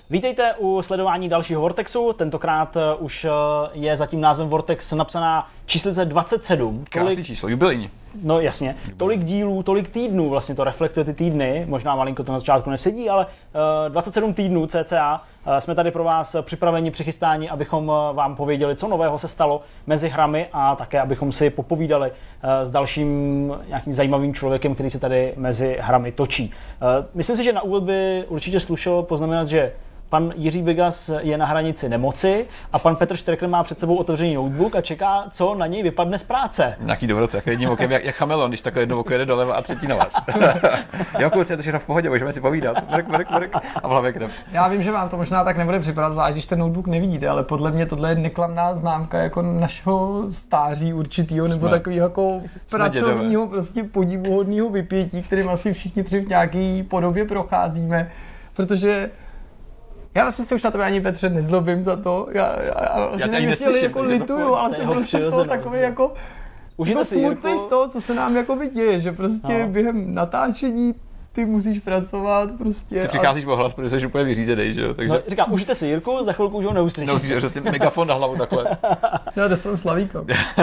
Vítejte u sledování dalšího Vortexu, tentokrát už je za tím názvem Vortex napsaná číslice 27. Krásný číslo, jubilejní. No jasně, tolik dílů, tolik týdnů, vlastně to reflektuje ty týdny, možná malinko to na začátku nesedí, ale 27 týdnů cca jsme tady pro vás připraveni, přichystáni, abychom vám pověděli, co nového se stalo mezi hrami a také, abychom si popovídali s dalším nějakým zajímavým člověkem, který se tady mezi hrami točí. Myslím si, že na úvod by určitě slušelo poznamenat, že pan Jiří Bigas je na hranici nemoci a pan Petr Štrekr má před sebou otevřený notebook a čeká, co na něj vypadne z práce. Nějaký dobroty, jak jedním okem, jak chameleon, když takhle jedno oko jede doleva a třetí na vás. Jo, kluci, je to všechno v pohodě, můžeme si povídat. Mrk. A v hlavě krev. Já vím, že vám to možná tak nebude připadat, zvlášť když ten notebook nevidíte, ale podle mě tohle je neklamná známka jako našeho stáří určitýho, nebo takového jako pracovního, prostě podivuhodného vypětí, kterým asi všichni tři v nějaké podobě procházíme, protože já vlastně se už na tebe ani, Petře, nezlobím za to. Já nevím, jestli jako lituju, ale jsem prostě z toho takový jako smutný z toho, co se nám jako děje, že prostě během natáčení ty musíš pracovat prostě. Ty přicházíš o hlas, protože jsi úplně vyřízený, že jo? Takže... No, říkám, užijte si Jirku, za chvilku už ho neuslyšíš. Neuslyšíš, prostě megafon na hlavu takhle. Já dostanu Slavíka.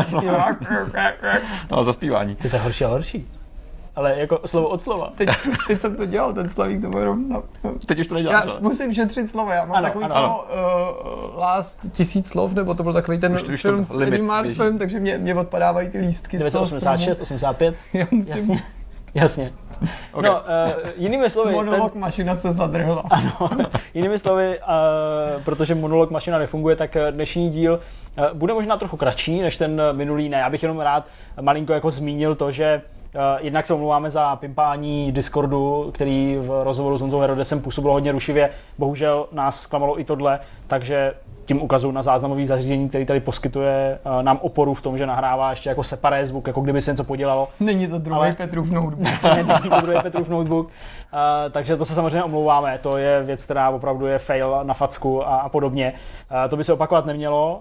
No, zaspívání. To je horší a horší. Ale jako slovo od slova. Teď jsem to dělal, ten Slavík to bude rovno. Teď už to neděláš, já musím šetřit slova, já mám takový to Last 1000 slov, nebo to byl takový ten film s Eddie Murphym, takže mě odpadávají ty lístky 986, 85. Já musím... Jasně. Okay. No, jinými slovy... Monolog mašina se zadrhla. Ano, jinými slovy, protože monolog mašina nefunguje, tak dnešní díl bude možná trochu kratší než ten minulý. Ne, já bych jenom rád malinko jako zmínil to, že jednak se omlouváme za pimpání Discordu, který v rozhovoru s Honzou Herodesem působilo hodně rušivě. Bohužel nás zklamalo i tohle, takže tím ukazuju na záznamový zařízení, který tady poskytuje nám oporu v tom, že nahrává ještě jako separé zvuk, jako kdyby se něco podělalo. Není to druhý Petrův notebook. Není to druhý Petrův notebook, takže to se samozřejmě omlouváme. To je věc, která opravdu je fail na facku a podobně. To by se opakovat nemělo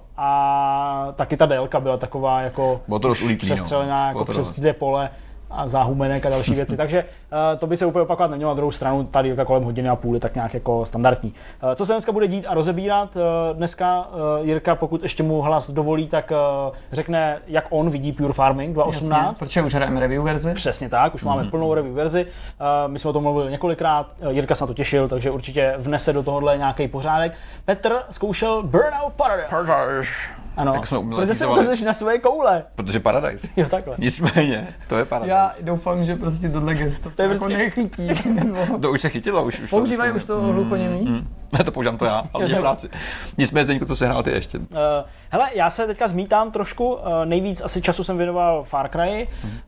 a taky ta délka byla taková jako přestřelená jako přes 2 pole a záhumenek a další věci. Takže to by se úplně opakovat nemělo. Na druhou stranu tady kolem hodiny a půl je tak nějak jako standardní. Co se dneska bude dít a rozebírat? Dneska Jirka, pokud ještě mu hlas dovolí, tak řekne, jak on vidí Pure Farming 2.18. Jasně, protože už hrajeme review verzi. Přesně tak, už máme plnou review verzi. My jsme o tom mluvili několikrát, Jirka se na to těšil, takže určitě vnese do tohohle nějaký pořádek. Petr zkoušel Burnout Paradise. Ano, protože se ukazuješ na svoje koule. Protože Paradise. Jo, takhle. Nicméně, to je Paradise. Já doufám, že prostě tohle gesto se jako nechytí. To už se chytilo. Používají už to hluchoněmí? Ne, to používám to já, ale v práci. Nicméně, Zdeňku, co se hrál ty ještě? Hele, já se teďka zmítám trošku, nejvíc asi času jsem věnoval Far Cry.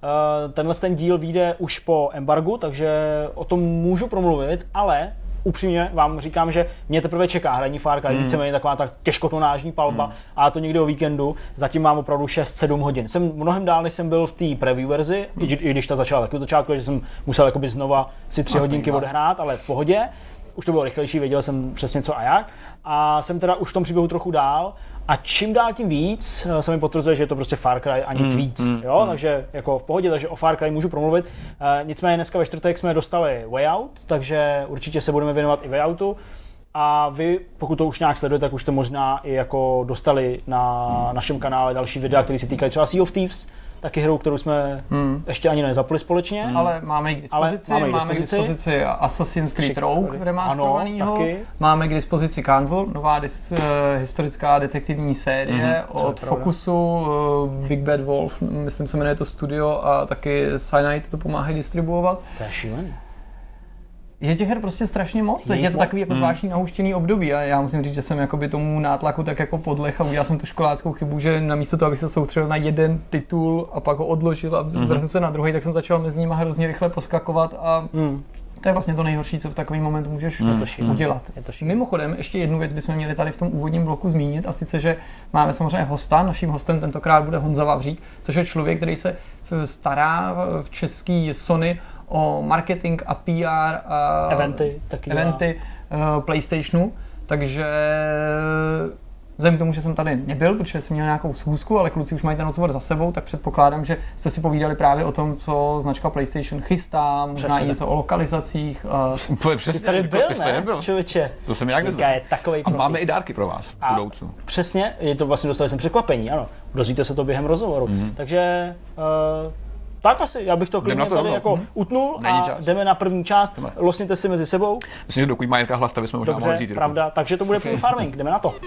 Ten díl vyjde už po embargu, takže o tom můžu promluvit, ale upřímně vám říkám, že mě teprve čeká hraní Far Cry, víceméně taková ta těžkotonážní palba a to někdy o víkendu. Zatím mám opravdu 6-7 hodin. Jsem mnohem dál, než jsem byl v té preview verzi, i když ta začala taky od začátku, že jsem musel jakoby znova si 3 hodinky odehrát, ale v pohodě. Už to bylo rychlejší, věděl jsem přesně co a jak. A jsem teda už v tom příběhu trochu dál. A čím dál tím víc se mi potvrzuje, že je to prostě Far Cry a nic víc. Jo? Takže jako v pohodě, takže o Far Cry můžu promluvit. Nicméně dneska ve čtvrtek jsme dostali Way Out, takže určitě se budeme věnovat i Way Outu. A vy, pokud to už nějak sledujete, tak už jste možná i jako dostali na našem kanále další videa, které se týkají třeba Sea of Thieves, taky hru, kterou jsme ještě ani nezapli společně. Ale máme ji k dispozici, máme k dispozici Assassin's Creed Rogue remasterovanýho, máme k dispozici Cancel, nová historická detektivní série od Focusu, Big Bad Wolf, myslím se jmenuje to studio a taky Cyanide to pomáhají distribuovat. To je šílený. Je těch her prostě strašně moc, teď je to takový jako zvláštní nahuštěný období a já musím říct, že jsem jakoby tomu nátlaku tak jako podlech a udělal jsem tu školáckou chybu, že namísto toho, abych se soustředil na jeden titul a pak ho odložil a vrhnul se na druhý, tak jsem začal mezi nimi hrozně rychle poskakovat a to je vlastně to nejhorší, co v takový moment můžeš udělat. Mimochodem, ještě jednu věc bychom měli tady v tom úvodním bloku zmínit, a sice, že máme samozřejmě hosta, naším hostem tentokrát bude Honza Vavřík, což je člověk, který se stará v český Sony o marketing a PR a eventy PlayStationu, takže Vzhledem k tomu, že jsem tady nebyl, protože jsem měl nějakou schůzku, ale kluci už mají ten rozhovor za sebou, tak předpokládám, že jste si povídali právě o tom, co značka PlayStation chystá, možná i něco o lokalizacích. Přesně, Ty tady byl, nebyl. Člověče. To jsem jak je takovej a máme i dárky pro vás v budoucnu. Přesně, je to vlastně dostali jsem překvapení, ano. Dozvíte se to během rozhovoru. Takže tak asi, já bych to klidně tady jako utnul a jdeme na první část. Losněte si mezi sebou. Myslím, že dokud má Jirka hlas, tak bychom možná mohli říct. Pravda, takže to bude Pure Farming, jdeme na to.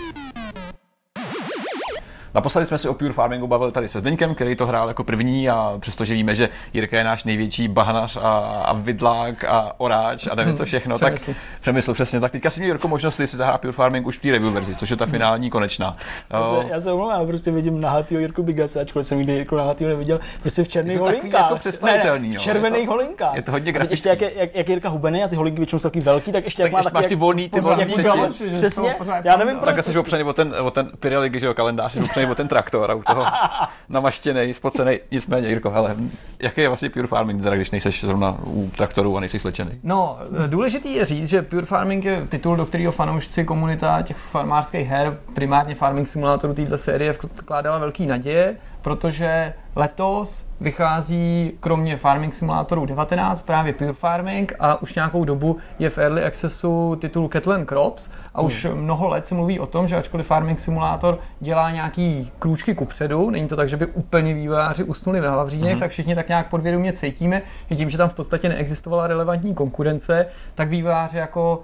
Naposledy jsme si o Pure Farmingu bavili tady se Zdeňkem, který to hrál jako první a přestože víme, že Jirka je náš největší bahnař a vidlák a oráč a nevím co všechno, tak přemysl přesně. Tak teďka si měl Jirko možnost si zahrát Pure Farming už v té review verzi, což je ta finální konečná. Já se omlouvám, prostě vidím nahatýho Jirku Bigase, ačkoliv jsem nikdy Jirku nahatýho neviděl, prostě v černých holinkách. Jako představitelný, v červených holinkách. Je to hodně grafický. Ještě jak Jirka hubený a ty holinky většinou jsou taky velký, tak ještě tak jak má máš ty volný přesně. Já nevím, tak asi opřený o ten Pirelli, že jo, kalendář, opřený o ten traktor. Toho namaštěnej, spocenej, nicméně, Jirko, hele, jaký je vlastně Pure Farming, teda, když nejseš zrovna u traktoru a nejsi slečený? No, důležitý je říct, že Pure Farming je titul, do kterého fanoušci komunita těch farmářských her, primárně Farming Simulatoru této série vkládala velký naděje, protože letos vychází kromě Farming Simulatoru 19 právě Pure Farming a už nějakou dobu je v Early Accessu titul Cattle & Crops a už mnoho let se mluví o tom, že ačkoliv Farming Simulator dělá nějaký krůčky kupředu, není to tak, že by úplně vývojáři usnuli v Havříněch, tak všichni tak nějak podvědomě cítíme, že tím, že tam v podstatě neexistovala relevantní konkurence, tak vývojáři jako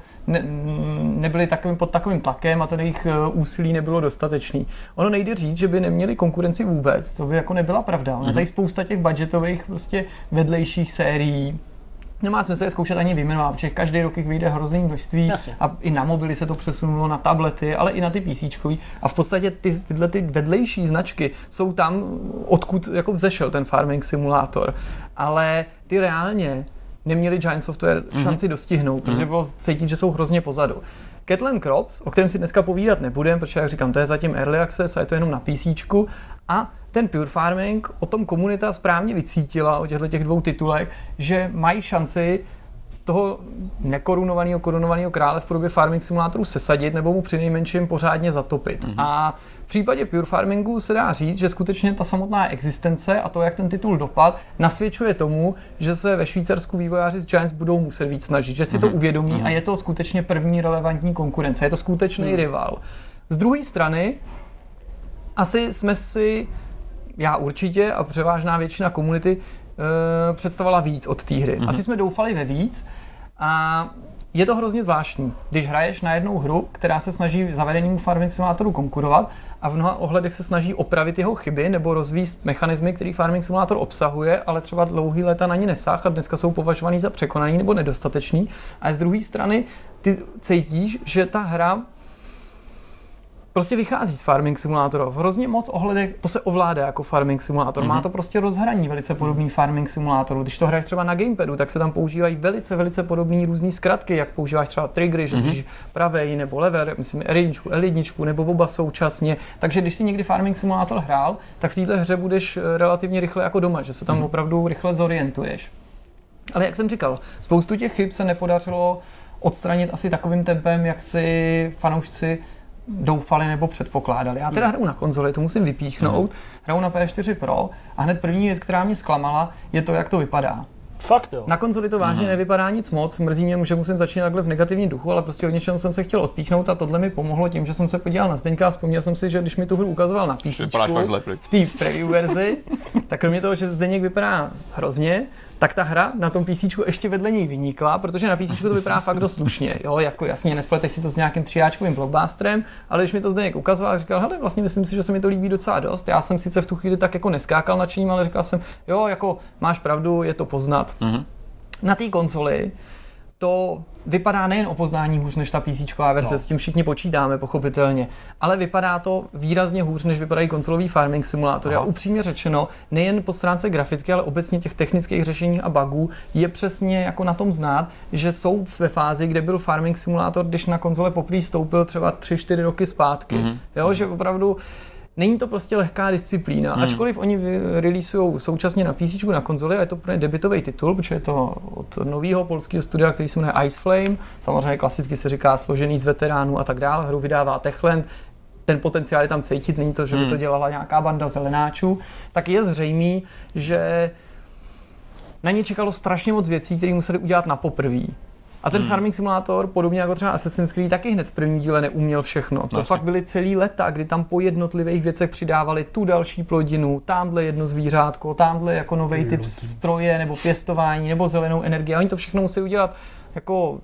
nebyli pod takovým tlakem a ten jejich úsilí nebylo dostatečný. Ono nejde říct, že by neměli konkurenci vůbec, to by jako nebyla pravda. Ono tady spousta těch budgetových prostě vedlejších sérií. Nemá smysl je zkoušet ani vyjmenovat, protože každý rok jich vyjde hrozný množství. Jasně. A i na mobily se to přesunulo, na tablety, ale i na ty PCčkový. A v podstatě tyhle ty vedlejší značky jsou tam, odkud jako vzešel ten Farming Simulator. Ale ty reálně neměli Giant Software šanci dostihnout, protože bylo cítit, že jsou hrozně pozadu. Cattle & Crops, o kterém si dneska povídat nebudem, protože jak říkám, to je zatím Early Access a je to jenom na PCčku. A ten Pure Farming, o tom komunita správně vycítila, o těchto dvou titulech, že mají šanci toho korunovaného krále v podobě Farming Simulatoru sesadit nebo mu přinejmenším pořádně zatopit. A v případě Pure Farmingu se dá říct, že skutečně ta samotná existence a to, jak ten titul dopad, nasvědčuje tomu, že se ve Švýcarsku vývojáři z Giants budou muset víc snažit, že si to uvědomí a je to skutečně první relevantní konkurence, je to skutečný rival. Z druhé strany, asi jsme si, já určitě a převážná většina komunity představovala víc od té hry. Asi jsme doufali ve víc a je to hrozně zvláštní, když hraješ na jednou hru, která se snaží zavedenému Farming Simulatoru konkurovat a v mnoha ohledech se snaží opravit jeho chyby nebo rozvíjet mechanismy, který Farming Simulator obsahuje, ale třeba dlouhý léta na ní nesáh a dneska jsou považovaný za překonaný nebo nedostatečný. A z druhé strany ty cítíš, že ta hra prostě vychází z Farming Simulatoru. V hrozně moc ohledech to se ovládá jako Farming Simulator. Má to prostě rozhraní velice podobný Farming Simulatoru. Když to hraješ třeba na gamepadu, tak se tam používají velice podobné různé zkratky, jak používáš třeba triggery, že držíš pravej nebo lever, myslím L1, nebo oba současně. Takže když si někdy Farming Simulator hrál, tak v této hře budeš relativně rychle jako doma, že se tam opravdu rychle zorientuješ. Ale jak jsem říkal, spoustu těch chyb se nepodařilo odstranit asi takovým tempem, jak si fanoušci doufali nebo předpokládali. Já teda hraju na konzoli, to musím vypíchnout, hraju na PS4 Pro a hned první věc, která mě zklamala, je to, jak to vypadá. Fakt jo. Na konzoli to vážně nevypadá nic moc, mrzí mě, že musím začít takhle v negativním duchu, ale prostě od něčeho jsem se chtěl odpíchnout a tohle mi pomohlo tím, že jsem se podíval na Zdeňka a vzpomněl jsem si, že když mi tu hru ukazoval na PCčku v té preview verzi, tak kromě toho, že Zdeněk vypadá hrozně, tak ta hra na tom PCčku ještě vedle něj vynikla, protože na PCčku to vypadá fakt dost slušně. Jo, jako jasně, nespleteš si to s nějakým třiáčkovým blockbusterem, ale když mi to Zdeněk ukazoval, říkal, hele, vlastně myslím si, že se mi to líbí docela dost. Já jsem sice v tu chvíli tak jako neskákal nadšením, ale říkal jsem, jo, jako máš pravdu, je to poznat. Na té konzoli to vypadá nejen o poznání hůř než ta PCčková verze, s tím všichni počítáme, pochopitelně, ale vypadá to výrazně hůř, než vypadají konzolový Farming Simulátory. A upřímně řečeno, nejen po stránce grafické, ale obecně těch technických řešení a bugů je přesně jako na tom znát, že jsou ve fázi, kde byl Farming Simulator, když na konzole poprvé stoupil třeba 3-4 roky zpátky. Jo, že opravdu není to prostě lehká disciplína, ačkoliv oni releasujou současně na PC, na konzoli a je to pro ně debutový titul, protože je to od nového polského studia, který se jmenuje Ice Flame, samozřejmě klasicky se říká složený z veteránů a tak dále, hru vydává Techland, ten potenciál je tam cítit, není to, že by to dělala nějaká banda zelenáčů, tak je zřejmý, že na ně čekalo strašně moc věcí, které museli udělat na poprví. A ten Farming Simulator, podobně jako třeba Assassin's Creed, taky hned v prvním díle neuměl všechno. To fakt byly celý leta, kdy tam po jednotlivých věcech přidávali tu další plodinu, tamhle jedno zvířátko, tamhle jako nový typ stroje nebo pěstování nebo zelenou energii. A oni to všechno museli udělat jako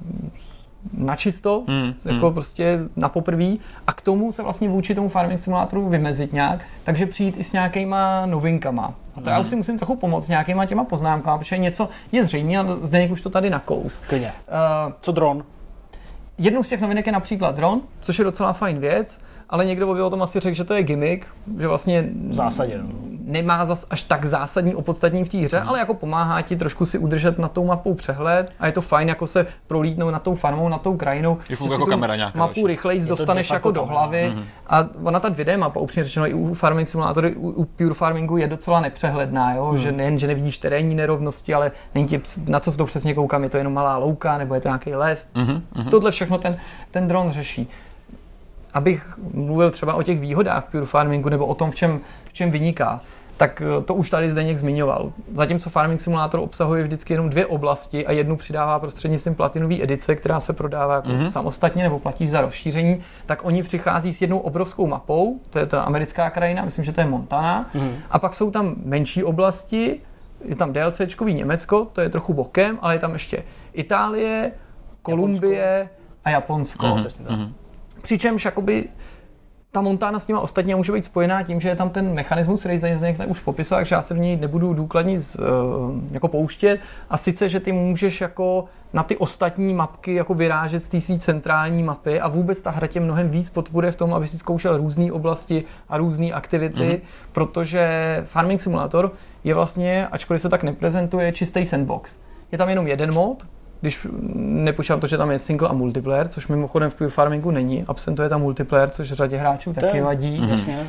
načisto, jako prostě na poprví a k tomu se vlastně vůči tomu Farming Simulatoru vymezit nějak, takže přijít i s nějakýma novinkama. A to já už si musím trochu pomoct s nějakýma těma poznámkama, protože něco je zřejmě a Zdeněk už to tady nakous. Klidně. Co dron? Jednou z těch novinek je například dron, což je docela fajn věc, ale někdo by o tom asi řekl, že to je gimmick, že vlastně v zásadě nemá zas až tak zásadní opodstatnění v té hře, ale jako pomáhá ti trošku si udržet nad tou mapou přehled a je to fajn jako se prolítnout nad tou farmou, nad tou krajinou, že si jako kamera nějaká mapu rychleji dostaneš jako do hlavy a ona ta 2D mapa, upřímně řečeno i u Farming Simulatoru, u Pure Farmingu je docela nepřehledná, jo? Že nejen, že nevidíš terénní nerovnosti, ale není ti, na co se to přesně koukám, je to jenom malá louka nebo je to nějaký les. Tohle všechno ten dron řeší. Abych mluvil třeba o těch výhodách Pure Farmingu nebo o tom, v čem vyniká, tak to už tady Zdeněk zmiňoval. Zatímco Farming Simulator obsahuje vždycky jenom 2 oblasti a jednu přidává prostřednictvím platinové edice, která se prodává jako samostatně nebo platíš za rozšíření, tak oni přichází s jednou obrovskou mapou, to je ta americká krajina, myslím, že to je Montana, a pak jsou tam menší oblasti, je tam DLCčkový Německo, to je trochu bokem, ale je tam ještě Itálie, Kolumbie a Japonsko. Přičemž jakoby ta Montana s těma ostatními může být spojená tím, že je tam ten mechanismus, který Zdeněk už popisoval, takže já se do něj nebudu důkladně jako pouštět. A sice, že ty můžeš jako na ty ostatní mapky jako vyrážet z té své centrální mapy a vůbec ta hra tě mnohem víc podpůruje v tom, aby si zkoušel různé oblasti a různé aktivity, protože Farming Simulator je vlastně, ačkoliv se tak neprezentuje, čistý sandbox. Je tam jenom jeden mod, když nepočítám to, že tam je single a multiplayer, což mimochodem v Pure Farmingu není, absentuje tam multiplayer, což řadě hráčů taky vadí.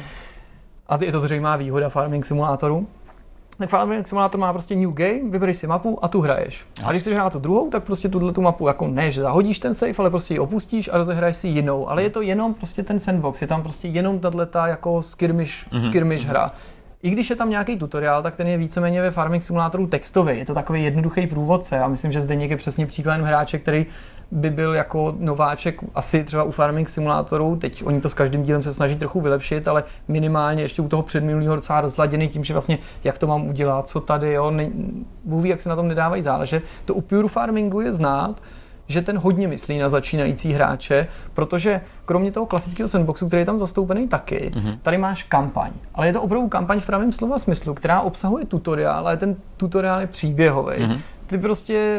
A je to zřejmá výhoda Farming Simulatoru. Tak Farming Simulator má prostě new game, vybereš si mapu a tu hraješ. A když chceš hrát tu druhou, tak prostě tu mapu jako ne, že zahodíš ten save, ale prostě ji opustíš a rozehraješ si jinou. Ale je to jenom prostě ten sandbox, je tam prostě jenom tato jako skirmish hra. I když je tam nějaký tutoriál, tak ten je víceméně ve Farming Simulatoru textový. Je to takový jednoduchý průvodce. Já myslím, že Zdeněk je přesně příkladem hráče, který by byl jako nováček asi třeba u Farming Simulatoru. Teď oni to s každým dílem se snaží trochu vylepšit, ale minimálně ještě u toho předminulého docela rozladěný tím, že vlastně jak to mám udělat, co tady, jo. Bůh ví, jak se na tom nedávají záležet. To u Pure Farmingu je znát, že ten hodně myslí na začínající hráče, protože kromě toho klasického sandboxu, který je tam zastoupený taky, tady máš kampaň. Ale je to opravdu kampaň v pravém slova smyslu, která obsahuje tutoriál, ale ten tutoriál je příběhový. Ty prostě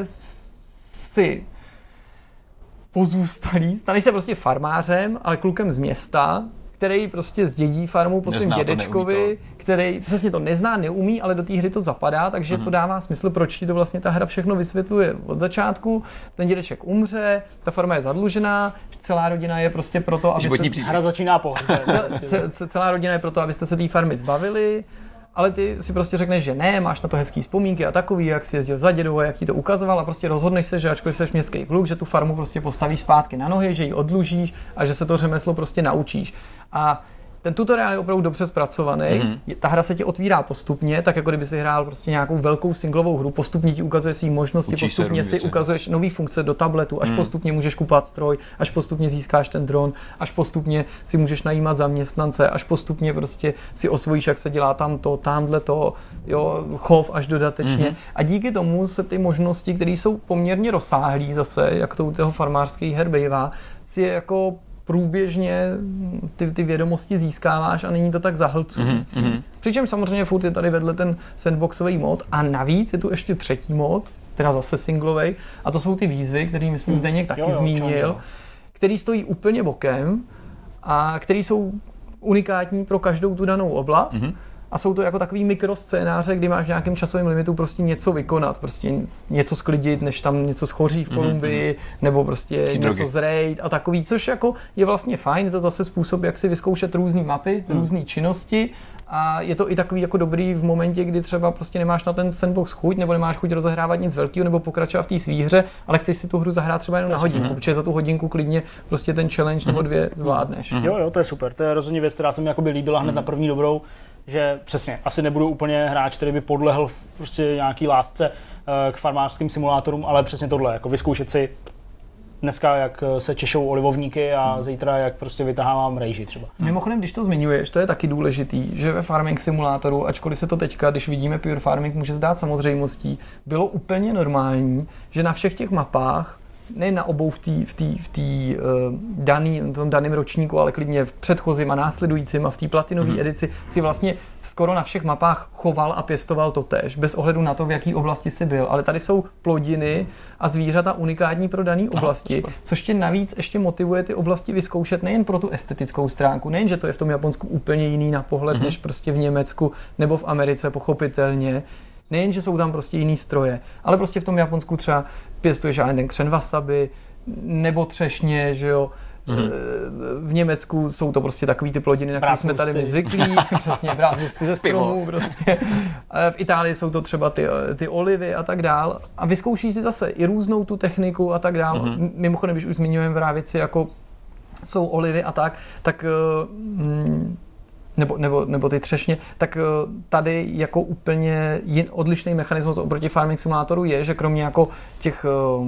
si pozůstalý, staneš se prostě farmářem, ale klukem z města, který prostě zdědí farmu po svém dědečkovi, který přesně to nezná, neumí, ale do té hry to zapadá, takže to dává smysl, proč ti to vlastně ta hra všechno vysvětluje od začátku. Ten dědeček umře, ta farma je zadlužená, celá rodina je prostě proto, aby hra začíná celá rodina je proto, abyste se té farmy zbavili. Ale ty si prostě řekneš, že ne, máš na to hezký vzpomínky a takový, jak jsi jezdil za dědou a jak ti to ukazoval a prostě rozhodneš se, že ačkoliv jsi městský kluk, že tu farmu prostě postavíš zpátky na nohy, že ji odlužíš a že se to řemeslo prostě naučíš. A ten tutoriál je opravdu dobře zpracovaný. Ta hra se ti otvírá postupně, tak jako kdyby si hrál prostě nějakou velkou singlovou hru, postupně ti ukazuje svý možnosti, postupně si ukazuješ nový funkce do tabletu, až postupně můžeš kupovat stroj, až postupně získáš ten dron, až postupně si můžeš najímat zaměstnance, až postupně prostě si osvojíš, jak se dělá tamhle to, jo, chov až dodatečně. A díky tomu se ty možnosti, které jsou poměrně rozsáhlé zase, jak to u toho farmářských her bývá, si je jako průběžně ty vědomosti získáváš a není to tak zahlcující. Přičemž samozřejmě furt je tady vedle ten sandboxový mod a navíc je tu ještě třetí mod, teda zase singlovej, a to jsou ty výzvy, který myslím Zdeněk taky zmínil, který stojí úplně bokem a který jsou unikátní pro každou tu danou oblast. a jsou to jako takový mikroscénáře, kdy máš v nějakém časovém limitu prostě něco vykonat, prostě něco sklidit, než tam něco schoří v Kolumbii, nebo prostě něco zrejt a takový, což jako je vlastně fajn, je to zase způsob, jak si vyzkoušet různé mapy, různé činnosti. A je to i takový jako dobrý v momentě, kdy třeba prostě nemáš na ten sandbox chuť, nebo nemáš chuť rozehrávat nic velkého, nebo pokračovat v té své hře, ale chceš si tu hru zahrát třeba jenom na hodinku, protože za tu hodinku klidně prostě ten challenge nebo 2 zvládneš. Jo, to je super. To je rozhodně věc, která se mi jakoby líbila hned na první dobrou, že přesně, asi nebudu úplně hráč, který by podlehl prostě nějaký lásce k farmářským simulátorům, ale přesně tohle, jako vyzkoušet si dneska, jak se češou olivovníky a zítra, jak prostě vytahávám rejži třeba. Mimochodem, když to zmiňuješ, to je taky důležitý, že ve farming simulátoru, ačkoliv se to teďka, když vidíme Pure Farming, může zdát samozřejmostí, bylo úplně normální, že na všech těch mapách, ne na obou v tom daném ročníku, ale klidně v předchozím a následujícím a v té platinové edici si vlastně skoro na všech mapách choval a pěstoval totéž, bez ohledu na to, v jaký oblasti jsi byl. Ale tady jsou plodiny a zvířata unikátní pro dané oblasti, což tě navíc ještě motivuje ty oblasti vyzkoušet nejen pro tu estetickou stránku, nejen, že to je v tom Japonsku úplně jiný na pohled, než prostě v Německu nebo v Americe, pochopitelně. Nejen, že jsou tam prostě jiný stroje, ale prostě v tom Japonsku třeba pěstuješ ten křen wasabi, nebo třešně, že jo. V Německu jsou to prostě takový ty plodiny, na které jsme tady my zvyklí, přesně brátvůsty ze stromů prostě. V Itálii jsou to třeba ty olivy a tak dál. A vyzkouší si zase i různou tu techniku a tak dál. Mimochodem, když už zmiňujeme právě věci, jako jsou olivy a tak nebo ty třešně, tak tady jako úplně odlišný mechanismus oproti farming simulátoru je, že kromě jako těch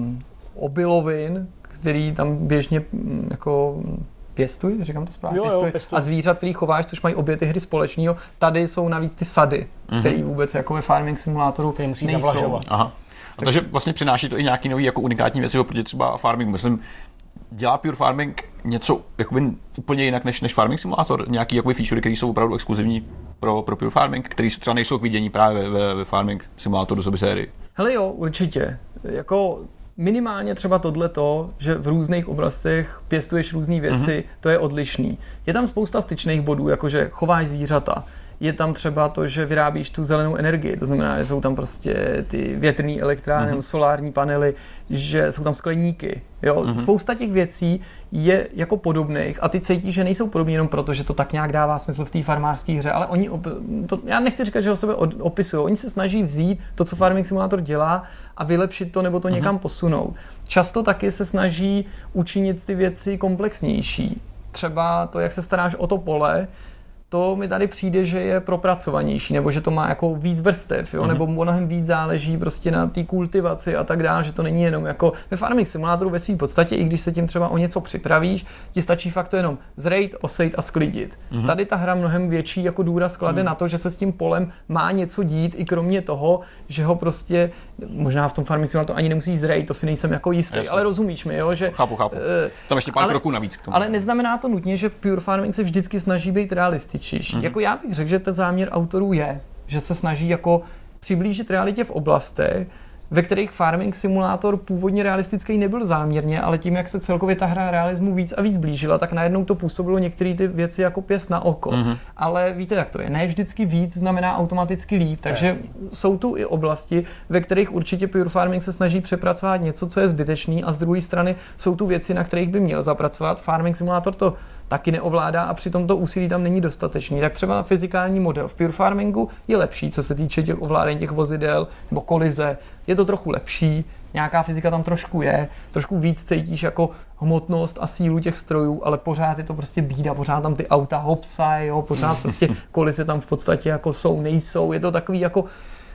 obilovin, který tam běžně jako pěstuj, říkám to správně, a zvířat, který chováš, což mají obě ty hry společného, tady jsou navíc ty sady, které vůbec jako ve farming simulátoru nejsou. Aha. A takže vlastně přináší to i nějaký nový jako unikátní věci oproti třeba farmingu. Myslím, dělá Pure Farming něco jakoby úplně jinak než Farming Simulator? Nějaký jakoby featurey, které jsou opravdu exkluzivní pro Pure Farming, které třeba nejsou k vidění právě ve Farming Simulatoru z sérii? Hele jo, určitě. Jako minimálně třeba tohleto, že v různých oblastech pěstuješ různé věci, to je odlišný. Je tam spousta styčných bodů, jakože chováš zvířata. Je tam třeba to, že vyrábíš tu zelenou energii, to znamená, že jsou tam prostě ty větrné elektrárny nebo solární panely, že jsou tam skleníky. Jo? Spousta těch věcí je jako podobných a ty cítíš, že nejsou podobní jenom proto, že to tak nějak dává smysl v té farmářské hře, ale oni, já nechci říkat, že ho sebe opisují, oni se snaží vzít to, co Farming Simulator dělá a vylepšit to nebo to někam posunout. Často taky se snaží učinit ty věci komplexnější. Třeba to, jak se staráš o to pole, to mi tady přijde, že je propracovanější, nebo že to má jako víc vrstev, jo? Nebo mnohem víc záleží prostě na té kultivaci a tak dále, že to není jenom jako ve farming simulátoru ve své podstatě, i když se tím třeba o něco připravíš, ti stačí fakt to jenom zrejt, osejt a sklidit. Tady ta hra mnohem větší jako důraz klade na to, že se s tím polem má něco dít, i kromě toho, že ho prostě, možná v tom farming simulátoru ani nemusí zrejt, to si nejsem jako jistý, ale rozumíš mi, jo, že chápu. Tam ještě pár kroků navíc k tomu. Ale neznamená to nutně, že Pure Farming se vždycky snaží být realističtější. Jako já bych řekl, že ten záměr autorů je, že se snaží jako přiblížit realitě v oblastech, ve kterých Farming Simulator původně realistický nebyl záměrně, ale tím, jak se celkově ta hra realismu víc a víc blížila, tak najednou to působilo některé ty věci jako pěst na oko. Ale víte, jak to je. Ne vždycky víc znamená automaticky líp, takže jsou tu i oblasti, ve kterých určitě Pure Farming se snaží přepracovat něco, co je zbytečný, a z druhé strany jsou tu věci, na kterých by měl zapracovat. Farming Simulator to taky neovládá a přitom to úsilí tam není dostatečný. Tak třeba fyzikální model v Pure Farmingu je lepší, co se týče těch ovládání těch vozidel nebo kolize. Je to trochu lepší, nějaká fyzika tam trošku je, trošku víc cítíš jako hmotnost a sílu těch strojů, ale pořád je to prostě bída, pořád tam ty auta hopsají, jo, pořád prostě kolize tam v podstatě jako jsou, nejsou, je to takový jako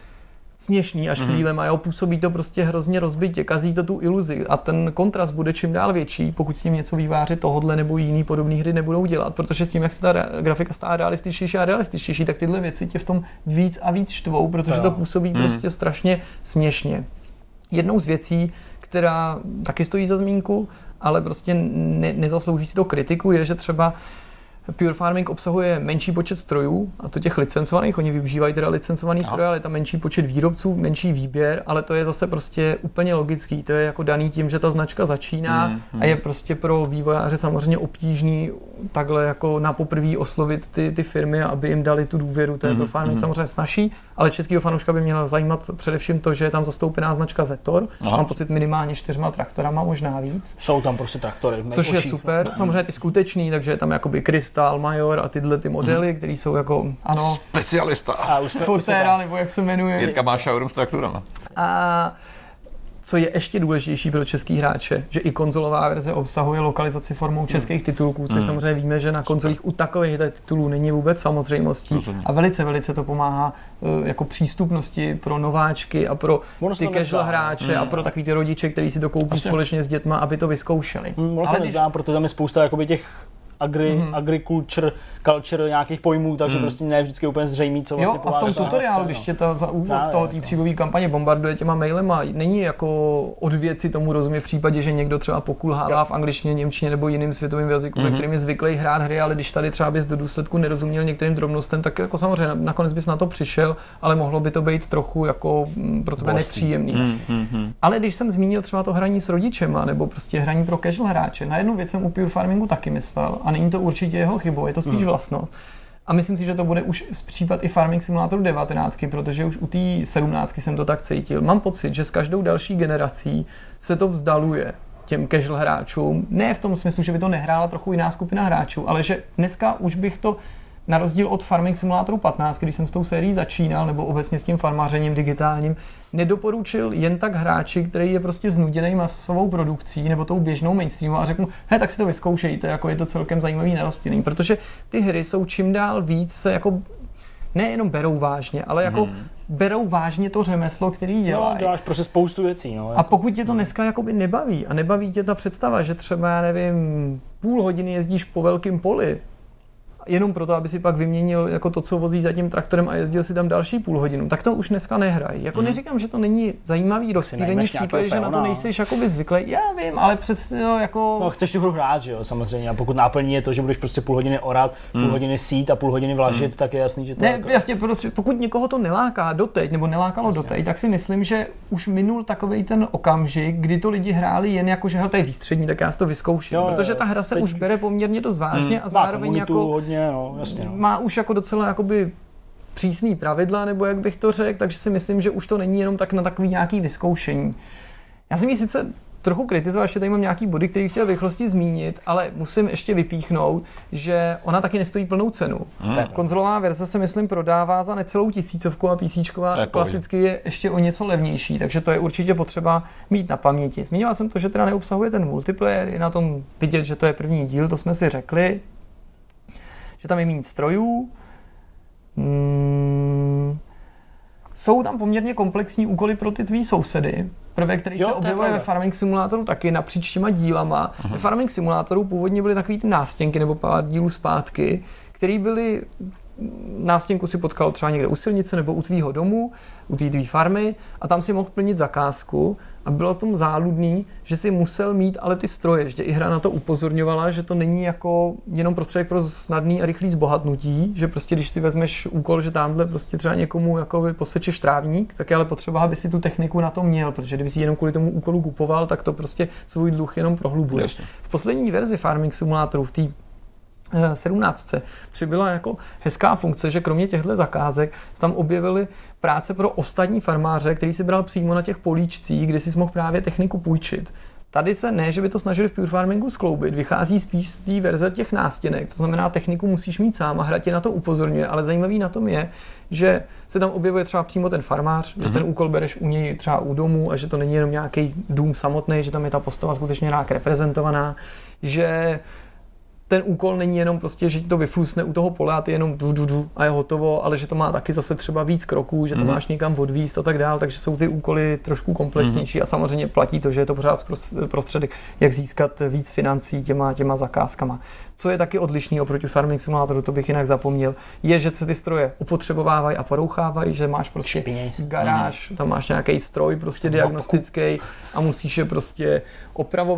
směšný až chvílema, jo, působí to prostě hrozně rozbitě, kazí to tu iluzi a ten kontrast bude čím dál větší, pokud s tím něco výváři tohodle nebo jiný podobné hry nebudou dělat, protože s tím, jak se ta grafika stává realističtější, tak tyhle věci tě v tom víc a víc štvou, protože to působí prostě strašně směšně. Jednou z věcí, která taky stojí za zmínku, ale prostě nezaslouží si to kritiku, je, že třeba Pure Farming obsahuje menší počet strojů, a to těch licencovaných, oni využívají teda licencovaný stroje, ale je tam menší počet výrobců, menší výběr, ale to je zase prostě úplně logický, to je jako daný tím, že ta značka začíná a je prostě pro vývojáře samozřejmě obtížný takhle jako na poprvé oslovit ty firmy, aby jim dali tu důvěru, to je Pure Farming samozřejmě snaží, ale českýho fanouška by měla zajímat především to, že je tam zastoupená značka Zetor, mám pocit minimálně 4 traktorama, možná víc. Jsou tam prostě traktory. Což je super, samozřejmě ty skutečný, takže je tam jakoby Krystal, Major a tyhle ty modely, které jsou jako, ano, specialista. Fortera, nebo jak se jmenuje. Jirka má showroom s traktorama. A co je ještě důležitější pro český hráče, že i konzolová verze obsahuje lokalizaci formou českých titulků, což samozřejmě víme, že na konzolích u takových titulů není vůbec samozřejmostí a velice to pomáhá jako přístupnosti pro nováčky a pro ty casual hráče a pro takový ty rodiče, kteří si to koupí společně s dětma, aby to vyzkoušeli. Ale nezdá, protože tam je spousta jakoby těch agriculture, culture nějakých pojmů, takže prostě ne vždycky úplně zřejmý, co vlastně a v tom tutoriálu, když tě to za úvod té příběhové kampaně bombarduje těma mailema, není jako od věci tomu rozumět v případě, že někdo třeba pokulhává v angličtině, němčině nebo jiným světovým jazyku, ve kterým je zvyklý hrát hry, ale když tady třeba bys do důsledku nerozuměl některým drobnostem, tak jako samozřejmě nakonec bys na to přišel, ale mohlo by to být trochu jako pro tebe nepříjemný. Ale když jsem zmínil třeba to hraní s rodičema nebo prostě hraní pro casual hráče, na jednu věc jsem u Pure Farmingu taky myslel. A není to určitě jeho chybou, je to spíš vlastnost. A myslím si, že to bude už případ i Farming Simulatoru 19, protože už u té 17 jsem to tak cítil. Mám pocit, že s každou další generací se to vzdaluje těm casual hráčům. Ne v tom smyslu, že by to nehrála trochu jiná skupina hráčů, ale že dneska už bych to na rozdíl od Farming Simulatoru 15, když jsem s tou sérií začínal, nebo obecně s tím farmářením digitálním, nedoporučil jen tak hráči, který je prostě znuděný masovou produkcí nebo tou běžnou mainstreamu a řeknu, tak si to vyzkoušejte, jako je to celkem zajímavý nerozptýlený, protože ty hry jsou čím dál víc se jako nejenom berou vážně, ale jako berou vážně to řemeslo, který dělají. No, děláš prostě spoustu věcí. No. A pokud tě to dneska jakoby nebaví a nebaví tě ta představa, že třeba, já nevím, půl hodiny jezdíš po velkém poli, jenom proto, aby si pak vyměnil jako to, co vozí za tím traktorem a jezdil si tam další půl hodinu, tak to už dneska nehrají. Jako neříkám, že to není zajímavý rozptýlení v případě, že na to nejseš jakoby zvyklý. Já vím, ale přesně jako... No, chceš tu hru hrát, že jo, samozřejmě. A pokud náplní je to, že budeš prostě půl hodiny orat, půl hodiny sít a půl hodiny vlažit, tak je jasný, že to... Ne, jako... jasně, prostě pokud někoho to neláká doteď, nebo nelákalo doteď, tak si myslím, že už minul takovej ten okamžik, kdy to lidi hráli jen jako, že hele, to je výstřední, tak já si to vyzkouším, protože ta hra se už bere poměrně dost vážně a zároveň jako hodně, no, jasně, no. Má už jako docela jakoby přísný pravidla, nebo jak bych to řekl, takže si myslím, že už to není jenom tak na takový nějaký vyzkoušení. Já jsem ji sice trochu kritizoval, ještě tady mám nějaký body, který chtěl v rychlosti zmínit, ale musím ještě vypíchnout, že ona taky nestojí plnou cenu. Konzolová verze se myslím prodává za necelou 1000 a PCčková klasicky je ještě o něco levnější, takže to je určitě potřeba mít na paměti. Zmínila jsem to, že teda neobsahuje ten multiplayer, je na tom vidět, že to je první díl, to jsme si řekli. Že tam je méně strojů. Jsou tam poměrně komplexní úkoly pro ty tvý sousedy. Prvek, který se objevuje ve Farming Simulatoru taky napříč těma dílama. Ve Farming Simulatoru původně byly takový ty nástěnky nebo pár dílů zpátky, které byly nástěnku si potkal třeba někde u silnice nebo u tvýho domu, u té tvý farmy a tam si mohl plnit zakázku a bylo v tom záludný, že si musel mít ale ty stroje, že i hra na to upozorňovala, že to není jako jenom prostředek pro snadný a rychlý zbohatnutí, že prostě když si vezmeš úkol, že tamhle prostě třeba někomu jakoby posečeš trávník, tak je ale potřeba, aby si tu techniku na to měl, protože kdyby si jenom kvůli tomu úkolu kupoval, tak to prostě svůj dluh jenom prohlubuješ. V poslední verzi Farming Simulatoru v té 17. přibyla jako hezká funkce, že kromě těchto zakázek se tam objevily práce pro ostatní farmáře, který si bral přímo na těch políčcích, kde si mohl právě techniku půjčit. Tady se ne, že by to snažili v Pure Farmingu skloubit, vychází spíš z té verze těch nástěnek, to znamená techniku musíš mít sám a hra tě na to upozorňuje, ale zajímavý na tom je, že se tam objevuje třeba přímo ten farmář, že ten úkol bereš u něj třeba u domu a že to není jenom nějaký dům samotný, že tam je ta postava skutečně nějak reprezentovaná, že ten úkol není jenom prostě, že to vyflusne u toho pole a ty jenom a je hotovo, ale že to má taky zase třeba víc kroků, že to máš někam odvízt a tak dál, takže jsou ty úkoly trošku komplexnější a samozřejmě platí to, že je to pořád prostředek, jak získat víc financí těma zakázkama. Co je taky odlišný oproti Farming Simulatoru, to bych jinak zapomněl, je, že se ty stroje opotřebovávají a porouchávají, že máš prostě garáž, tam máš nějaký stroj prostě diagnostický a musíš je prostě opravovat.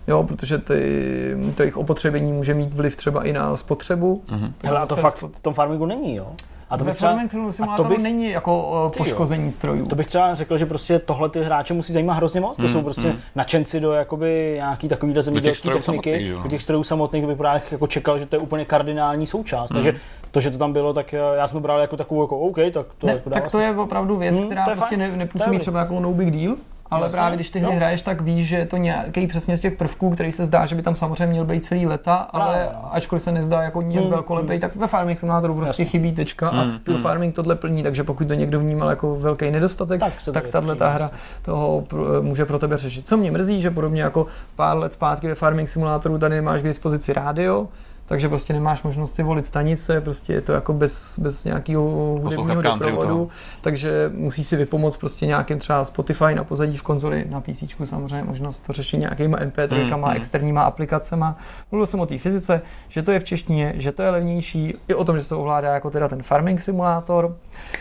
jo, protože to jejich opotřebení může mít vliv třeba i na spotřebu. Hele, a to fakt v tom farmingu není, jo? A to ve Farming Simulátoru není jako poškození strojů. To bych třeba řekl, že prostě tohle ty hráče musí zajímat hrozně moc. To jsou prostě nadšenci do jakoby nějaký takovýhle zemědělské techniky. Do těch strojů samotných bych právě jako čekal, že to je úplně kardinální součást. Takže to, že to tam bylo, tak já jsem to bral jako takovou jako OK, tak to ne, jako tak to je opravdu věc, která prostě nepůsobí třeba jako no big deal. Ale jasně, právě když ty hry hraješ, tak víš, že je to nějaký přesně z těch prvků, který se zdá, že by tam samozřejmě měl být celý leta, ale ačkoliv se nezdá jako nějak velkolepej, tak ve Farming Simulátoru prostě chybí tečka a Pure Farming tohle plní, takže pokud to někdo vnímal jako velký nedostatek, tak tato hra toho může pro tebe řešit. Co mě mrzí, že podobně jako pár let zpátky ve Farming Simulátoru tady máš k dispozici rádio, takže prostě nemáš možnost si volit stanice, prostě je to jako bez nějakého hudebního doprovodu, takže musíš si vypomoct prostě nějakým třeba Spotify na pozadí v konzoli, na PC samozřejmě možnost to řešit nějakýma MP3, externíma aplikacema. Mluvil jsem o té fyzice, že to je v češtině, že to je levnější, i o tom, že se to ovládá jako teda ten farming simulátor.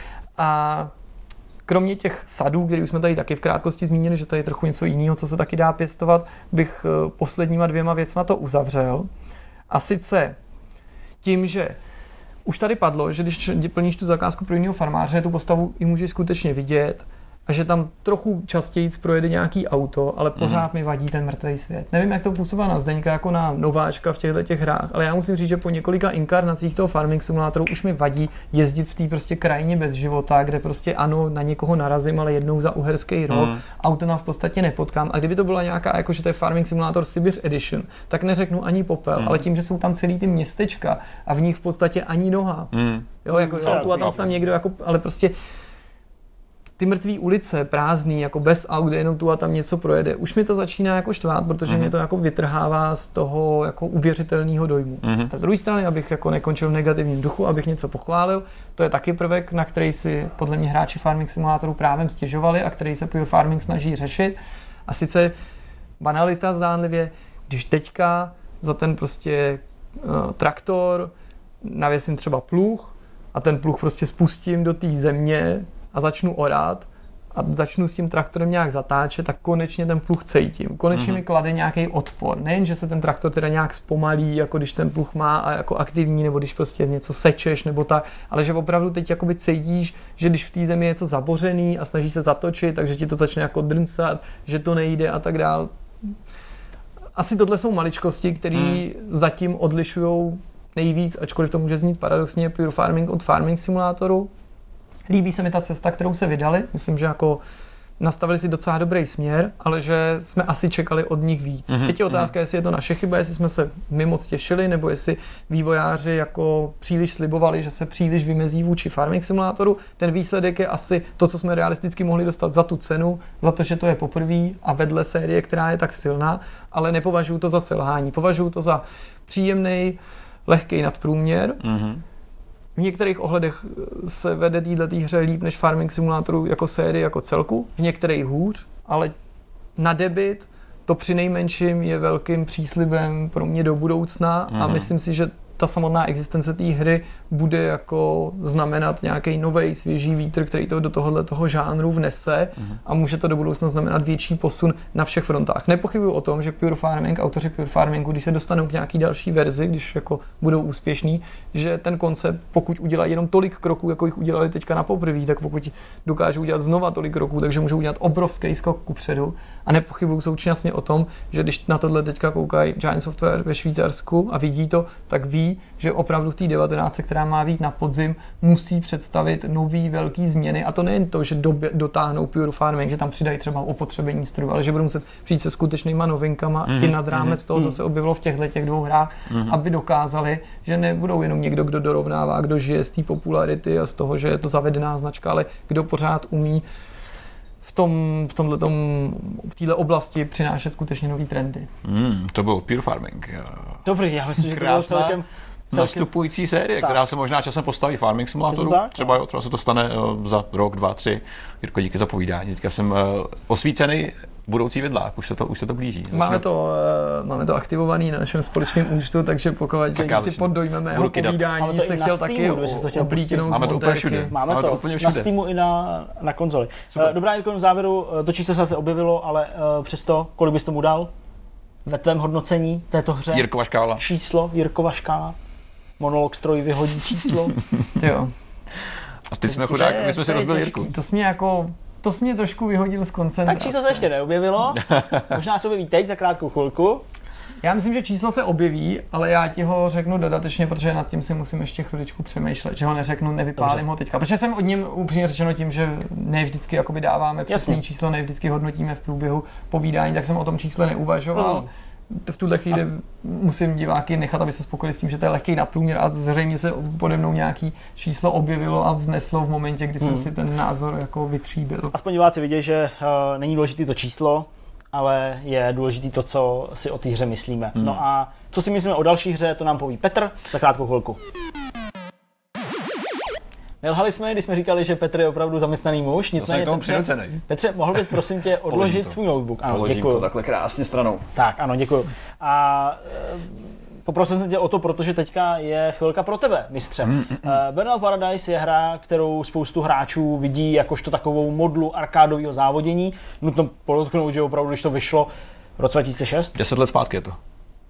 A kromě těch sadů, který jsme tady taky v krátkosti zmínili, že to je trochu něco jiného, co se taky dá pěstovat, bych posledníma 2 věcma to uzavřel. A sice tím, že už tady padlo, že když plníš tu zakázku pro jiného farmáře, tu postavu i můžeš skutečně vidět a že tam trochu častěji projede nějaký auto, ale pořád mi vadí ten mrtvý svět. Nevím, jak to působí na Zdeňka jako na nováčka v těchto hrách, ale já musím říct, že po několika inkarnacích toho farming simulátoru už mi vadí jezdit v té prostě krajině bez života, kde prostě ano, na někoho narazím, ale jednou za uherský rok, auto tam v podstatě nepotkám. A kdyby to byla nějaká, jako že to je farming simulátor Sibiř Edition, tak neřeknu ani popel, ale tím, že jsou tam celý ty městečka a v nich v podstatě ani noha. Jo, jako tu a tam někdo jako, ale prostě ty mrtvý ulice, prázdný, jako bez aut, kde jenom tu a tam něco projede. Už mi to začíná jako štvát, protože mě to jako vytrhává z toho jako uvěřitelného dojmu. A z druhé strany, abych jako nekončil v negativním duchu, abych něco pochválil, to je taky prvek, na který si podle mě hráči Farming Simulátoru právem stěžovali a který se Pure Farming snaží řešit. A sice banalita zdánlivě, když teďka za ten prostě traktor navěsím třeba pluh a ten pluh prostě spustím do té země a začnu orát a začnu s tím traktorem nějak zatáčet, tak konečně ten pluh cítím. Konečně mi klade nějaký odpor. Nejen, že se ten traktor teda nějak zpomalí, jako když ten pluh má a jako aktivní, nebo když prostě něco sečeš, nebo tak, ale že opravdu teď jakoby cítíš, že když v té zemi je něco zabořený a snaží se zatočit, takže ti to začne jako drncat, že to nejde a tak dál. Asi tohle jsou maličkosti, které zatím odlišujou nejvíc, ačkoliv to může znít paradoxně Pure Farming od Farming Simulátoru. Líbí se mi ta cesta, kterou se vydali. Myslím, že jako nastavili si docela dobrý směr, ale že jsme asi čekali od nich víc. Teď je otázka, jestli je to naše chyba, jestli jsme se my moc těšili, nebo jestli vývojáři jako příliš slibovali, že se příliš vymezí vůči Farming Simulátoru. Ten výsledek je asi to, co jsme realisticky mohli dostat za tu cenu, za to, že to je poprvé a vedle série, která je tak silná, ale nepovažuji to za selhání. Považuji to za příjemný, lehký nadprůměr. V některých ohledech se vede této hře líp než Farming Simulátoru jako série, jako celku, v některých hůř, ale na debit to přinejmenším je velkým příslibem pro mě do budoucna a myslím si, že ta samotná existence té hry bude jako znamenat nějaký nový svěží vítr, který to do toho žánru vnese a může to do budoucna znamenat větší posun na všech frontách. Nepochybuji o tom, že Pure Farming, autoři Pure Farmingu, když se dostanou k nějaký další verzi, když jako budou úspěšní, že ten koncept, pokud udělají jenom tolik kroků, jako jich udělali teďka na poprvé, tak pokud dokážou udělat znova tolik kroků, takže můžou udělat obrovský skok kupředu. A nepochybuji současně o tom, že když na tohle teďka koukají Giant Software ve Švýcarsku a vidí to, tak ví, že opravdu v té 19, která má být na podzim, musí představit nový velký změny. A to nejen to, že dotáhnou Pure Farming, že tam přidají třeba opotřebení strojů, ale že budou muset přijít se skutečnýma novinkama i nad rámec toho, co se objevilo v těch dvou hrách, aby dokázali, že nebudou jenom někdo, kdo dorovnává, kdo žije z té popularity a z toho, že je to zavedená značka, ale kdo pořád umí v této oblasti přinášet skutečně nový trendy. To byl Pure Farming. Dobrý, já myslím, že to bylo celkem nastupující série, která se možná časem postaví Farming Simulatoru. Třeba se to stane za rok, 2, 3. Jirko, díky za povídání. Teďka jsem osvícený budoucí vidlák, už se to blíží. Máme to aktivovaný na našem společném účtu, takže pokud si pod dojmem mého povídání se chtěl taky oblíknout. Máme to úplně všude. Máme to úplně všude. Na Steamu i na konzoli. Dobrá, Jirko, v závěru to číslo se objevilo, ale přesto, kolik bys tomu dal? ve tvém hodnocení této hře? Jirkova škála. Číslo, Jirkova škála. Monolog stroj vyhodí číslo. Jo. A teď jsme chudák, my jsme si rozbili Jirku. To jsi mě trošku vyhodil z koncentrace. Tak číslo se ještě neobjevilo. Možná se objeví teď za krátkou chvilku. Já myslím, že číslo se objeví, ale já ti ho řeknu dodatečně, protože nad tím si musím ještě chviličku přemýšlet, že ho neřeknu, nevypálím ho teďka. Protože jsem od něm upřímně řečeno tím, že ne vždycky jakoby dáváme přesné číslo, ne vždycky hodnotíme v průběhu povídání, tak jsem o tom čísle neuvažoval. V tuhle chvíli musím diváky nechat, aby se spokojili s tím, že to je lehký nadprůměr a zřejmě se pode mnou nějaký číslo objevilo a vzneslo v momentě, kdy jsem si ten názor jako vytříbil. Aspoň diváci vidějí, že není důležité to číslo, ale je důležité to, co si o té hře myslíme. No a co si myslíme o další hře, to nám poví Petr za krátkou chvilku. Nelhali jsme, když jsme říkali, že Petr je opravdu zaměstnaný muž, nicméně Petře, mohl bys prosím tě odložit svůj notebook? Ano, položím to takhle krásně stranou. Tak, ano, děkuju. A poprosil jsem tě o to, protože teďka je chvilka pro tebe, mistře. Burnout Paradise je hra, kterou spoustu hráčů vidí jakožto takovou modlu arkádového závodění. Nutno podotknout, že opravdu, když to vyšlo v roce 2006. 10 let zpátky je to.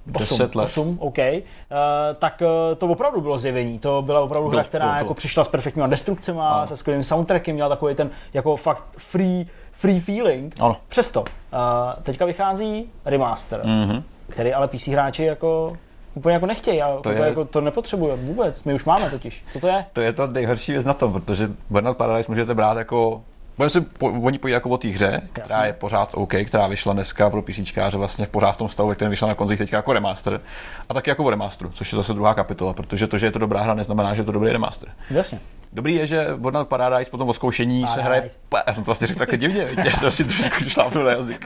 8, OK. Tak to opravdu bylo zjevení. To byla opravdu hra, která jako přišla s perfektníma destrukcema, se skvělým soundtrackem, měla takový ten jako fakt free feeling. Ano. Přesto teďka vychází remaster, který ale PC hráči jako úplně jako nechtějí a jako to nepotřebuje vůbec. My už máme totiž. Co to je? To je to nejhorší věc na tom, protože Burnout Paradise můžete brát jako budeme si oni povídat jako o té hře, která je pořád OK, která vyšla dneska pro PCčkáře vlastně v pořád v tom stavu, ve kterém vyšla na konzolích teďka jako remaster, a taky jako o remasteru, což je zase druhá kapitola, protože to, že je to dobrá hra, neznamená, že je to dobrý remaster. Jasně. Dobrý je, že Burnout Paradise po tom odzkoušení se hraje, já jsem to vlastně řekl taky divně, já jsem si trošku šlápnul na jazyk.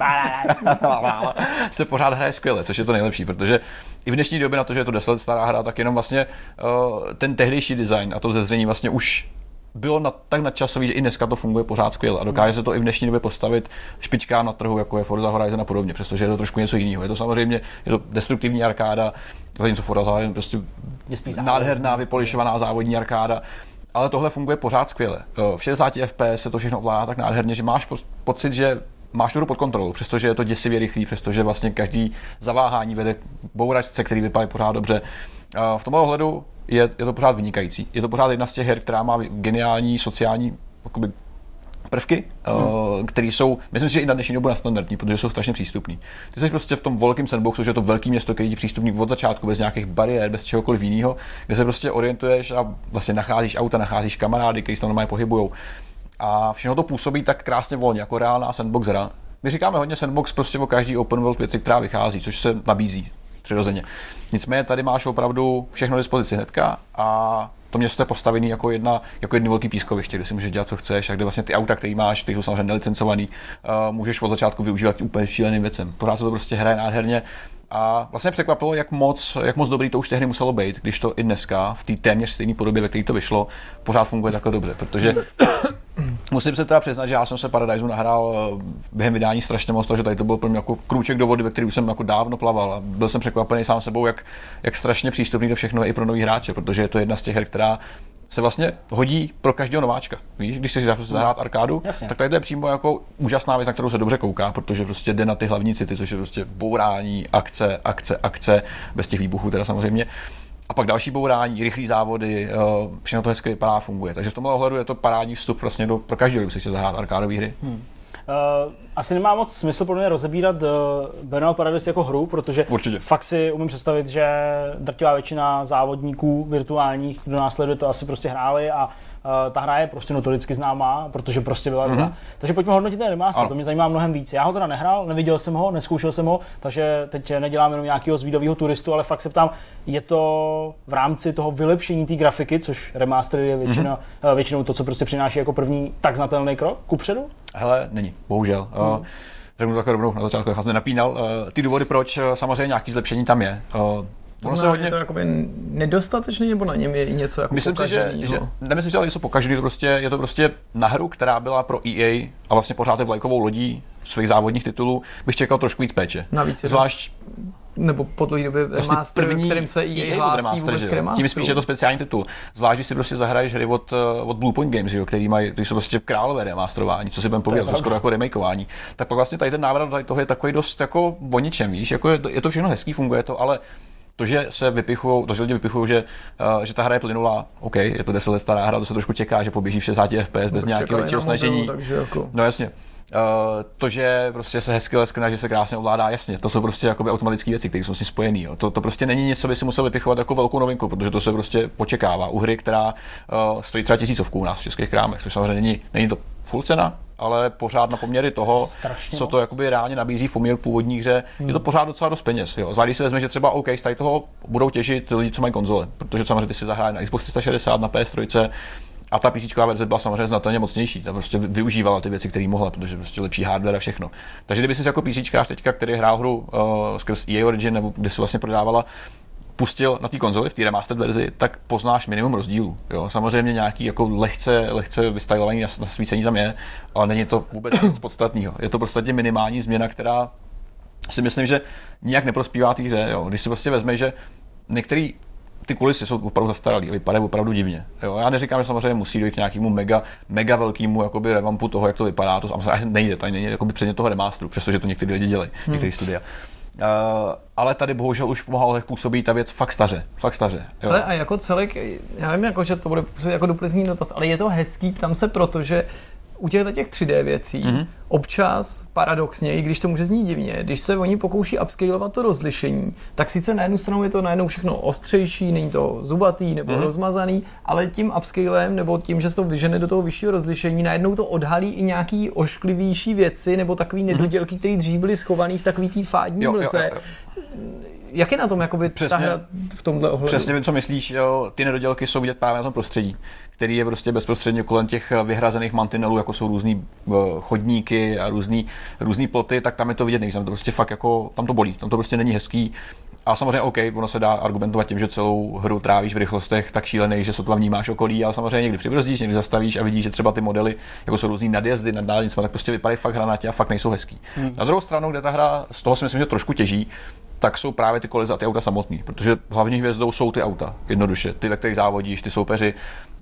Se pořád hraje skvěle, což je to nejlepší, protože i v dnešní době na to, že je to 10 let stará hra, tak jenom vlastně ten tehdejší design a to zezření vlastně už bylo tak nadčasový, že i dneska to funguje pořád skvěle a dokáže se to i v dnešní době postavit špičkám na trhu, jako je Forza Horizon a podobně, přestože je to trošku něco jiného. Je to samozřejmě destruktivní arkáda, zatímco Forza Horizon prostě nádherná, vypolišovaná závodní arkáda, ale tohle funguje pořád skvěle. V 60 FPS se to všechno ovládá tak nádherně, že máš pocit, že máš to hru pod kontrolou, přestože je to děsivě rychlý, přestože vlastně každý zaváhání vede k bouračce, který vypadá pořád dobře. V tomhle ohledu je to pořád vynikající. Je to pořád jedna z těch her, která má geniální sociální prvky, které jsou, myslím si, že i na dnešní dobu nadstandardní, protože jsou strašně přístupný. Ty jsi prostě v tom velkém sandboxu, že je to velké město, který je přístupný od začátku, bez nějakých bariér, bez čehokoliv jiného, kde se prostě orientuješ a vlastně nacházíš auta, nacházíš kamarády, kteří se tam normálně pohybujou. A všechno to působí tak krásně volně, jako reálná sandbox hra. My říkáme hodně sandbox prostě o každý open world věci, která vychází, což se nabízí přirozeně. Nicméně tady máš opravdu všechno dispozici hnedka a to město je postavené jako jedno velký pískoviště, kde si můžeš dělat, co chceš, a kde vlastně ty auta, které máš, které jsou samozřejmě nelicencovaný, můžeš od začátku využívat úplně šíleným věcem. Pořád se to prostě hraje nádherně. A vlastně překvapilo, jak moc dobrý to už tehdy muselo být, když to i dneska v té téměř stejné podobě, ve které to vyšlo, pořád funguje takhle dobře, protože musím se teda přiznat, že já jsem se Paradiseu nahrál během vydání strašně moc, takže tady to byl pro mě jako krůček do vody, ve který už jsem jako dávno plaval, a byl jsem překvapený sám sebou, jak strašně přístupný to všechno je i pro nový hráče, protože je to jedna z těch her, která se vlastně hodí pro každého nováčka. Víš, když si zahrát arkádu, tak tady to je přímo jako úžasná věc, na kterou se dobře kouká, protože prostě jde na ty hlavní city, což je prostě bourání, akce, bez těch výbuchů teda samozřejmě. A pak další bourání, rychlý závody, všechno to hezky vypadá a funguje. Takže v tomhle ohledu je to parádní vstup vlastně pro každého, kdo si chce zahrát arkádové hry. Asi nemá moc smysl pro mě rozebírat Burnout Paradise jako hru, protože fakt si umím představit, že drtivá většina závodníků virtuálních, kdo následuje, to asi prostě hráli a ta hra je prostě notoricky známá, protože prostě byla hra. Takže pojďme hodnotit ten remaster, to mě zajímá mnohem víc. Já ho teda nehrál, neviděl jsem ho, neskoušel jsem ho, takže teď nedělám jenom nějakého zvídavého turistu, ale fakt se ptám, je to v rámci toho vylepšení té grafiky, což remaster je většinou to, co prostě přináší jako první tak znatelný krok kupředu? Hele, není, bohužel. Řeknu to takhle rovnou na začátku, já jsem nenapínal. Ty důvody, proč samozřejmě nějaký zlepšení tam je. Je to jakoby nedostatečný, nebo na něm je i něco jako myslím pokaženýho? Myslím si, že nemyslím, že něco pokažený, je to prostě na hru, která byla pro EA a vlastně pořád je vlajkovou lodí svých závodních titulů, bych čekal trošku víc péče. Navíc nebo po dlouhé době vlastně remaster, kterým se EA hlásí vůbec k remasteru. Tím spíš je to speciální titul. Zvlášť, když si prostě zahraješ hry od Bluepoint Games, jo, který jsou prostě králové remasterování, co si budeme povídat, to skoro jako remakeování. Tak pak vlastně tady ten návrat do toho je takový dost jako o ničem, víš, jako je to všechno hezký, funguje to, ale to, že se vypichujou, lidi vypichují, že ta hra je plynulá, OK, je to 10 let stará hra, to se trošku čeká, že poběží v 60 FPS bez nějakého většího snažení. Jako... No jasně. To, že prostě se hezky leskne, že se krásně ovládá, jasně, to jsou prostě jakoby automatické věci, které jsou s tím spojený. Jo. To prostě není nic, co by si musel vypichovat jako velkou novinku, protože to se prostě očekává u hry, která stojí třeba 1000 u nás v českých krámech, což samozřejmě není to full cena, ale pořád na poměry toho, co to jakoby reálně nabízí v poměru původní hře, je to pořád docela dost peněz. Jo. Zvlášť si vezme, že třeba OK, z tady toho budou těžit lidi, co mají konzole, protože samozřejmě ty si zahrají na Xbox 360, na PS3, a ta PCčková verze byla samozřejmě znatelně mocnější, ta prostě využívala ty věci, které mohla, protože prostě lepší hardware a všechno. Takže kdyby si jako PCčkář teďka, který hrál hru skrz EA Origin, nebo kde se vlastně prodávala, pustil na té konzoli v té remastered verzi, tak poznáš minimum rozdílů. Jo? Samozřejmě nějaký jako lehce vystylovaný nasvícení tam je, ale není to vůbec nic podstatného. Je to prostě minimální změna, která si myslím, že nijak neprospívá té hře. Jo? Když si prostě vezme, že některý ty kulisy jsou opravdu zastaralý a vypadají opravdu divně. Jo? Já neříkám, že samozřejmě musí dojít k nějakému mega velkému jakoby revampu toho, jak to vypadá. To nejde, to není jakoby předmět toho remasteru, přestože to někteří lidi dělají, některý studia. Ale tady bohužel už v mnoha ohledech působí ta věc fakt staře. Jo. Ale a jako celek, já vím, jako, že to bude působit jako duplexní dotaz, ale je to hezký, ptám se proto, že u těch 3D věcí občas paradoxně, i když to může znít divně, když se oni pokouší upscalovat to rozlišení, tak sice na jednu stranu je to najednou všechno ostřejší, není to zubatý nebo rozmazaný, ale tím upscalem nebo tím, že se to vyžene do toho vyššího rozlišení, najednou to odhalí i nějaký ošklivější věci nebo takový nedodělky, které dřív byly schované v takový té fádní mlze. Jak je na tom jakoby ta hra v tomhle ohledu? Přesně vím, co myslíš, jo, ty nedodělky jsou vidět právě na tom prostředí, který je prostě bezprostředně kolem těch vyhrazených mantinelů, jako jsou různý chodníky a různý ploty, tak tam je to vidět nejvíc, tam to prostě fakt jako, tam to bolí, tam to prostě není hezký. A samozřejmě OK, ono se dá argumentovat tím, že celou hru trávíš v rychlostech tak šílených, že sotva vnímáš okolí, ale samozřejmě někdy přibrzdíš, někdy zastavíš a vidíš, že třeba ty modely, jako jsou různý nadjezdy nad dálnicemi, tak prostě vypadají fakt hranatě a fakt nejsou hezký. Na druhou stranu, kde ta hra z toho si myslím, že trošku těží, tak jsou právě ty kolize a ty auta samotný, protože hlavní hvězdou jsou ty auta, jednoduše, ty, ve kterých závodíš, ty soupeři.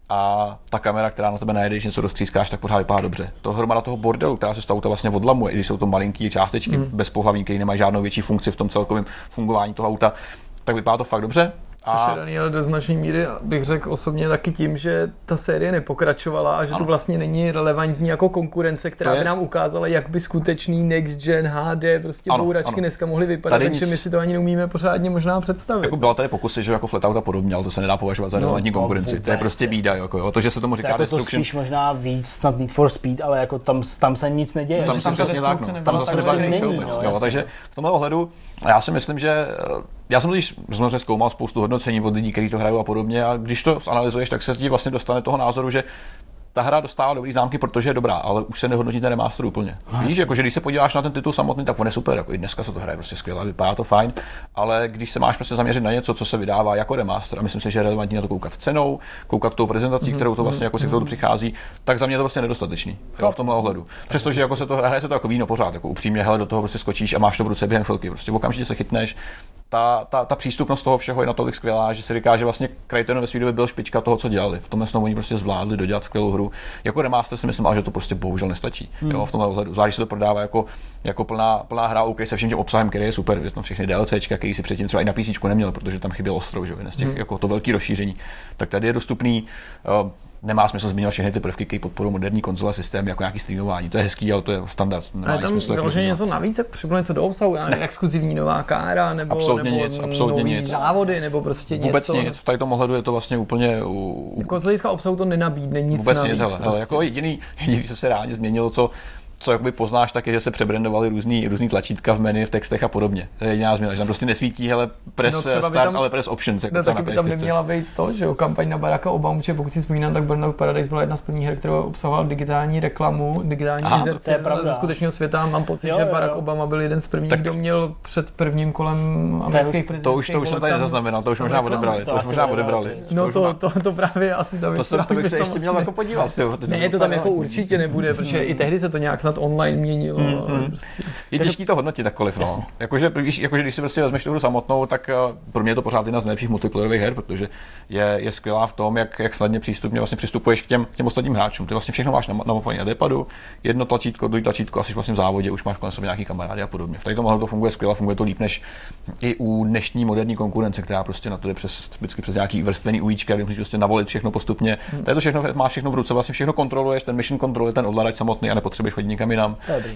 A ta kamera, která na tebe najede, když něco roztřískáš, tak pořád vypadá dobře. To hromada toho bordelu, která se z toho auta vlastně odlamuje, i když jsou to malinký částečky bez pohlavní, které nemají žádnou větší funkci v tom celkovém fungování toho auta, tak vypadá to fakt dobře. Což je daný, ale do značné míry bych řekl osobně taky tím, že ta série nepokračovala a že to vlastně není relevantní jako konkurence, která by nám ukázala, jak by skutečný next gen HD prostě bouračky dneska mohly vypadat, takže my si to ani neumíme pořádně možná představit. Jako byla tady pokusy, že jako Flatout a podobně, ale to se nedá považovat za relevantní konkurenci. To je prostě bída, jako to, že se tomu říká jako Destruction. To spíš možná víc snad Need for Speed, ale jako tam se nic neděje. Tam se přesně tak, tam zase nebyl. Takže v tomhle ohledu já si myslím, že já jsem totiž samozřejmě zkoumal spoustu hodnocení od lidí, kteří to hrajou a podobně, a když to analyzuješ, tak se ti vlastně dostane toho názoru, že ta hra dostává dobrý známky, protože je dobrá, ale už se nehodnotí ten remaster úplně. Víš, jako, že když se podíváš na ten titul samotný, tak on je super, jako i dneska se to hraje prostě skvěle, vypadá to fajn, ale když se máš prostě zaměřit na něco, co se vydává jako remaster, a myslím si, že je relevantní na to koukat cenou, koukat tou prezentací, kterou to vlastně jako si k tomu přichází, tak za mě to vlastně nedostatečný, jo, v tomhle ohledu. Přestože jako se to hraje se to jako víno pořád, jako upřímně, hele, do toho prostě skočíš a máš to v ruce během chvilky, prostě okamžitě se chytneš. Ta přístupnost toho všeho je natolik skvělá, že se říká, že vlastně Criterion ve své době byl špička toho, co dělali. V tomhle snou oni prostě zvládli dodělat skvělou hru. Jako remaster si myslím, ale že to prostě bohužel nestačí. Jo, v tomhle ohledu. Zvlášť se to prodává jako plná hra, OK, se vším tím obsahem, který je super, že tam všechny DLCčka, který si předtím třeba i na PC neměl, protože tam chyběl ostrov, že z těch jako to velké rozšíření. Tak tady je dostupný. Nemá smysl zmiňovat všechny ty prvky, které podporují moderní konzole systémy, jako nějaký streamování. To je hezký, ale to je standard. Ale tam vyloženě něco navíc, jak přibude něco do obsahu, exkluzivní nová kára, nebo nový závody, nebo prostě vůbec něco. Nic. V tady tom ohledu je to vlastně úplně... Jako z hlediska obsahu to nenabídne nic vůbec navíc. Vůbec nic, prostě. Jako jediný, co se reálně změnilo, co jakoby poznáš, tak je, že se přebrandovali různý tlačítka v menu, v textech a podobně. To je jediná změna, že tam prostě nesvítí, hele, press start, tam, ale press options. Jako taky by tam neměla být to, že jo, kampaň na Baracka Obamu, že pokud si vzpomínám, tak Burnout Paradise byla jedna z prvních her, která obsahovala digitální reklamu, digitální inzerci ze skutečného světa. Mám pocit, že Barack Obama byl jeden z prvních, kdo měl před prvním kolem amerických prezidentských. To už jsem tady nezaznamenal, to už možná odebrali. No to právě asi tam. To bych se ještě měl jako podívat. Ne, to tam jako určitě nebude, protože i tehdy se to nějak snad online měnilo. Prostě. Je těžký to hodnotit takkoliv, no. Jakože když si prostě vezmeš tu hru samotnou, tak pro mě je to pořád jedna z nejlepších multiplayerových her, protože je skvělá v tom, jak snadně přístupně vlastně přistupuješ k těm ostatním hráčům. Ty vlastně všechno máš na D-padu, jedno tlačítko, druhé tlačítko, asi vlastně v závodě už máš kolem sebe nějaký kamarády a podobně. V tomhle to funguje skvěle, funguje to líp než i u dnešní moderní konkurence, která prostě na to jde vždycky přes nějaký vrstvený ujíčka, kde musíš prostě navolit všechno postupně. To je to všechno, máš všechno v ruce, vlastně všechno kontroluješ, ten mission kontroluje ten ovladač samotný a nepotřebuješ chodit nikam jinam.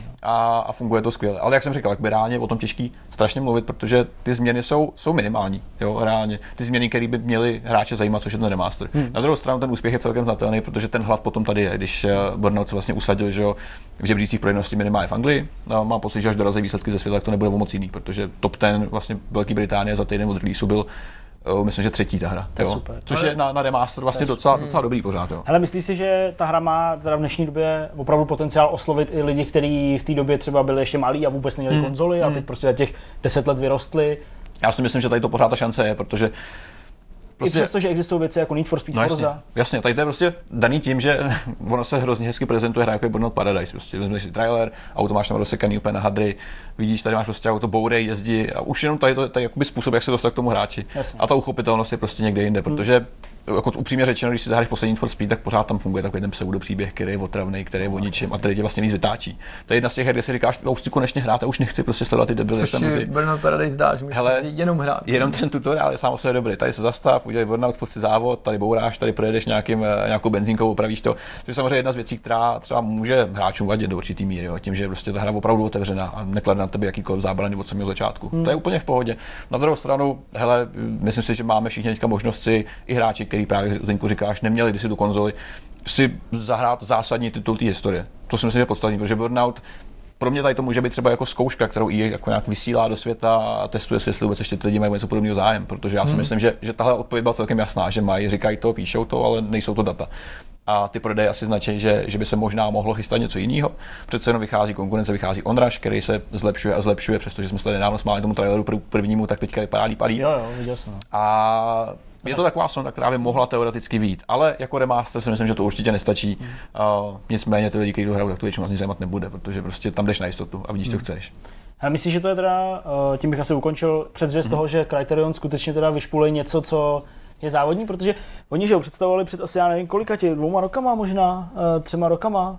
A funguje to skvěle. Ale jak jsem říkal, jak reálně o tom těžký strašně mluvit, protože ty změny jsou minimální, jo, reálně. Ty změny, které by měly hráče zajímat, což je ten remaster. Na druhou stranu ten úspěch je celkem znatelný, protože ten hlad potom tady je, když Burnout se vlastně usadil, že jo, v žebřících prodejnosti minimálně v Anglii. No, mám pocit, že až dorazí výsledky ze světa, tak to nebude o moc jiný, protože top 10 vlastně Velké Británie za týden od releaseu byl myslím, že 3. ta hra, jo? Super. Což je na remaster vlastně docela dobrý pořád. Jo? Hele, myslíš si, že ta hra má teda v dnešní době opravdu potenciál oslovit i lidi, kteří v té době třeba byli ještě malí a vůbec neměli konzoly a teď prostě za těch 10 let vyrostli? Já si myslím, že tady to pořád ta šance je, protože prostě, i přesto, že existují věci jako Need for Speed Forza. Jasně, tady to je prostě daný tím, že ono se hrozně hezky prezentuje hra jako je Burnout Paradise. Prostě vezmeš si trailer, auto máš tam rozsekaný úplně na hadry, vidíš, tady máš prostě auto bourej, jezdí a už jenom tady je jakoby způsob, jak se dostat k tomu hráči. Jasně. A ta uchopitelnost je prostě někde jinde, protože jako upřímně řečeno, když si zahraješ poslední Need for Speed, tak pořád tam funguje takový ten pseudopříběh, který je otravný, který je o ničem a který tě vlastně víc vytáčí. To je jedna z těch her, kde si říkáš, už chci konečně hrát a už nechci prostě sledovat ty debily. Což je Burnout Paradise dá, že můžeš jenom hrát. Jenom ten tutoriál je sám o sobě dobrý. Tady se zastav, udělej Burnout, spustit závod, tady bouráš, tady projedeš nějakou benzínkou, opravíš to. To je samozřejmě jedna z věcí, která třeba může hráčům vadit do určitý míry, jo, tím, že prostě ta hra opravdu otevřená a neklade na tebe jakýkoliv zábrany od samého začátku. To je úplně v pohodě. Na druhou stranu, hele, myslím si, že máme všichni teďka možnost si i hráči, kteří právě říkáš, neměli kdysi tu konzoli, si zahrát zásadní titul té historie. To si myslím, že je podstatný, protože Burnout pro mě tady to může být třeba jako zkouška, kterou EA jako nějak vysílá do světa a testuje si, jestli vůbec ještě ty lidi mají něco podobného zájem, protože já si myslím, že tahle odpověď byla celkem jasná, že mají, říkají to, píšou to, ale nejsou to data. A ty prodeje asi značí, že by se možná mohlo chystat něco jiného. Přece jenom vychází konkurence, vychází Onrush, který se zlepšuje a zlepšuje, přestože jsme se tady nedávno smáli tomu traileru prvnímu, tak teďka vypadá líp a líp. Jo, viděl jsem. A je to taková sonda, která by mohla teoreticky vyjít, ale jako remaster si myslím, že to určitě nestačí. Nicméně ty lidi, kteří to hrajou, tak to většinou vlastně zajímat nebude, protože prostě tam jdeš na jistotu a vidíš, co chceš. A myslíš, že to je teda, tím bych asi ukončil předzvěst toho, že Criterion skutečně teda vyšpulej něco, co je závodní, protože oni že ho představovali před asi, já nevím, kolika 2 rokama, možná 3 rokama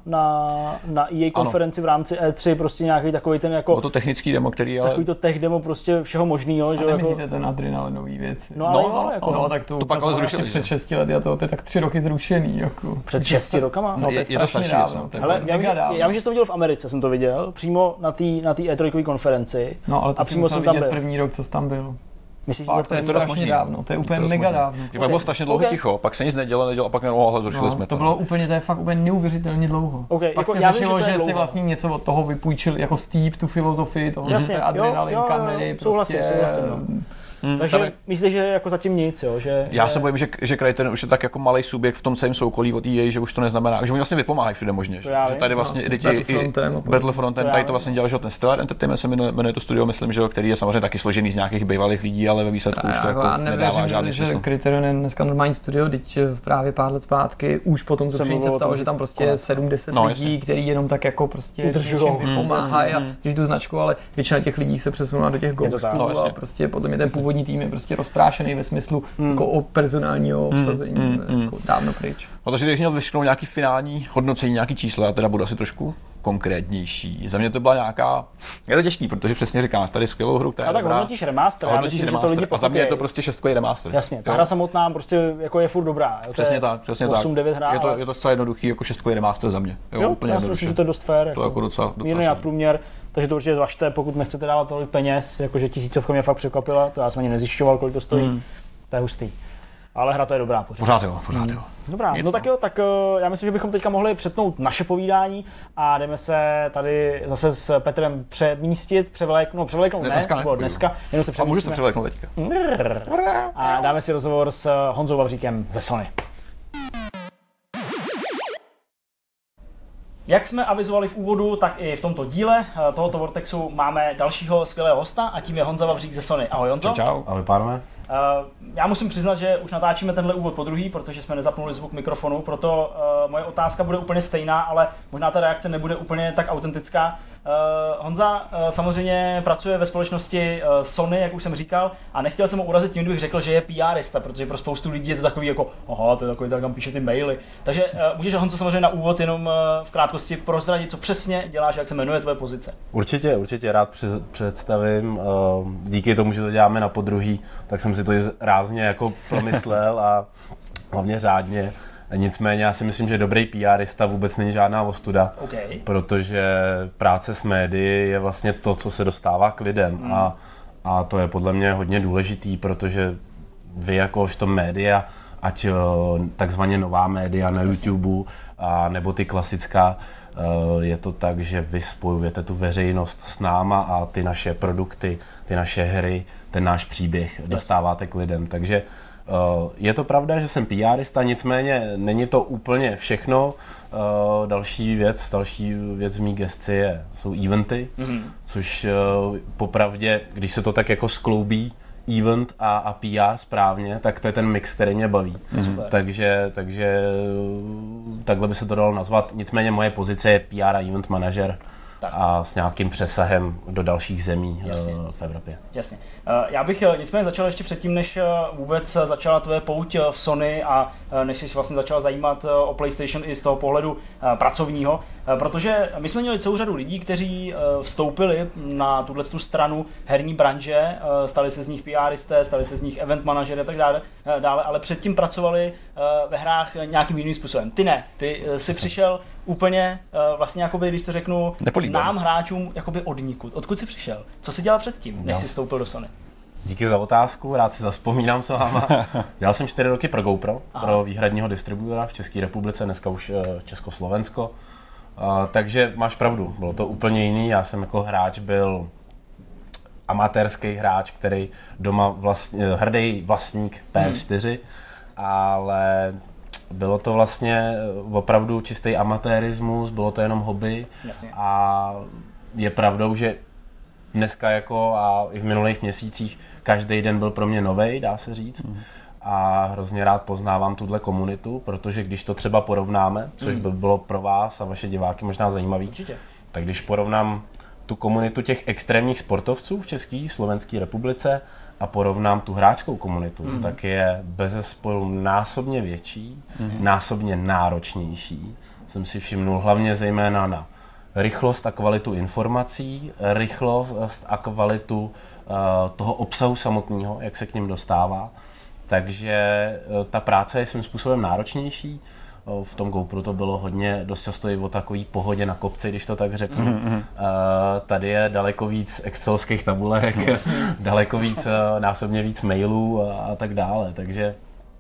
na EA konferenci v rámci E3, prostě nějaký takový ten jako... Bylo to technický demo, který ale... Takový to tech demo prostě všeho možného, že nemyslíte jako... ten adrenalinový věci? No, tak to pak ale zrušili. Před 6 lety a to je tak 3 roky zrušený, jako. Před 6 rokama? No, je to strašně dávno. Ale já vím, že jsem to viděl v Americe, jsem to viděl, přímo na té E3 konferenci. No, ale to jsem musel vidět první rok, co jsi tam byl. Myslíš, že to je strašně dávno, to je úplně mega dávno. Pak bylo strašně dlouho ticho, pak se nic nedělo a pak zrušili jsme to. Bylo úplně, to je fakt úplně neuvěřitelně dlouho. Pak se řešilo, že si vlastně něco od toho vypůjčil, jako Steep, tu filozofii, toho adrenalin, kamery, prostě. Takže myslíš, že jako zatím nic, jo? Já se bojím, že Criterion už je tak jako malý subjekt v tom celém soukolí od EA, že už to neznamená, že oni vlastně vypomáhají všude možně. Že tady vlastně Battlefrontem, tady to vlastně dělal, že ten Stellar Entertainment se jmenuje to studio, myslím, že který je samozřejmě taky složený z nějakých bývalých lidí, ale ve výsledku už to jako nedává žádný smysl. Criterion je dneska normální studio, teď právě pár let zpátky, už potom co se stalo, že tam prostě 7-10 lidí, kteří jenom tak jako prostě vypomáhají a že tu značku, ale většina těch lidí se přesunula do těch Ghostů a prostě potom je ten původní tým je prostě rozprášený ve smyslu jako o personálního obsazení jako dávno pryč. No takže když měl vyšknout nějaký finální hodnocení, nějaký čísla, já teda budu asi trošku konkrétnější. Za mě to byla nějaká, je to těžký, protože přesně říkám, tady skvělou hru, která je dobrá. Hodnotíš remaster, já myslím, že to lidi a za mě je to prostě 6kový remaster. Jasně, ta hra samotná prostě jako je furt dobrá. Jo? Přesně tak. 8-9 hra. Je to zcela jednoduchý jako 6kový remaster za mě. Jo, úplně já si myslím, že to je dost fair. To jako docela mírný nadprůměr. Takže to určitě zvažte, pokud nechcete dávat tolik peněz, jakože 1000 mě fakt překvapila, to já jsem ani nezjišťoval, kolik to stojí, to je hustý. Ale hra to je dobrá pořád jo. Dobrá, no tak jo, tak já myslím, že bychom teďka mohli přetnout naše povídání a jdeme se tady zase s Petrem převléknout dneska, jenom se přemístíme. A můžu se převléknout teďka. A dáme si rozhovor s Honzou Vavříkem ze Sony. Jak jsme avizovali v úvodu, tak i v tomto díle tohoto Vortexu máme dalšího skvělého hosta a tím je Honza Vavřík ze Sony. Ahoj Honzo. Čau. Ahoj pánové. Já musím přiznat, že už natáčíme tenhle úvod podruhý, protože jsme nezapnuli zvuk mikrofonu, proto moje otázka bude úplně stejná, ale možná ta reakce nebude úplně tak autentická. Honza samozřejmě pracuje ve společnosti Sony, jak už jsem říkal, a nechtěl jsem ho urazit tím, kdybych řekl, že je PRista, protože pro spoustu lidí je to takový jako, aha, to je takový, tak tam píše ty maily. Takže můžeš, Honzo, samozřejmě na úvod jenom v krátkosti prozradit, co přesně děláš, jak se jmenuje tvoje pozice. Určitě rád představím. Díky tomu, že to děláme na podruhý, tak jsem si to rázně jako promyslel a hlavně řádně. Nicméně já si myslím, že dobrý PRista vůbec není žádná ostuda, protože práce s médii je vlastně to, co se dostává k lidem a to je podle mě hodně důležitý, protože vy jakožto média, ať takzvaně nová média na YouTube a nebo ty klasická, je to tak, že vy spojujete tu veřejnost s náma a ty naše produkty, ty naše hry, ten náš příběh dostáváte k lidem. Takže je to pravda, že jsem PRista, nicméně není to úplně všechno. Další věc v mý gesci jsou eventy, což popravdě, když se to tak jako skloubí, event a PR správně, tak to je ten mix, který mě baví. Takže takhle by se to dalo nazvat. Nicméně moje pozice je PR a event manažer. A s nějakým přesahem do dalších zemí v Evropě. Jasně. Já bych nicméně začal ještě předtím, než vůbec začala tvoje pouť v Sony a než jsi vlastně začal zajímat o PlayStation i z toho pohledu pracovního, protože my jsme měli celou řadu lidí, kteří vstoupili na tuto stranu herní branže, stali se z nich PRisté, stali se z nich event manažery a tak dále, ale předtím pracovali ve hrách nějakým jiným způsobem. Ty ne, ty jsi přišel úplně vlastně, jakoby, když to řeknu, nám hráčům jakoby odnikud. Odkud jsi přišel? Co jsi dělal předtím, než jsi vstoupil do Sony? Díky za otázku, rád si zavzpomínám s váma. Dělal jsem 4 roky pro GoPro, pro výhradního distributora v České republice, dneska už Československo. Takže máš pravdu, bylo to úplně jiný. Já jsem jako hráč byl amatérský hráč, který doma hrdý vlastník PS4, ale bylo to vlastně opravdu čistý amatérismus, bylo to jenom hobby. Jasně. A je pravdou, že dneska jako a i v minulých měsících každý den byl pro mě novej, dá se říct. A hrozně rád poznávám tuhle komunitu, protože když to třeba porovnáme, což by bylo pro vás a vaše diváky možná zajímavý, tak když porovnám tu komunitu těch extrémních sportovců v České, Slovenské republice a porovnám tu hráčskou komunitu, tak je bezesporu násobně větší, násobně náročnější. Jsem si všimnul hlavně zejména na rychlost a kvalitu informací, rychlost a kvalitu toho obsahu samotného, jak se k ním dostává. Takže ta práce je svým způsobem náročnější. V tom GoPro to bylo hodně, dost často i o takový pohodě na kopci, když to tak řeknu. Tady je daleko víc excelovských tabulek, daleko víc, násobně víc mailů a tak dále. Takže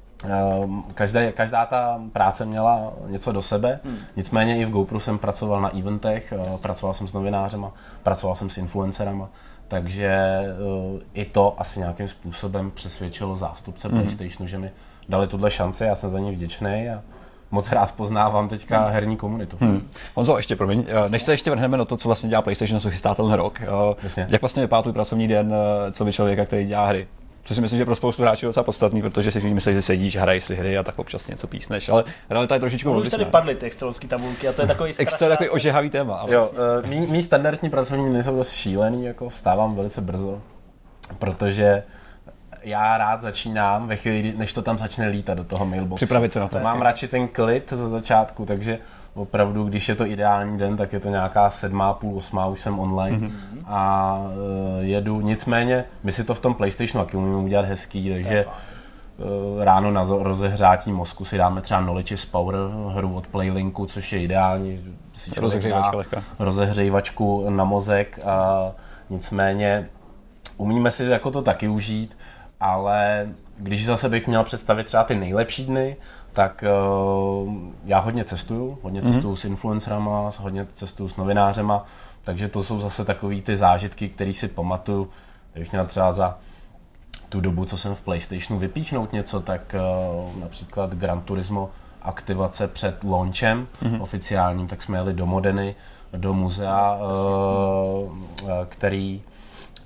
každá ta práce měla něco do sebe. Nicméně i v GoPro jsem pracoval na eventech, pracoval jsem s novinářema, pracoval jsem s influencerama. Takže i to asi nějakým způsobem přesvědčilo zástupce PlayStationu, že mi dali tuhle šanci, já jsem za ní vděčný a moc rád poznávám teďka herní komunitu. Honzo, ještě promiň, než se ještě vrhneme na to, co vlastně dělá PlayStation, co chystá tenhle rok. Jak vlastně vypadá tvůj pracovní den, co by člověka, který dělá hry? Což si myslím, že pro spoustu hráčů je docela podstatný, protože si myslíš, že sedíš, hraješ si hry a tak občas něco písneš, ale realita je trošičku odlišná. Už tady padly ty excelovské tabulky a to je takový strašný. Takový ožehavý téma. Mí standardní pracovní dny jsou dost šílený, jako vstávám velice brzo, protože já rád začínám ve chvíli, než to tam začne lítat do toho mailboxu. Připravit se na to. Mám radši ten klid za začátku, takže opravdu, když je to ideální den, tak je to nějaká 7:30, 8:00, už jsem online a jedu. Nicméně, my si to v tom PlayStationu taky umíme udělat hezký, takže ráno na rozehřátí mozku si dáme třeba Knowledge is Power, hru od Playlinku, což je ideální. Rozehřívačku na mozek. Nicméně umíme si jako to taky užít, ale když zase bych měl představit třeba ty nejlepší dny, tak já hodně cestuju s influencerama, hodně cestuju s novinářema, takže to jsou zase takový ty zážitky, které si pamatuju. Kdybych měl třeba za tu dobu, co jsem v PlayStationu vypíchnout něco, tak například Gran Turismo aktivace před launchem oficiálním, tak jsme jeli do Modeny, do muzea, který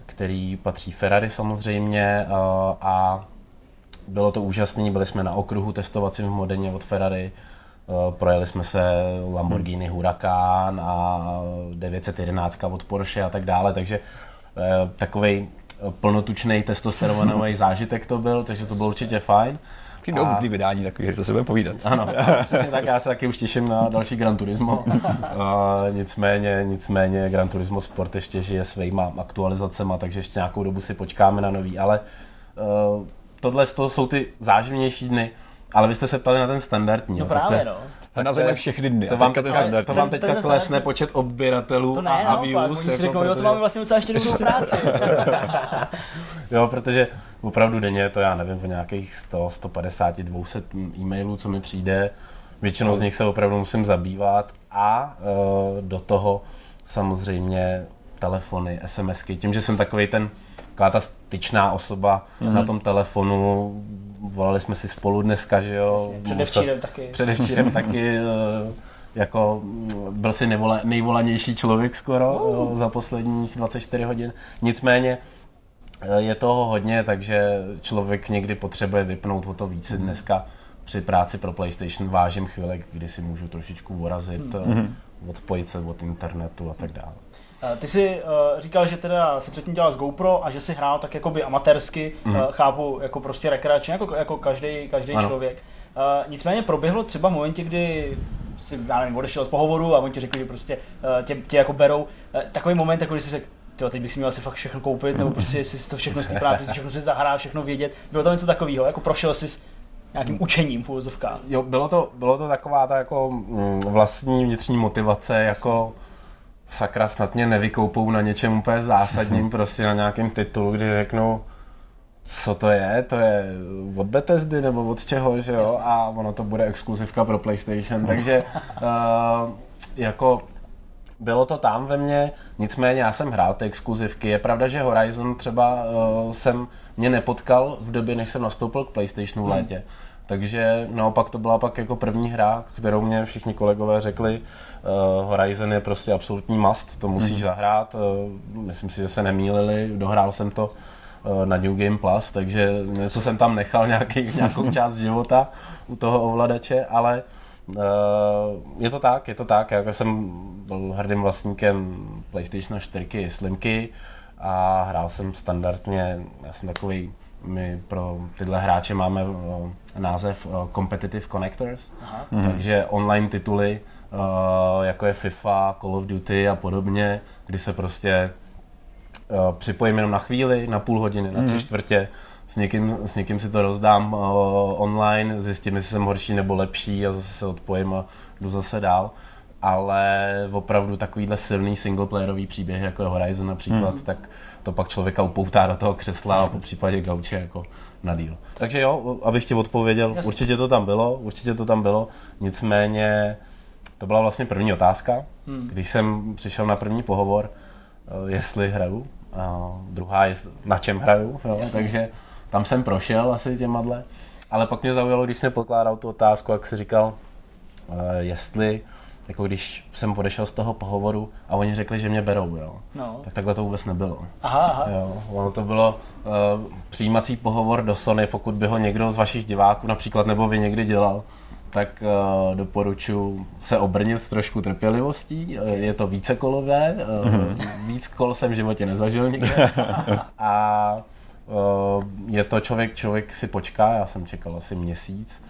který patří Ferrari samozřejmě a bylo to úžasné, byli jsme na okruhu testovacím v Modeně od Ferrari, projeli jsme se Lamborghini Huracan a 911 od Porsche a tak dále, takže takovej plnotučný testosteronový zážitek to byl, takže to bylo určitě fajn. Do obvyklý vydání takových, co se budeme povídat. Ano, přesně tak, já se taky už těším na další Gran Turismo. Nicméně Gran Turismo Sport ještě žije svýma aktualizacema, takže ještě nějakou dobu si počkáme na nový, ale tohle jsou ty záživnější dny, ale vy jste se ptali na ten standardní. No právě, no. To nazveme všechny dny. To vám teďka klesne počet odběratelů a views. Oni si řeknou, jo, to máme vlastně docela ještě dobrou práci. Jo, protože opravdu denně je to, já nevím, o nějakých 100, 150, 200 e-mailů, co mi přijde. Většinou z nich se opravdu musím zabývat a do toho samozřejmě telefony, SMSky. Tím, že jsem takovej taková ta styčná osoba na tom telefonu, volali jsme si spolu dneska, že jo. Předevčírem taky. Jako byl si nejvolanější člověk skoro za posledních 24 hodin. Nicméně je toho hodně, takže člověk někdy potřebuje vypnout o to více. Dneska při práci pro PlayStation vážím chvíle, kdy si můžu trošičku vorazit, odpojit se od internetu a tak dále. Ty jsi říkal, že teda si předtím dělal z GoPro a že si hrál tak jakoby amatérsky, chápu, jako prostě rekreačně, jako každý člověk. Nicméně proběhlo třeba v momentě, kdy si, já nevím, odešel z pohovoru a oni ti řekli, že prostě tě jako berou. Takový moment, jako když jsi řekl, teď bych si měl asi fakt všechno koupit, nebo prostě si to všechno z té práce, všechno si zahrát, všechno vědět. Bylo to něco takového, jako prošel jsi s nějakým učením v uvozovkách. Jo, bylo to taková ta jako vlastní vnitřní motivace, jako sakra, snad mě nevykoupou na něčem úplně zásadním, prostě na nějakém titulu, kdy řeknou, co to je od Bethesdy nebo od čeho, že jo, yes. A ono to bude exkluzivka pro PlayStation, takže jako bylo to tam ve mně, nicméně já jsem hrál ty exkluzivky, je pravda, že Horizon třeba mě nepotkal v době, než jsem nastoupil k PlayStationu v létě. Takže naopak to byla pak jako první hra, kterou mě všichni kolegové řekli, Horizon je prostě absolutní must, to musíš zahrát, myslím si, že se nemýlili, dohrál jsem to na New Game Plus, takže něco jsem tam nechal, nějakou část života u toho ovladače, ale je to tak, jako jsem byl hrdým vlastníkem PlayStation 4 Slimky a hrál jsem standardně, já jsem takový, my pro tyhle hráče máme název Competitive Connectors, takže online tituly, jako je FIFA, Call of Duty a podobně, kdy se prostě připojím jenom na chvíli, na půl hodiny, na 3/4, s někým si to rozdám online, zjistím, jestli jsem horší nebo lepší a zase se odpojím a jdu zase dál. Ale opravdu takovýhle silný singleplayerový příběh, jako je Horizon například, tak to pak člověka upoutá do toho křesla a po případě gauče jako na díl. Takže jo, abych ti odpověděl, určitě to tam bylo, nicméně to byla vlastně první otázka, když jsem přišel na první pohovor, jestli hraju, a druhá je na čem hraju, jo, takže tam jsem prošel asi těmadle, ale pak mě zaujalo, když mě pokládal tu otázku, jak si říkal, jestli jako když jsem odešel z toho pohovoru a oni řekli, že mě berou, jo. No. Tak takhle to vůbec nebylo. Aha. Jo, ono to bylo přijímací pohovor do Sony, pokud by ho někdo z vašich diváků například nebo vy někdy dělal, tak doporučuji se obrnit s trošku trpělivostí. Je to vícekolové, víc kol jsem v životě nezažil nikde. A je to člověk si počká, já jsem čekal asi měsíc.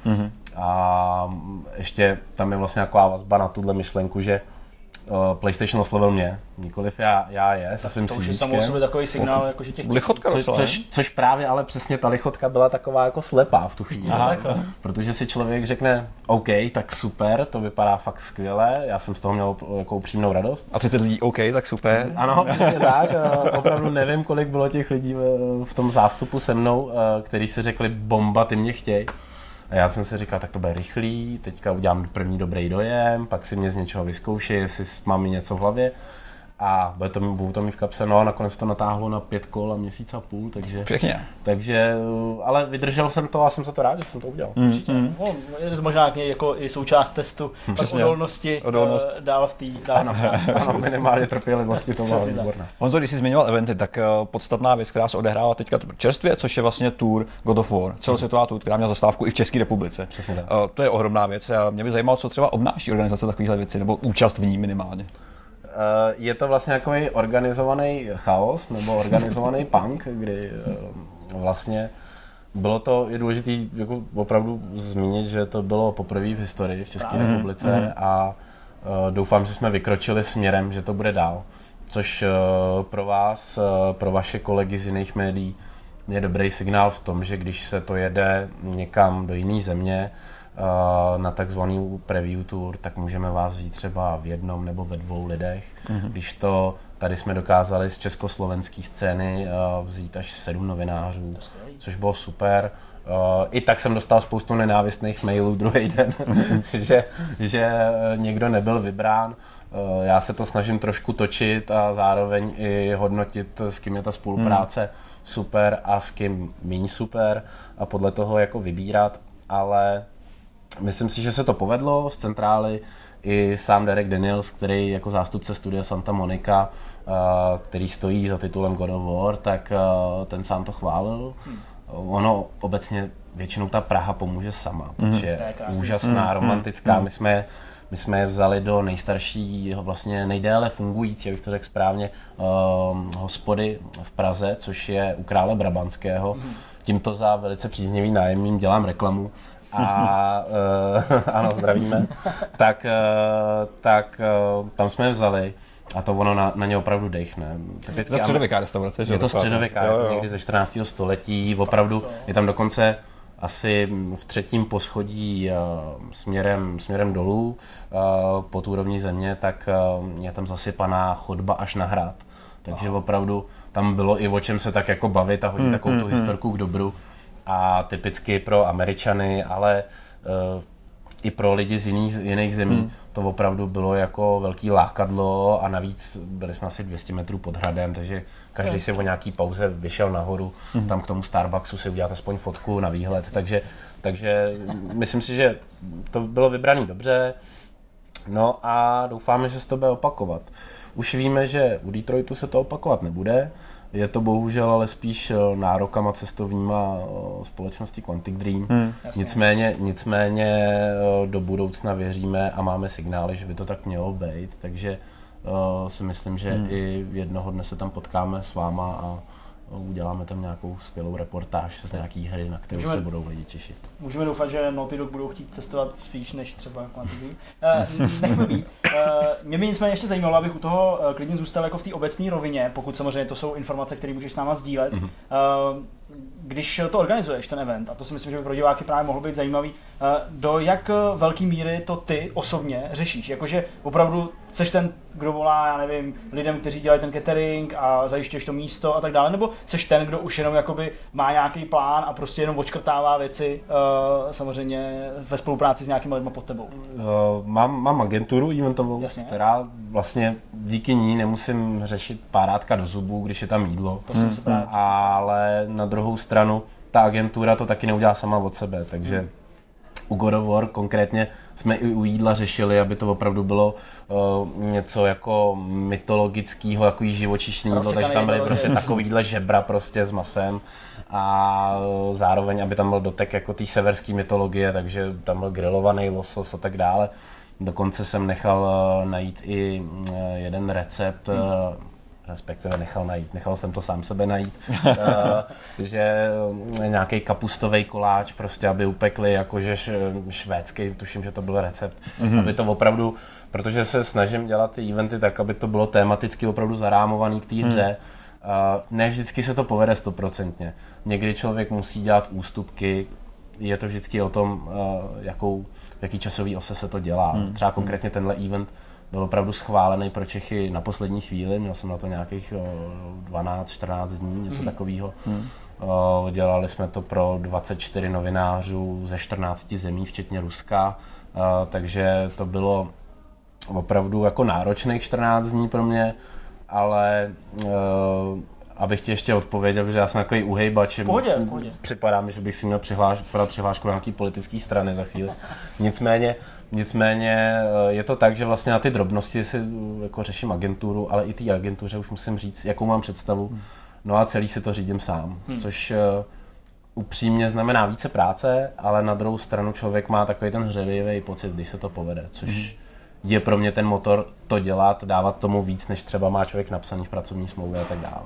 A ještě tam je vlastně taková vazba na tuhle myšlenku, že PlayStation oslovil mě, nikoliv já je se svým CDčkem. To už je samo o sobě takový signál, jako že těch lichotka což právě ale přesně ta lichotka byla taková jako slepá v tu chvíli. Protože si člověk řekne, OK, tak super, to vypadá fakt skvěle, já jsem z toho měl jako upřímnou radost. A 30 lidí, OK, tak super. Ano, přesně tak, opravdu nevím, kolik bylo těch lidí v tom zástupu se mnou, kteří si řekli, bomba, ty mě chtěj. A já jsem si říkal, tak to bude rychlý, teďka udělám první dobrý dojem, pak si mě z něčeho vyzkouší, jestli mám něco v hlavě. a budou to mít v kapse, no a nakonec to natáhlo na 5 kol a měsíc a půl, takže... Pěkně. Takže, ale vydržel jsem to a jsem za to rád, že jsem to udělal. Určitě. No, je to možná jako i součást testu odolnosti dál v té Ano, minimálně trpělivosti, to bylo výborné. Honzo, když jsi zmiňoval eventy, tak podstatná věc, která se odehrává teďka čerstvě, což je vlastně tour God of War, celosvětová tour, která měla zastávku i v České republice. Přesně tak. To je ohromná věc a mě by zajímalo, co třeba obnáší organizace takovýchhle věcí, nebo účast v ní minimálně. Je to vlastně takový organizovaný chaos nebo organizovaný punk, kdy vlastně bylo to, je důležité jako opravdu zmínit, že to bylo poprvé v historii v České republice a doufám, že jsme vykročili směrem, že to bude dál, což pro vás, pro vaše kolegy z jiných médií je dobrý signál v tom, že když se to jede někam do jiné země, na takzvaný preview tour, tak můžeme vás vzít třeba v jednom nebo ve 2 lidech. Když to tady jsme dokázali z československé scény vzít až 7 novinářů, což bylo super. I tak jsem dostal spoustu nenávistných mailů druhý den, že někdo nebyl vybrán. Já se to snažím trošku točit a zároveň i hodnotit, s kým je ta spolupráce super a s kým méně super a podle toho jako vybírat, ale myslím si, že se to povedlo z centrály. I sám Derek Daniels, který jako zástupce studia Santa Monica, který stojí za titulem God of War, tak ten sám to chválil. Ono obecně většinou ta Praha pomůže sama, protože je úžasná, romantická. My jsme je vzali do nejstaršího, vlastně nejdéle fungující, abych to řekl správně, hospody v Praze, což je u Krále Brabanského. Tímto za velice příznivý nájemným dělám reklamu. A ano, zdravíme. Tak tam jsme je vzali a to ono na ně opravdu dechne. To je středověká restaurace, že? Je to středověká, je to někdy ze 14. století, opravdu je tam dokonce asi v 3. poschodí směrem dolů pod úrovní země, tak je tam zasypaná chodba až na hrad. Takže opravdu tam bylo i o čem se tak jako bavit a hodit takovou tu historku k dobru. A typicky pro Američany, ale i pro lidi z jiných zemí to opravdu bylo jako velký lákadlo a navíc byli jsme asi 200 metrů pod hradem, takže každý si o nějaký pauze vyšel nahoru, tam k tomu Starbucksu si udělat aspoň fotku na výhled, takže myslím si, že to bylo vybrané dobře, no a doufáme, že se to bude opakovat. Už víme, že u Detroitu se to opakovat nebude. Je to bohužel ale spíš nárokama cestovníma společnosti Quantic Dream. Nicméně do budoucna věříme a máme signály, že by to tak mělo být, takže si myslím, že i jednoho dne se tam potkáme s váma a uděláme tam nějakou skvělou reportáž z nějaký hry, na kterou se budou lidi těšit. Můžeme doufat, že Naughty Dog budou chtít cestovat spíš než třeba Quantic Dream. Nechme být. Mě by nicméně ještě zajímalo, abych u toho klidně zůstal jako v té obecné rovině, pokud samozřejmě to jsou informace, které můžeš s náma sdílet. Když to organizuješ, ten event, a to si myslím, že by pro diváky právě mohlo být zajímavý, do jak velké míry to ty osobně řešíš? Jakože opravdu seš ten, kdo volá, já nevím, lidem, kteří dělají ten catering a zajišťuješ to místo a tak dále, nebo seš ten, kdo už jenom jakoby má nějaký plán a prostě jenom odškrtává věci, samozřejmě ve spolupráci s nějakými lidmi pod tebou? Mám agenturu eventovou, která vlastně díky ní nemusím řešit párátka do zubů, když je tam jídlo. To jsem se právě ale na druhou stranu ta agentura to taky neudělá sama od sebe, takže u God of War konkrétně jsme i u jídla řešili, aby to opravdu bylo něco jako mytologického, takový živočišný jídlo, takže tam byly prostě takovýhle žebra prostě s masem a zároveň, aby tam byl dotek jako té severské mytologie, takže tam byl grilovaný losos a tak dále. Dokonce jsem nechal najít i jeden recept, respektive nechal jsem to sám sebe najít, že nějaký kapustový koláč, prostě aby upekli jakože švédský, tuším, že to byl recept, aby to opravdu, protože se snažím dělat ty eventy tak, aby to bylo tematicky opravdu zarámovaný k té hře. Ne vždycky se to povede 100%. Někdy člověk musí dělat ústupky, je to vždycky o tom, jaký časový ose se to dělá. Třeba konkrétně tenhle event byl opravdu schválený pro Čechy na poslední chvíli, měl jsem na to nějakých 12-14 dní, něco takového. Dělali jsme to pro 24 novinářů ze 14 zemí, včetně Ruska, takže to bylo opravdu jako náročných 14 dní pro mě. ale abych ti ještě odpověděl, že já jsem takový uhejbač. Pohodě. Připadá mi, že bych si měl podat přihlášku na nějaký politický strany za chvíli. Nicméně je to tak, že vlastně na ty drobnosti si jako řeším agenturu, ale i té agentuře už musím říct, jakou mám představu. No a celý si to řídím sám, což upřímně znamená více práce, ale na druhou stranu člověk má takový ten hřevivý pocit, když se to povede, což je pro mě ten motor to dělat, dávat tomu víc, než třeba má člověk napsaný v pracovní smlouvě a tak dále.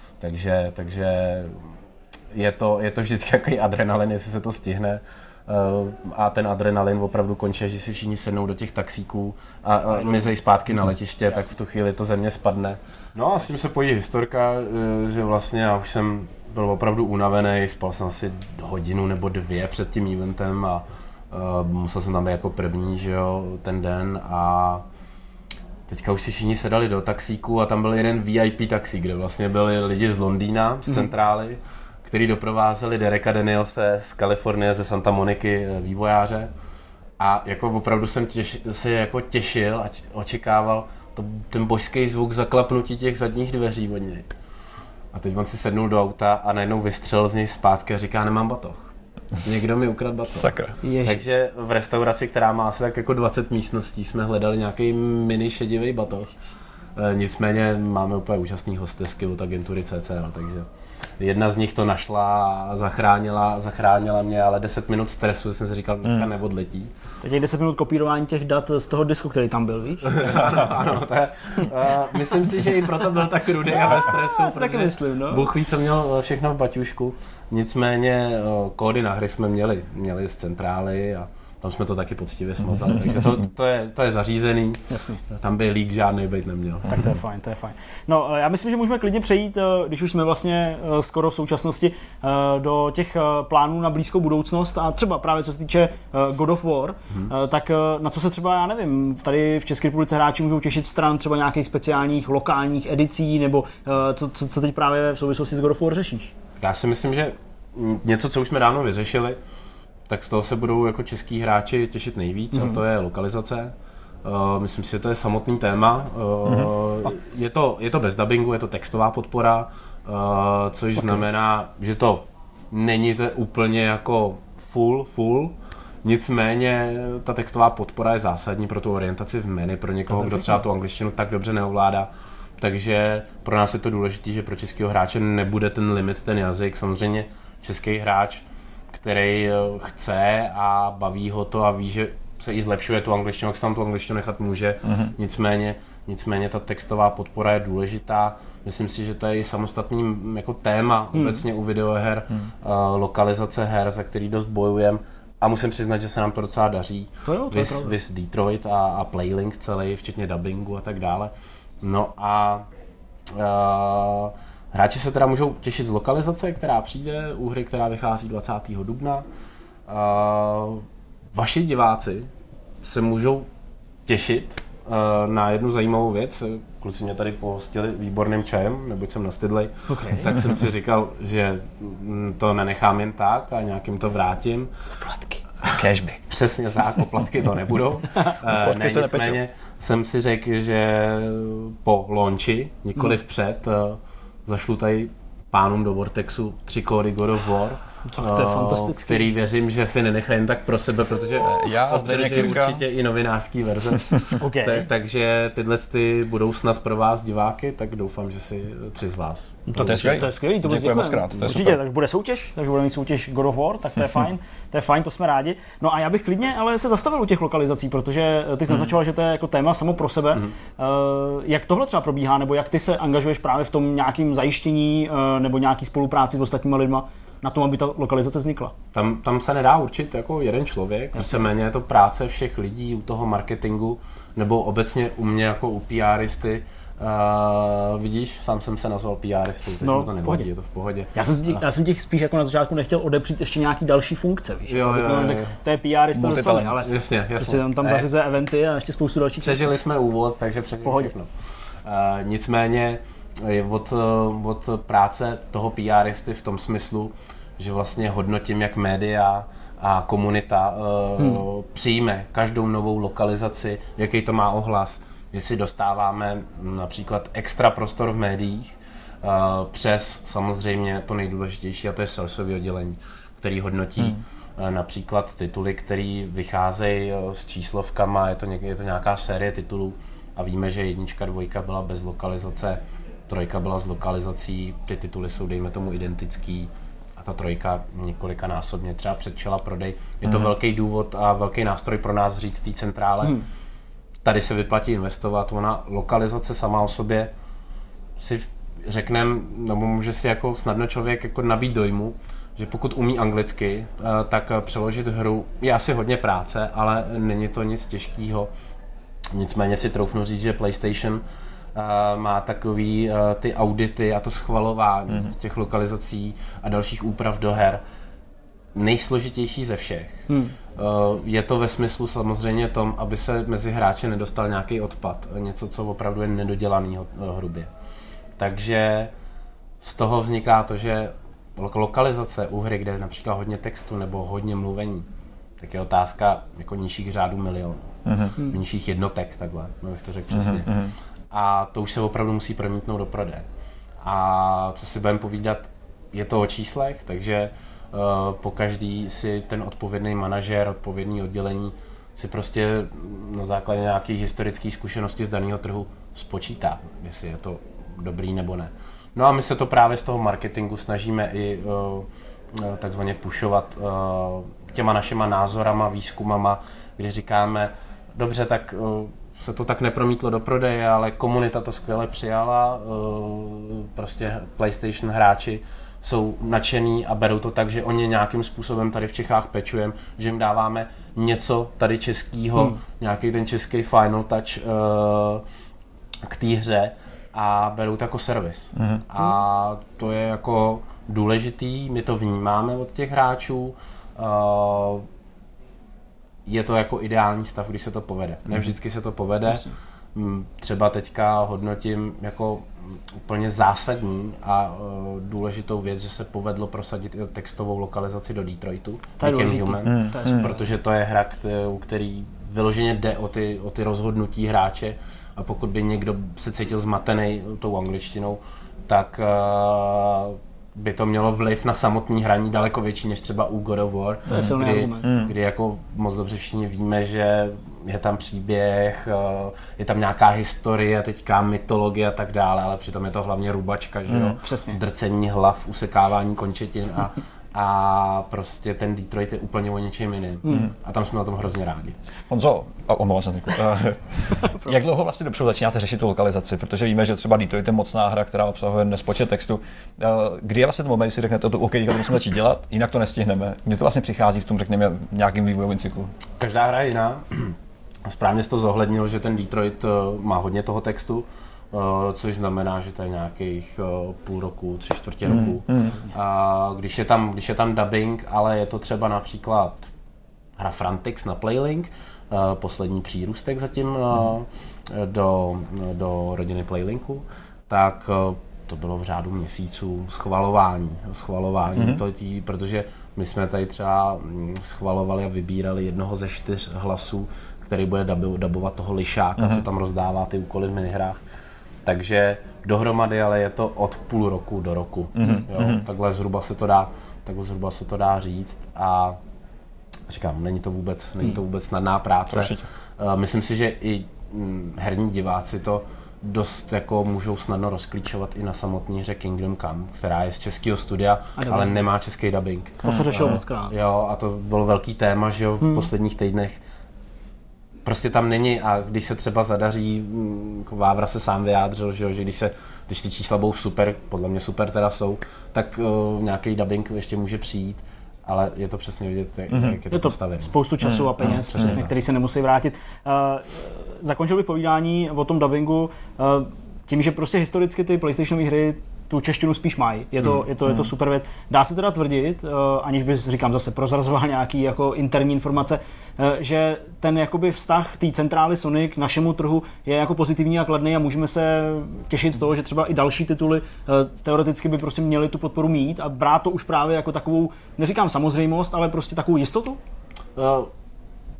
Takže je to vždycky takový adrenalin, jestli se to stihne. A ten adrenalin opravdu končí, že si všichni sednou do těch taxíků a mizej zpátky na letiště, tak v tu chvíli to země spadne. No a s tím se pojí historka, že vlastně já už jsem byl opravdu unavený, spal jsem asi hodinu nebo 2 před tím eventem a musel jsem tam být jako první, že jo, ten den a teďka už si všichni sedali do taxíku a tam byl jeden VIP taxík, kde vlastně byli lidi z Londýna, z centrály, který doprovázeli Dereka Danielse z Kalifornie, ze Santa Moniky, vývojáře. A jako opravdu jsem se jako těšil a očekával ten božský zvuk zaklapnutí těch zadních dveří od něj. A teď on si sednul do auta a najednou vystřelil z něj zpátky a říká, nemám batoh. Někdo mi ukradl batoh. Sakra. Takže v restauraci, která má asi tak jako 20 místností, jsme hledali nějaký mini šedivý batoh. Nicméně máme úplně úžasný hostesky od agentury CCL, takže jedna z nich to našla a zachránila mě, ale 10 minut stresu jsem si říkal, dneska neodletí. Teď je 10 minut kopírování těch dat z toho disku, který tam byl, víš? ano, myslím si, že i proto byl tak rudý a ve stresu, taky myslím, no. Bůh ví, co měl všechno v baťušku. Nicméně kódy na hry jsme měli z centrály a tam jsme to taky poctivě smazali, takže to je zařízený. Jasně. Tam by leak žádný být neměl. Tak to je fajn. No, já myslím, že můžeme klidně přejít, když už jsme vlastně skoro v současnosti, do těch plánů na blízkou budoucnost a třeba právě co se týče God of War, tak na co se třeba, já nevím, tady v České republice hráči můžou těšit stran třeba nějakých speciálních lokálních edicí, nebo co teď právě v souvislosti s God of War řešíš? Já si myslím, že něco, co už jsme dávno vyřešili, tak z toho se budou jako český hráči těšit nejvíc, a to je lokalizace. Myslím si, že to je samotný téma. Je to bez dubbingu, je to textová podpora, což znamená, že to není to úplně jako full. Nicméně ta textová podpora je zásadní pro tu orientaci v menu, pro někoho, kdo třeba tu angličtinu tak dobře neovládá. Takže pro nás je to důležité, že pro českého hráče nebude ten limit, ten jazyk. Samozřejmě český hráč, který chce a baví ho to a ví, že se i zlepšuje tu angličtinu, jak se tam tu angličtinu nechat může. Nicméně ta textová podpora je důležitá. Myslím si, že to je i samostatný jako téma obecně u videoher, lokalizace her, za který dost bojujeme. A musím přiznat, že se nám to docela daří. Vis Detroit a Playlink celý, včetně dubbingu a tak dále. No a hráči se teda můžou těšit z lokalizace, která přijde, u hry, která vychází 20. dubna. Vaši diváci se můžou těšit na jednu zajímavou věc. Kluci mě tady pohostili výborným čajem, neboť jsem nastydlej, tak jsem si říkal, že to nenechám jen tak a nějakým to vrátím. Poplatky. Cashby. Přesně tak, poplatky to nebudou. Nicméně jsem si řekl, že po launchi, nikoliv před, zašlu tady pánům do Vortexu 3 kódy God of War, to je fantastický. Který věřím, že si nenechají jen tak pro sebe, protože obdrží určitě i novinářský verze. Takže tyhle budou snad pro vás diváky, tak doufám, že si 3 z vás. To je skvělý. To je skvělý, to děkujeme moc krát. Určitě, tak bude soutěž, takže budeme mít soutěž God of War, tak to je fajn. To je fajn, to jsme rádi. No a já bych klidně ale se zastavil u těch lokalizací, protože ty jsi naznačoval, že to je jako téma samo pro sebe. Jak tohle třeba probíhá, nebo jak ty se angažuješ právě v tom nějakým zajištění nebo nějaký spolupráci s ostatníma lidma na tom, aby ta lokalizace vznikla? Tam se nedá určit jako jeden člověk, víceméně je to práce všech lidí u toho marketingu, nebo obecně u mě jako u PRisty. Vidíš, sám jsem se nazval PRistou, takže to nevadí, je to v pohodě. Já jsem těch spíš jako na začátku nechtěl odepřít ještě nějaký další funkce, víš? Jo. To je PRista zase, ale jasně. Tam zařizuje eventy a ještě spoustu dalších. Přežili jsme úvod, takže přežili všechno. Nicméně od práce toho PRisty v tom smyslu, že vlastně hodnotím, jak média a komunita přijme každou novou lokalizaci, jaký to má ohlas, jestli dostáváme například extra prostor v médiích přes samozřejmě to nejdůležitější, a to je salesové oddělení, který hodnotí například tituly, které vycházejí s číslovkama, je to nějaká série titulů a víme, že 1, 2 byla bez lokalizace, 3 byla s lokalizací, ty tituly jsou dejme tomu identický a ta 3 několikanásobně třeba předčela prodej. Je to velký důvod a velký nástroj pro nás říct té centrále. Tady se vyplatí investovat, ona lokalizace sama o sobě si řekneme, nebo může si jako snadno člověk jako nabít dojmu, že pokud umí anglicky, tak přeložit hru je asi hodně práce, ale není to nic těžkého. Nicméně si troufnu říct, že PlayStation má takový ty audity a to schvalování těch lokalizací a dalších úprav do her nejsložitější ze všech. Je to ve smyslu samozřejmě tom, aby se mezi hráče nedostal nějaký odpad, něco, co opravdu je nedodělaný hrubě. Takže z toho vzniká to, že lokalizace u hry, kde je například hodně textu nebo hodně mluvení, tak je otázka jako nižších řádů milionů, nižších jednotek, takhle, bych to řekl přesně. A to už se opravdu musí promítnout do prodeje. A co si budeme povídat, je to o číslech, takže po každý si ten odpovědný manažer, odpovědný oddělení si prostě na základě nějakých historických zkušeností z daného trhu spočítá, jestli je to dobrý nebo ne. No a my se to právě z toho marketingu snažíme i takzvaně pushovat těma našima názorama, výzkumama, kdy říkáme, dobře, tak se to tak nepromítlo do prodeje, ale komunita to skvěle přijala, prostě PlayStation hráči jsou nadšený a berou to tak, že oni nějakým způsobem tady v Čechách pečujeme, že jim dáváme něco tady českýho, nějaký ten český final touch k té hře a berou to jako servis. A to je jako důležitý, my to vnímáme od těch hráčů. Je to jako ideální stav, když se to povede. Ne vždycky se to povede. Třeba teďka hodnotím jako úplně zásadní a důležitou věc, že se povedlo prosadit textovou lokalizaci do Detroitu, Become Human, protože to je hra, u který vyloženě jde o ty rozhodnutí hráče a pokud by někdo se cítil zmatený tou angličtinou, tak by to mělo vliv na samotný hraní daleko větší než třeba u God of War, kdy jako moc dobře všichni víme, že je tam příběh, je tam nějaká historie, teďka mytologie a tak dále, ale přitom je to hlavně rubačka, že jo? Drcení hlav, usekávání končetin a prostě ten Detroit je úplně o něčem jiným. A tam jsme na tom hrozně rádi. Honzo, jak dlouho vlastně dopředu začínáte řešit tu lokalizaci? Protože víme, že třeba Detroit je mocná hra, která obsahuje nespočet textu. Kdy je vlastně ten moment, kdy si řeknete, OK, to musíme začít dělat, jinak to nestihneme? Kdy to vlastně přichází v tom, řekněme, nějakým vývojovým cyklu? Každá hra je jiná. Správně jsi to zohlednil, že ten Detroit má hodně toho textu, což znamená, že to je nějakých půl roku, 3/4 roku. A když je tam dubbing, ale je to třeba například hra Frantix na Playlink, poslední přírůstek zatím do rodiny Playlinku, tak to bylo v řádu měsíců schvalování, protože my jsme tady třeba schvalovali a vybírali jednoho ze 4 hlasů, který bude dabovat toho lišáka, co tam rozdává ty úkoly v minihrách. Takže dohromady, ale je to od půl roku do roku. Jo? Takhle zhruba se to dá říct a říkám, není to vůbec snadná práce. Myslím si, že i herní diváci to dost jako můžou snadno rozklíčovat i na samotné hře Kingdom Come, která je z českého studia, ale nemá český dubbing. To se řešilo moc krát. Jo, a to bylo velký téma, že jo, v posledních týdnech. Prostě tam není a když se třeba zadaří, Vávra se sám vyjádřil, že když ty čísla budou super, podle mě super teda jsou, tak nějaký dubbing ještě může přijít, ale je to přesně vidět, jak je to postavené. Spoustu času a peněz, přesně, který se nemusí vrátit. Zakončil bych povídání o tom dubbingu tím, že prostě historicky ty PlayStationové hry tu češtinu spíš mají. Je to super věc. Dá se teda tvrdit, aniž bys, říkám zase, prozrazoval nějaký jako interní informace, že ten jakoby vztah té centrály Sony k našemu trhu je jako pozitivní a kladný a můžeme se těšit z toho, že třeba i další tituly teoreticky by prostě měly tu podporu mít a brát to už právě jako takovou, neříkám samozřejmost, ale prostě takovou jistotu?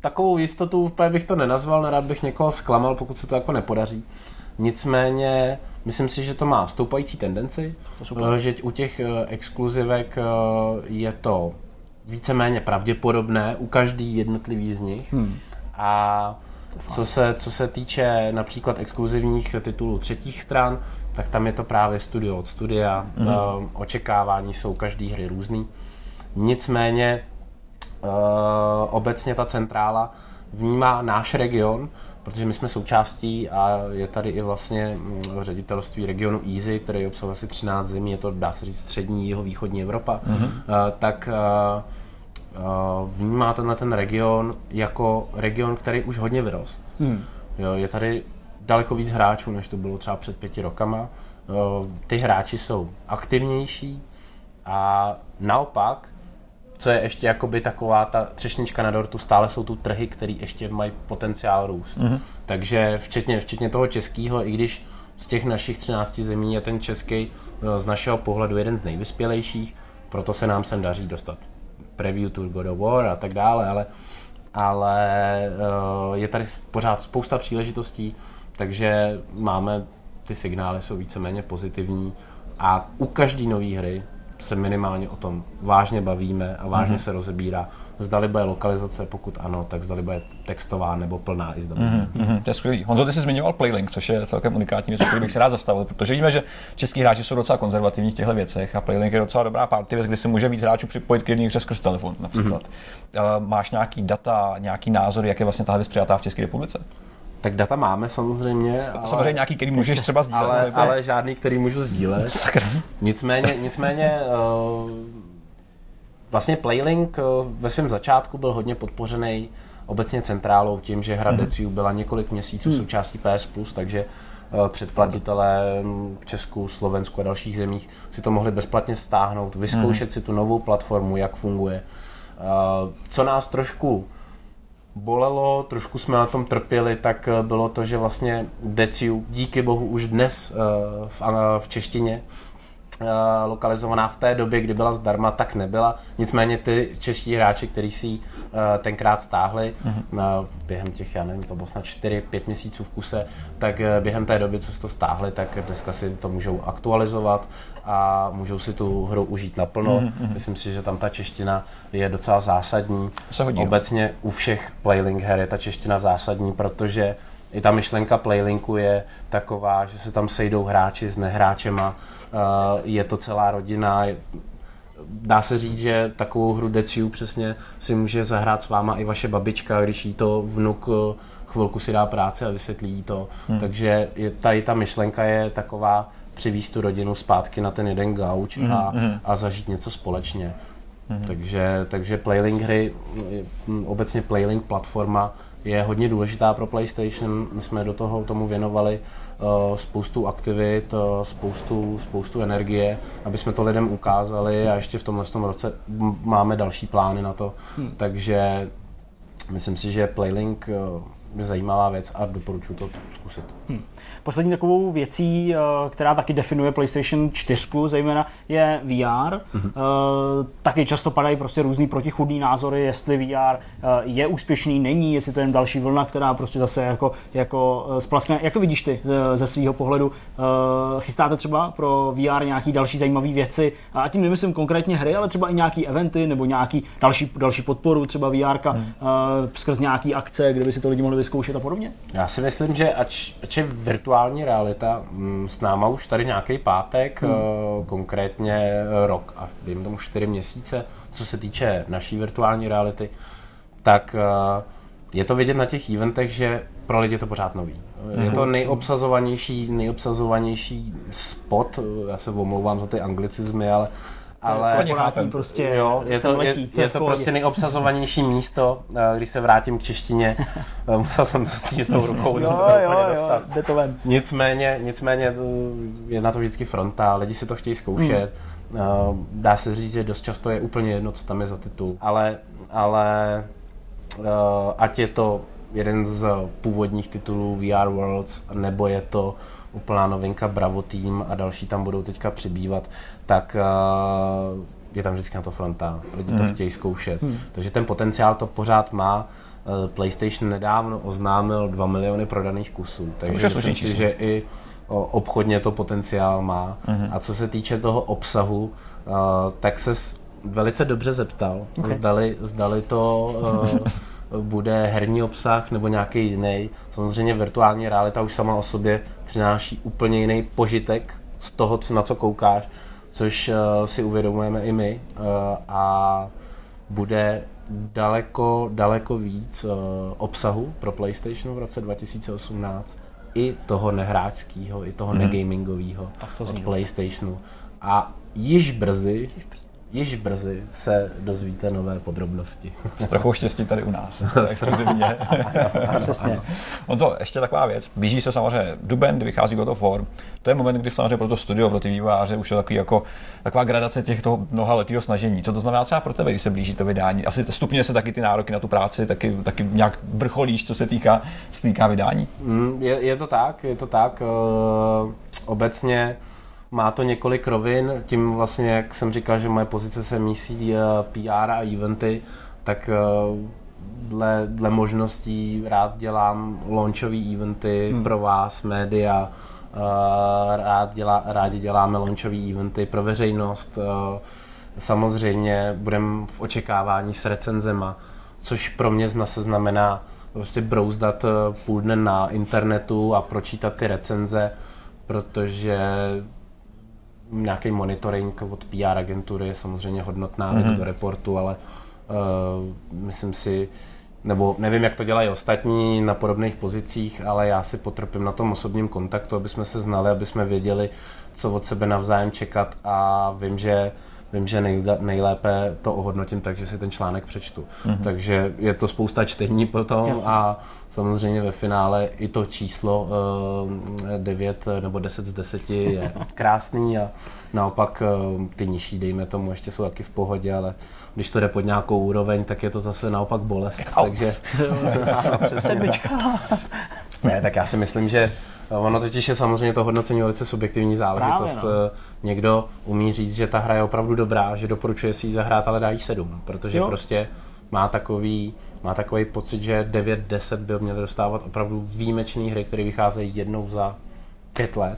takovou jistotu úplně bych to nenazval, nerad bych někoho zklamal, pokud se to jako nepodaří. Nicméně, myslím si, že to má stoupající tendenci, že u těch exkluzivek je to víceméně pravděpodobné u každý jednotlivý z nich. A co se týče například exkluzivních titulů třetích stran, tak tam je to právě studio od studia. Očekávání jsou každý hry různý. Nicméně obecně ta centrála vnímá náš region, protože my jsme součástí a je tady i vlastně ředitelství regionu Easy, který obsahuje asi 13 zemí, je to, dá se říct, střední, jihovýchodní Evropa, tak vnímá ten region jako region, který už hodně vyrost. Jo, je tady daleko víc hráčů, než to bylo třeba před 5 rokama. Ty hráči jsou aktivnější a naopak, co je ještě jakoby taková ta třešnička na dortu, stále jsou tu trhy, které ještě mají potenciál růst. Takže včetně toho českého, i když z těch našich 13 zemí je ten český z našeho pohledu jeden z nejvyspělejších, proto se nám sem daří dostat preview to God of War a tak dále, ale je tady pořád spousta příležitostí, takže ty signály jsou víceméně pozitivní a u každé nové hry se minimálně o tom vážně bavíme a vážně se rozebírá. Zdali bude lokalizace, pokud ano, tak zdali bude textová nebo plná i s dubbingem. To je skvělý. Honzo, ty jsi zmiňoval Playlink, což je celkem unikátní věc, který bych si rád zastavil, protože víme, že český hráči jsou docela konzervativní v těchto věcech a Playlink je docela dobrá party věc, kdy si může víc hráčů připojit k jedné hře skrz telefon například. Máš nějaký data, nějaký názor, jak je vlastně tahle věc přijatá v České republice? Tak data máme samozřejmě. Samozřejmě nějaký, který můžeš třeba sdílet. Ale žádný, který můžu sdílet. Nicméně vlastně Playlink ve svém začátku byl hodně podpořený obecně centrálou tím, že hra Deciu byla několik měsíců součástí PS Plus, takže předplatitelé v Česku, Slovensku a dalších zemích si to mohli bezplatně stáhnout, vyzkoušet si tu novou platformu, jak funguje. Co nás trošku bolelo, trošku jsme na tom trpěli, tak bylo to, že vlastně Deciu díky bohu už dnes v češtině lokalizovaná v té době, kdy byla zdarma, tak nebyla. Nicméně ty čeští hráči, kteří si ji tenkrát stáhli během těch, já nevím, to bylo snad 4-5 měsíců v kuse, tak během té doby, co si to stáhli, tak dneska si to můžou aktualizovat a můžou si tu hru užít naplno. Myslím si, že tam ta čeština je docela zásadní. Obecně u všech Playlink her je ta čeština zásadní, protože i ta myšlenka Playlinku je taková, že se tam sejdou hráči s nehráčema, je to celá rodina. Dá se říct, že takovou hru Deciu přesně si může zahrát s váma i vaše babička, když jí to vnuk chvilku si dá práci a vysvětlí jí to. Takže ta myšlenka je taková přivízt tu rodinu zpátky na ten jeden gauč a zažít něco společně. Takže Playlink hry, obecně Playlink platforma je hodně důležitá pro PlayStation. My jsme do toho tomu věnovali spoustu aktivit, spoustu energie, aby jsme to lidem ukázali a ještě v tomhle roce máme další plány na to. Takže myslím si, že Playlink je zajímavá věc a doporučuji to zkusit. Poslední takovou věcí, která taky definuje PlayStation 4, zejména je VR. Taky často padají prostě různý protichůdný názory, jestli VR je úspěšný, není, jestli to je jen další vlna, která prostě zase jako splaskne. Jak to vidíš ty ze svého pohledu? Chystáte třeba pro VR nějaký další zajímavé věci? A tím nemyslím konkrétně hry, ale třeba i nějaký eventy nebo nějaký další podporu, třeba VR skrz nějaký akce, kde by si to lidi mohli vyzkoušet a podobně? Já si myslím, že ač je virtuální realita s náma už tady nějaký pátek, konkrétně rok a dejme tomu 4 měsíce, co se týče naší virtuální reality, tak je to vidět na těch eventech, že pro lidi je to pořád nový. Je to nejobsazovanější spot, já se omlouvám za ty anglicizmy, ale prostě je to prostě nejobsazovanější místo, když se vrátím k češtině, musel jsem dostat tou rukou dostat. Nicméně je na to vždycky fronta, lidi si to chtějí zkoušet, dá se říct, že dost často je úplně jedno, co tam je za titul, ale ať je to jeden z původních titulů VR Worlds, nebo je to úplná novinka Bravo Team a další tam budou teďka přibývat, tak je tam vždycky na to fronta, lidi to chtějí zkoušet. Takže ten potenciál to pořád má. PlayStation nedávno oznámil 2 miliony prodaných kusů, takže myslím si, že i obchodně to potenciál má. A co se týče toho obsahu, tak se velice dobře zeptal, zdali to bude herní obsah nebo nějaký jiný. Samozřejmě virtuální realita už sama o sobě přináší úplně jiný požitek z toho, na co koukáš, což si uvědomujeme i my a bude daleko víc obsahu pro PlayStation v roce 2018 i toho nehráčského, i toho negamingového od PlayStationu. A již brzy se dozvíte nové podrobnosti. S trochou štěstí tady u nás, exkluzivně. Přesně. Honzo, ještě taková věc, blíží se samozřejmě duben, kdy vychází God of War. To je moment, kdy samozřejmě pro to studio, pro ty vývojáře už je taková gradace těchto mnohaletého snažení. Co to znamená třeba pro tebe, když se blíží to vydání? Asi stupňuje se taky ty nároky na tu práci, taky nějak vrcholíš, co se týká vydání? Je to tak. Obecně má to několik rovin, tím vlastně, jak jsem říkal, že moje pozice se mísí PR a eventy, tak dle možností rád dělám launchový eventy pro vás, média, rádi děláme launchový eventy pro veřejnost. Samozřejmě budeme v očekávání s recenzema, což pro mě zase znamená prostě brouzdat půl dne na internetu a pročítat ty recenze, protože nějaký monitoring od PR agentury je samozřejmě hodnotná věc do reportu, ale myslím si, nebo nevím, jak to dělají ostatní na podobných pozicích, ale já si potrpím na tom osobním kontaktu, aby jsme se znali, aby jsme věděli, co od sebe navzájem čekat a vím, že nejlépe to ohodnotím tak, že si ten článek přečtu. Takže je to spousta čtení potom. Jasně. A samozřejmě ve finále i to číslo 9 nebo 10 z 10 je krásný a naopak ty nižší, dejme tomu, ještě jsou taky v pohodě, ale když to jde pod nějakou úroveň, tak je to zase naopak bolest. Takže sedmička. Ne, tak já si myslím, že ono totiž je samozřejmě to hodnocení velice subjektivní záležitost. Právě, no. Někdo umí říct, že ta hra je opravdu dobrá, že doporučuje si ji zahrát, ale dá jí 7, protože prostě má takový pocit, že 9-10 by měly dostávat opravdu výjimečné hry, které vycházejí jednou za 5 let.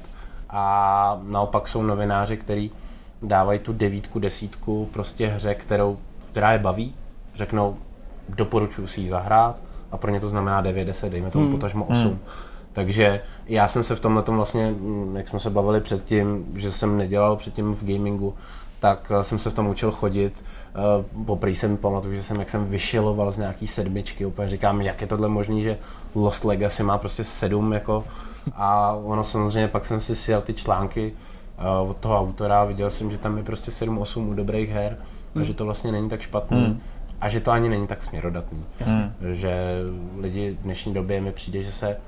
A naopak jsou novináři, kteří dávají tu 9, 10 prostě hře, která je baví, řeknou, doporučuji si ji zahrát a pro ně to znamená 9-10, dejme tomu potažmo 8. Takže já jsem se v tomhletom vlastně, jak jsme se bavili předtím, že jsem nedělal předtím v gamingu, tak jsem se v tom učil chodit. Poprvé jsem pamatuju, že jak jsem vyšiloval z nějaký 7, úplně říkám, jak je tohle možný, že Lost Legacy má prostě 7 jako. A ono samozřejmě pak jsem si sjel ty články od toho autora a viděl jsem, že tam je prostě 7-8 u dobrých her a že to vlastně není tak špatný. A že to ani není tak směrodatný. Že lidi v dnešní době mi přijde,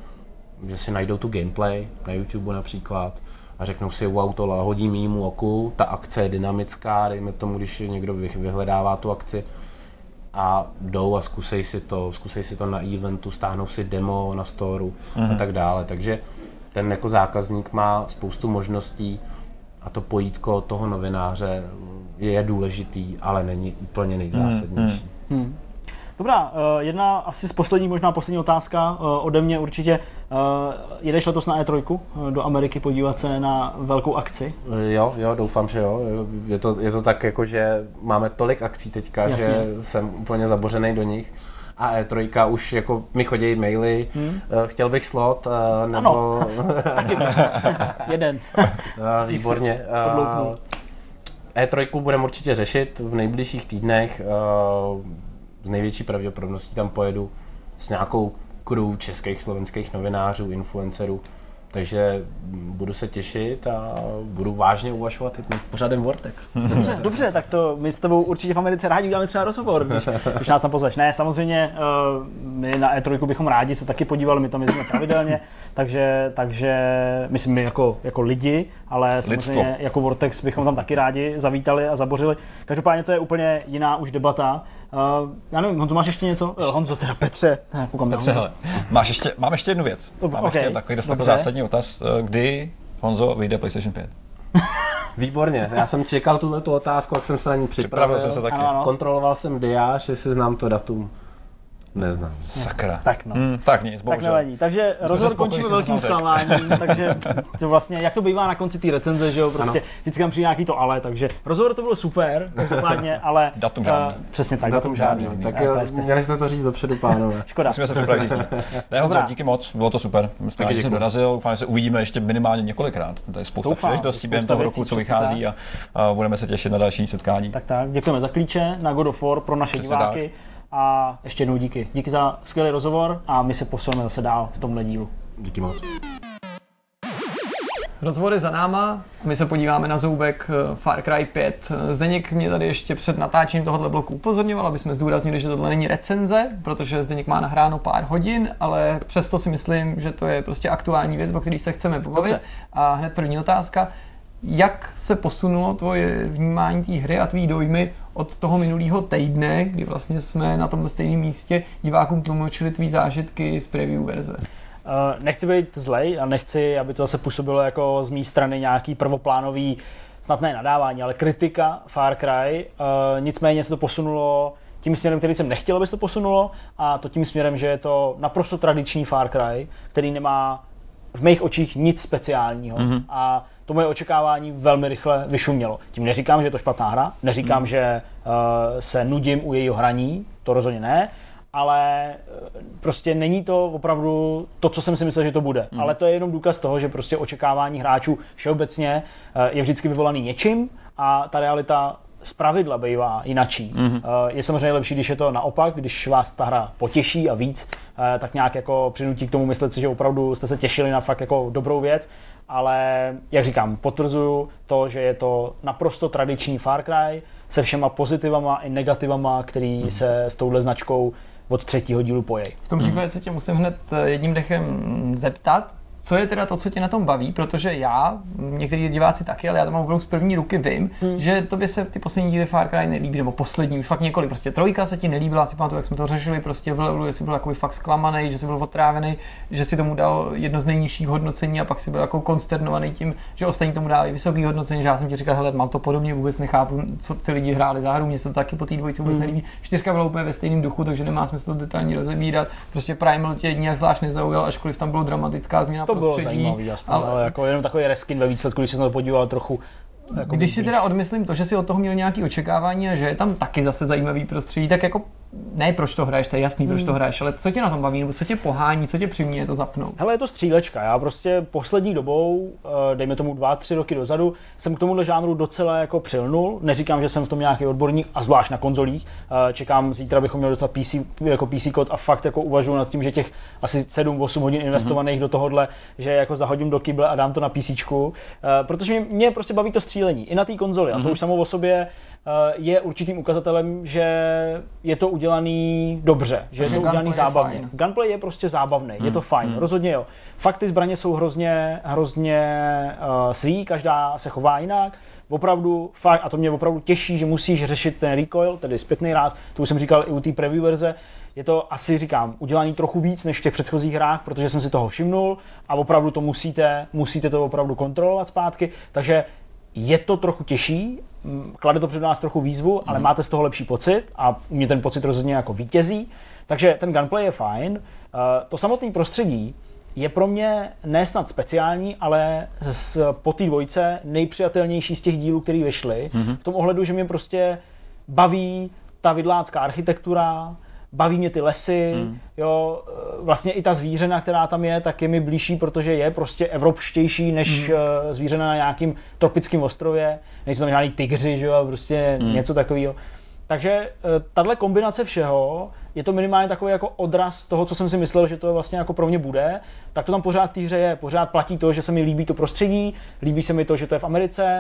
že si najdou tu gameplay na YouTube například a řeknou si, wow, to hodí mýmu oku, ta akce je dynamická, dejme tomu, když někdo vyhledává tu akci a jdou a zkusej si to na eventu, stáhnou si demo na storu a tak dále. Takže ten jako zákazník má spoustu možností a to pojítko toho novináře je důležitý, ale není úplně nejzásadnější. Dobrá, jedna asi možná poslední otázka ode mě určitě. Jedeš letos na E3 do Ameriky podívat se na velkou akci? Jo, doufám, že jo. Je to tak jako, že máme tolik akcí teďka, jasně, že jsem úplně zabořený do nich. A E3 už jako mi chodí maily, chtěl bych slot, nebo... Ano, taky jeden. Výborně. E3 budeme určitě řešit v nejbližších týdnech. Z největší pravděpodobností tam pojedu s nějakou crew českých, slovenských novinářů, influencerů. Takže budu se těšit a budu vážně uvažovat i nad pořadem Vortex. Dobře, tak to my s tebou určitě v Americe rádi uděláme třeba rozhovor, když nás tam pozveš. Ne, samozřejmě my na E3 bychom rádi se taky podívali, my tam jezdíme pravidelně, takže myslím my jako lidi, ale samozřejmě jako Vortex bychom tam taky rádi zavítali a zabořili. Každopádně to je úplně jiná už debata. Já nevím, Honzo, máš ještě něco? Honzo, teda Petře. Petře, hele, mám ještě jednu věc. Mám ještě takový dost zásadní otaz. Kdy, Honzo, vyjde PlayStation 5? Výborně, já jsem čekal tuhletu otázku, jak jsem se na ní připravil. Jsem se taky. Ano. Jsem diář, jestli znám to datum. Neznám. Sakra. Tak no. Tak nic, Tak bohužel. nevadí. Takže rozhovor končí velkým zklamáním, takže to vlastně, jak to bývá na konci té recenze, že jo, prostě vždycky tam přijde nějaký to ale, takže rozhovor to bylo super, každopádně, ale datum žádný. Přesně tak, Datum žádný. Tak měli jste to říct dopředu, pánové. Škoda. Musíme se připravit. Ne, Honzo, díky moc, bylo to super. Taky jsem dorazil, doufám, že se uvidíme ještě minimálně několikrát. To je spousta příležitostí během toho roku, co vychází a budeme se těšit na další setkání. Tak, děkujeme za klíče na God of War pro naše diváky. A ještě jednou díky. Díky za skvělý rozhovor a my se posuneme zase dál v tomhle dílu. Díky moc. Rozhovor je za náma, my se podíváme na zoubek Far Cry 5. Zdeněk mě tady ještě před natáčením tohoto bloku upozorňoval, aby jsme zdůraznili, že tohle není recenze, protože Zdeněk má nahráno pár hodin, ale přesto si myslím, že to je prostě aktuální věc, o který se chceme pobavit. Dobře. A hned první otázka. Jak se posunulo tvoje vnímání té hry a tvý dojmy od toho minulého týdne, kdy vlastně jsme na tomhle stejném místě divákům tlumočili tvý zážitky z preview verze? Nechci být zlej a nechci, aby to zase působilo jako z mé strany nějaký prvoplánový, snad ne nadávání, ale kritika Far Cry. Nicméně se to posunulo tím směrem, který jsem nechtěl, aby se to posunulo, a to tím směrem, že je to naprosto tradiční Far Cry, který nemá v mých očích nic speciálního. A to moje očekávání velmi rychle vyšumělo. Tím neříkám, že je to špatná hra, neříkám, že se nudím u jejího hraní, to rozhodně ne, ale prostě není to opravdu to, co jsem si myslel, že to bude. Ale to je jenom důkaz toho, že prostě očekávání hráčů všeobecně je vždycky vyvolaný něčím a ta realita zpravidla bývá jinačí. Je samozřejmě lepší, když je to naopak, když vás ta hra potěší a víc, tak nějak jako přinutí k tomu myslet si, že opravdu jste se těšili na fakt jako dobrou věc, ale jak říkám, potvrzuju to, že je to naprosto tradiční Far Cry se všema pozitivama i negativama, který se s touhle značkou od 3. dílu pojejí. V tom případě se tě musím hned jedním dechem zeptat, co je teda to, co tě na tom baví, protože já, některý diváci taky, ale já to mám opravdu z první ruky, vím, že tobě se ty poslední díly Far Cry nelíbí, nebo poslední, už fakt několik, prostě 3 se ti nelíbila, si pamatuju, jak jsme to řešili, prostě v levelu, že jsi byl jako fakt zklamaný, že jsi byl otrávený, že si tomu dal jedno z nejnižších hodnocení a pak si byl jako konsternovaný tím, že ostatní tomu dali vysoké hodnocení, že já jsem ti říkal, hele, mám to podobně, vůbec nechápu, co ty lidi hráli za hru, mně se to taky po té 2 vůbec nelíbí. 4 byla úplně ve stejném duchu, takže nemá smysl to detailně rozebírat. Prostě Primal tě nějak zvlášť nezaujal, ačkoliv tam byla dramatická změna prostředí. Ale jako jenom takový reskin ve výsledku, když se na to podíval trochu. Jako když si teda odmyslím to, že si od toho měl nějaké očekávání a že je tam taky zase zajímavý prostředí, tak jako ne proč to hraješ, to je jasný, proč to hraješ, ale co tě na tom baví, nebo co tě pohání, co tě přiměje to zapnout? Hele, je to střílečka, já prostě poslední dobou, dejme tomu 2-3 roky dozadu, jsem k tomuhle žánru docela jako přilnul, neříkám, že jsem v tom nějaký odborník, a zvlášť na konzolích, čekám, zítra bychom měli dostat PC kód a fakt jako uvažuji nad tím, že těch asi 7-8 hodin investovaných do tohohle, že jako zahodím do kyble a dám to na PCčku, protože mě prostě baví to střílení i na té konzoli a to už samo o sobě je určitým ukazatelem, že je to udělaný dobře, že je to udělaný zábavně. Gunplay je prostě zábavný, je to fajn, rozhodně jo. Fakt ty zbraně jsou hrozně svý, každá se chová jinak. Opravdu fakt, a to mě opravdu těší, že musíš řešit ten recoil, tedy zpětný ráz, to už jsem říkal i u té preview verze. Je to asi, říkám, udělaný trochu víc než v těch předchozích hrách, protože jsem si toho všimnul a opravdu to musíte to opravdu kontrolovat zpátky, takže je to trochu těžší, klade to před nás trochu výzvu, ale máte z toho lepší pocit a u mě ten pocit rozhodně jako vítězí, takže ten gunplay je fajn. To samotné prostředí je pro mě ne snad speciální, ale po té 2 nejpřijatelnější z těch dílů, který vyšly, v tom ohledu, že mě prostě baví ta vidlácká architektura, baví mě ty lesy, jo, vlastně i ta zvířena, která tam je, tak je mi blížší, protože je prostě evropštější než zvířena na nějakým tropickém ostrově, nejsou tam žádný tygři, že jo, prostě něco takového. Takže tahle kombinace všeho je to minimálně takový jako odraz toho, co jsem si myslel, že to vlastně jako pro mě bude, tak to tam pořád v té hře je, pořád platí to, že se mi líbí to prostředí, líbí se mi to, že to je v Americe,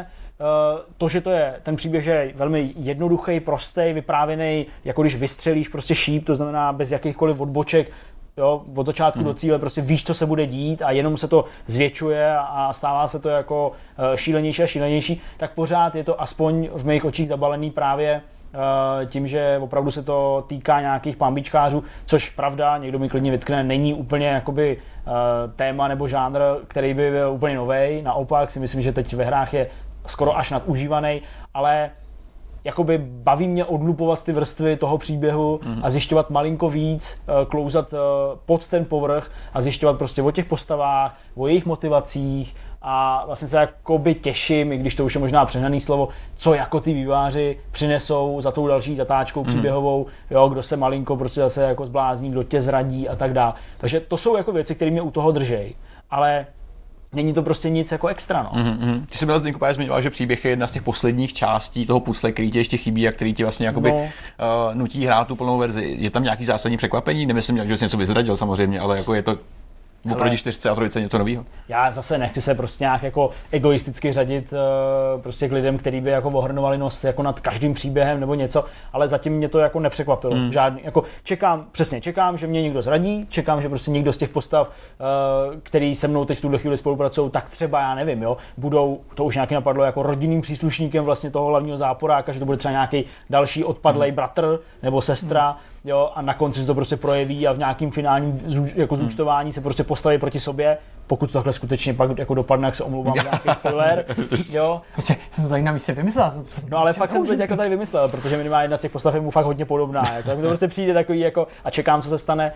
to, že to je ten příběh, že je velmi jednoduchý, prostý, vyprávěný, jako když vystřelíš prostě šíp, to znamená bez jakýchkoliv odboček, jo, od začátku do cíle prostě víš, co se bude dít a jenom se to zvětšuje a stává se to jako šílenější a šílenější, tak pořád je to aspoň v mých očích zabalený právě tím, že opravdu se to týká nějakých pambičkářů, což pravda, někdo mi klidně vytkne, není úplně jakoby téma nebo žánr, který by byl úplně novej. Naopak si myslím, že teď ve hrách je skoro až nadužívaný, ale jakoby baví mě odlupovat ty vrstvy toho příběhu a zjišťovat malinko víc, klouzat pod ten povrch a zjišťovat prostě o těch postavách, o jejich motivacích a vlastně se jakoby těším, i když to už je možná přehnaný slovo, co jako ty vývojáři přinesou za tou další zatáčkou příběhovou, jo, kdo se malinko prostě zase jako zblázní, kdo tě zradí a tak dále. Takže to jsou jako věci, které mě u toho držej, ale není to prostě nic jako extra, no. Ty jsi byl Zdeňku právě zmiňoval, že příběh je jedna z těch posledních částí toho puzzle, který ti ještě chybí a který ti vlastně jakoby nutí hrát tu plnou verzi. Je tam nějaký zásadní překvapení? Nemyslím, že jsi něco vyzradil samozřejmě, ale jako je to oproti 4 a 3 něco nového. Já zase nechci se prostě nějak jako egoisticky řadit prostě k lidem, kteří by jako ohrnovali nos jako nad každým příběhem nebo něco, ale zatím mě to jako nepřekvapilo. Žádný, jako čekám, že mě někdo zradí, čekám, že prostě někdo z těch postav, který se mnou teď v tuhle chvíli spolupracují, tak třeba já nevím, jo, budou, to už nějaký napadlo, jako rodinným příslušníkem vlastně toho hlavního záporáka, že to bude třeba nějaký další odpadlej bratr nebo sestra. Jo, a na konci se to prostě projeví a v nějakým finálním jako zúčtování se prostě postaví proti sobě, pokud to takhle skutečně pak jako dopadne, jak se omlouvám za nějaký spoiler, jo. Prostě jsem to tady na místě vymyslel. No ale fakt jsem to teď jako tady vymyslel, protože minimálně jedna z těch postav je mu fakt hodně podobná, jako mi to prostě přijde takový jako a čekám, co se stane.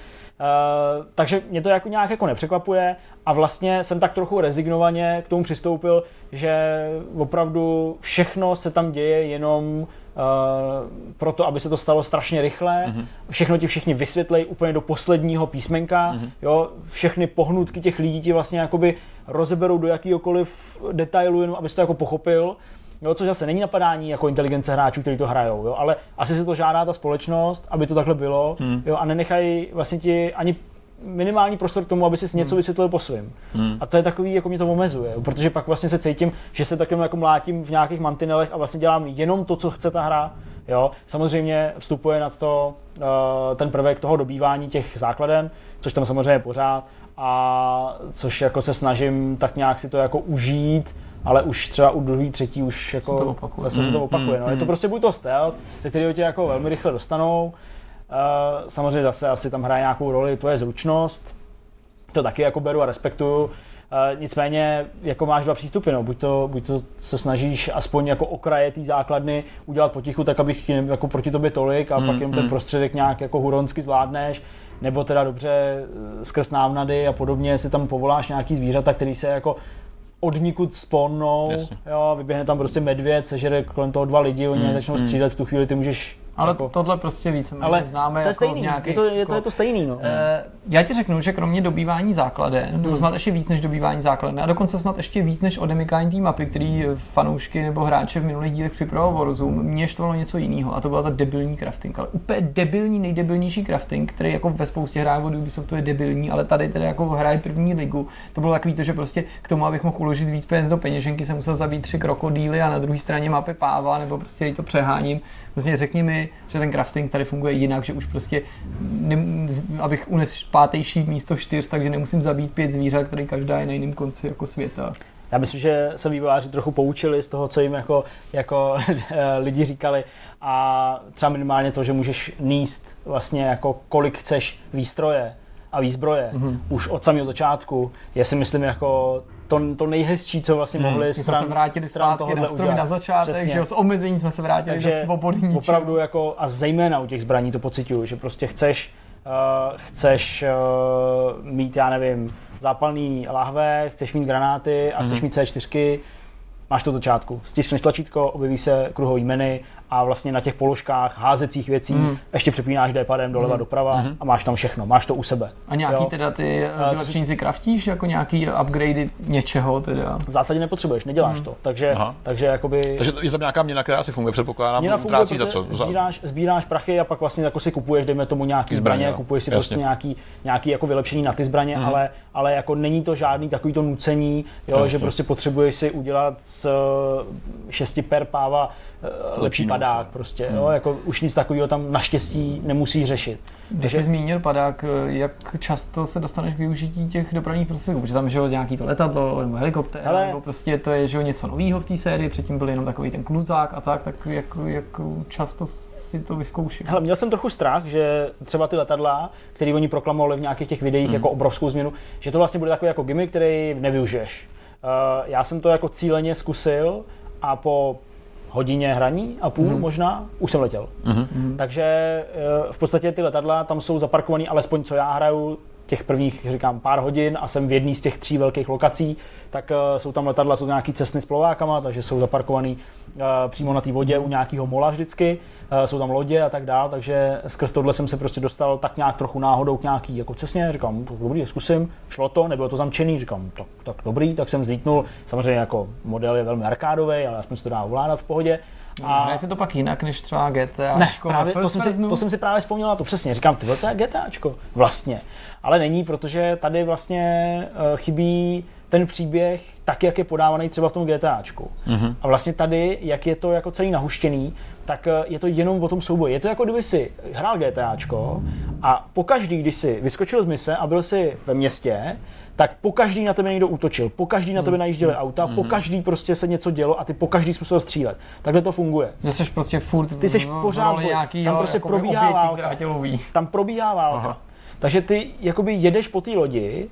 Takže mě to jako nějak jako nepřekvapuje a vlastně jsem tak trochu rezignovaně k tomu přistoupil, že opravdu všechno se tam děje jenom proto, aby se to stalo strašně rychle, všechno ti všichni vysvětlej úplně do posledního písmenka, jo, všechny pohnutky těch lidí ti vlastně jakoby rozeberou do jakýhokoliv detailu, jenom abys to jako pochopil, jo, což zase není napadání jako inteligence hráčů, kteří to hrajou, jo, ale asi si to žádá ta společnost, aby to takhle bylo, jo, a nenechají vlastně ti ani minimální prostor k tomu, aby si něco vysvětlil po svým. A to je takový, jako mě to omezuje, protože pak vlastně se cítím, že se tak jako mlátím v nějakých mantinelech a vlastně dělám jenom to, co chce ta hra. Jo. Samozřejmě vstupuje na to ten prvek toho dobývání těch základen, což tam samozřejmě je pořád a což jako se snažím tak nějak si to jako užít, ale už třeba u druhý, třetí už jako zase se to opakuje. No. Je to prostě buď to stealth, ze kterého tě jako velmi rychle dostanou. Samozřejmě zase asi tam hraje nějakou roli tvoje zručnost, to taky jako beru a respektuju. Nicméně jako máš dva přístupy, no. buď to se snažíš aspoň jako okraje té základny udělat potichu, tak abych jako proti tobě tolik a pak jenom ten prostředek nějak jako huronsky zvládneš, nebo teda dobře skrz návnady a podobně si tam povoláš nějaký zvířata, který se jako odnikud spawnou, jo, vyběhne tam prostě medvěd, sežere kolem toho 2 lidi, oni začnou střílet, v tu chvíli ty můžeš. Ale jako, tohle prostě víceméně známe to je jako stejný, nějaký... je to stejný, no. Já ti řeknu, že kromě dobývání základen, nebo snad ještě víc než dobývání základen, a dokonce snad ještě víc než odemykání té mapy, který fanoušky nebo hráče v minulých dílech připravoval Warzone, mě štvalo něco jiného, a to byla ta debilní crafting, ale úplně debilní, nejdebilnější crafting, který jako ve spoustě hrách od Ubisoftu je debilní, ale tady teda jako hraje první ligu. To bylo takový to, že prostě k tomu, abych mohl uložit víc peněz do peněženky, jsem musel zabít 3 krokodýly a na druhé straně mapy páva, nebo prostě to přeháním. Prostě řekni mi, že ten crafting tady funguje jinak, že už prostě, abych unesl 5. šíp místo 4, takže nemusím zabít 5 zvířat, který každá je na jiném konci jako světa. Já myslím, že se vývojáři trochu poučili z toho, co jim jako lidi říkali a třeba minimálně to, že můžeš níst vlastně jako kolik chceš výstroje a výzbroje už od samého začátku, je si myslím jako to nejhezčí, co vlastně mohli stran se vrátili zpátky na strom na začátek, přesně. Že z omezení jsme se vrátili do svobodní. Opravdu jako, a zejména u těch zbraní to pociťuju, že prostě chceš mít, já nevím, zápalný lahve, chceš mít granáty a chceš mít C4, máš to od začátku. Stiskneš tlačítko, objeví se kruhový menu a vlastně na těch položkách házecích věcí ještě přepínáš D-padem doleva doprava a máš tam všechno, máš to u sebe. A nějaký teda ty vylepšeníci craftíš, jako nějaký upgradey něčeho teda? V zásadě nepotřebuješ, neděláš to, takže jakoby... Takže je tam nějaká měna, která si funguje, předpokládám, měna funguje, za co? Sbíráš prachy a pak vlastně jako si kupuješ, dejme tomu nějaký zbraně, kupuješ si prostě nějaký jako vylepšení na ty zbraně, ale jako není to žádný takový to nucení, jo, že prostě potřebuješ si udělat z 6 per páva lepší padák prostě, jo, jako už nic takového tam naštěstí nemusí řešit. Když jsi zmínil padák, jak často se dostaneš k využití těch dopravních prostředků, protože tam je nějaký to letadlo nebo helikoptéra, nebo prostě to je že něco nového v té sérii, předtím byl jenom takový ten kluzák a tak jak často si to vyzkoušel? Hele, měl jsem trochu strach, že třeba ty letadla, které oni proklamovali v nějakých těch videích jako obrovskou změnu, že to vlastně bude takový jako gimmick, který nevyužiješ. Já jsem to jako cíleně zkusil a po hodině hraní a půl možná, už jsem letěl. Takže v podstatě ty letadla tam jsou zaparkovaný, alespoň co já hraju, těch prvních, říkám, pár hodin a jsem v jedné z těch 3 velkých lokací, tak jsou tam letadla, jsou nějaký cestny s plovákama, takže jsou zaparkovaný přímo na té vodě u nějakého mola vždycky, jsou tam lodě a tak dál, takže skrz tohle jsem se prostě dostal tak nějak trochu náhodou k nějaký jako cestně, říkám, dobrý, zkusím, šlo to, nebylo to zamčený, říkám, tak dobrý, tak jsem zlítnul, samozřejmě jako model je velmi arkádový, ale aspoň se to dá ovládat v pohodě. A hraje se to pak jinak než třeba GTA? Ne, právě, to jsem si právě vzpomněl, to přesně, říkám, tyhle, to je GTAčko, vlastně. Ale není, protože tady vlastně chybí ten příběh tak, jak je podávaný třeba v tom GTAčku. A vlastně tady, jak je to jako celý nahuštěný, tak je to jenom o tom souboji. Je to jako kdyby si hrál GTAčko a pokaždý, když si vyskočil z mise a byl si ve městě, tak pokaždý na tebe někdo útočil, pokaždý na tebe najížděli auta, pokaždý prostě se něco dělo a ty pokaždý musel střílet. Takhle to funguje. Že jsi prostě furt ty jsi pořád nějakýho, tam prostě probíhá obětí, válka. která tě loví. Tam probíhá válka. Takže ty jakoby jedeš po té lodi,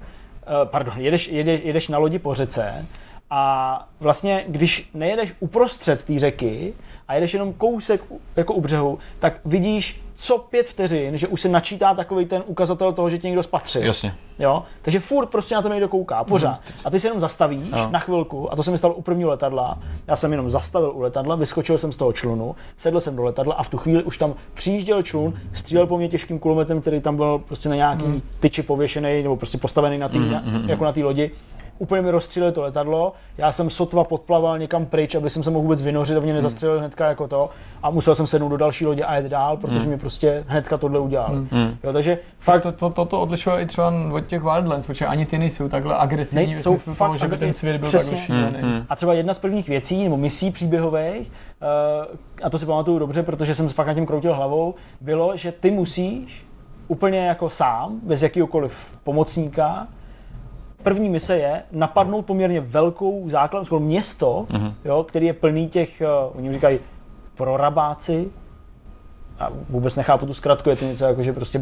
jedeš na lodi po řece a vlastně když nejedeš uprostřed té řeky a jedeš jenom kousek jako u břehu, tak vidíš co 5 vteřin, že už se načítá takový ten ukazatel toho, že tě někdo spatřil. Jasně. Jo? Takže furt prostě na tebe někdo kouká, pořád. A ty se jenom zastavíš na chvilku, a to se mi stalo u prvního letadla. Já jsem jenom zastavil u letadla, vyskočil jsem z toho člunu, sedl jsem do letadla a v tu chvíli už tam přijížděl člun, střílel po mně těžkým kulometem, který tam byl prostě na nějaký tyči pověšený nebo prostě postavený na tý, jako na té lodi. Úplně mi rozstříleli to letadlo, já jsem sotva podplaval někam pryč, aby jsem se mohl vůbec vynořit a mě nezastřelil hnedka jako to a musel jsem sednout do další lodě a jet dál, protože mi prostě hnedka tohle udělal. Jo, takže fakt to odlišuje i třeba od těch Wildlands, protože ani ty nejsou takhle agresivní ve smyslu toho, že by ten svět byl takhle šílený. A třeba jedna z prvních věcí nebo misí příběhových, a to si pamatuju dobře, protože jsem fakt nad tím kroutil hlavou, bylo, že ty musíš úplně jako sám, bez jakýhokoliv pomocníka. První mise je napadnout poměrně velkou základnu, skoro město, jo, který je plný těch, oni říkají prorabáci, a vůbec nechápu tu zkratku, je to něco jako, že prostě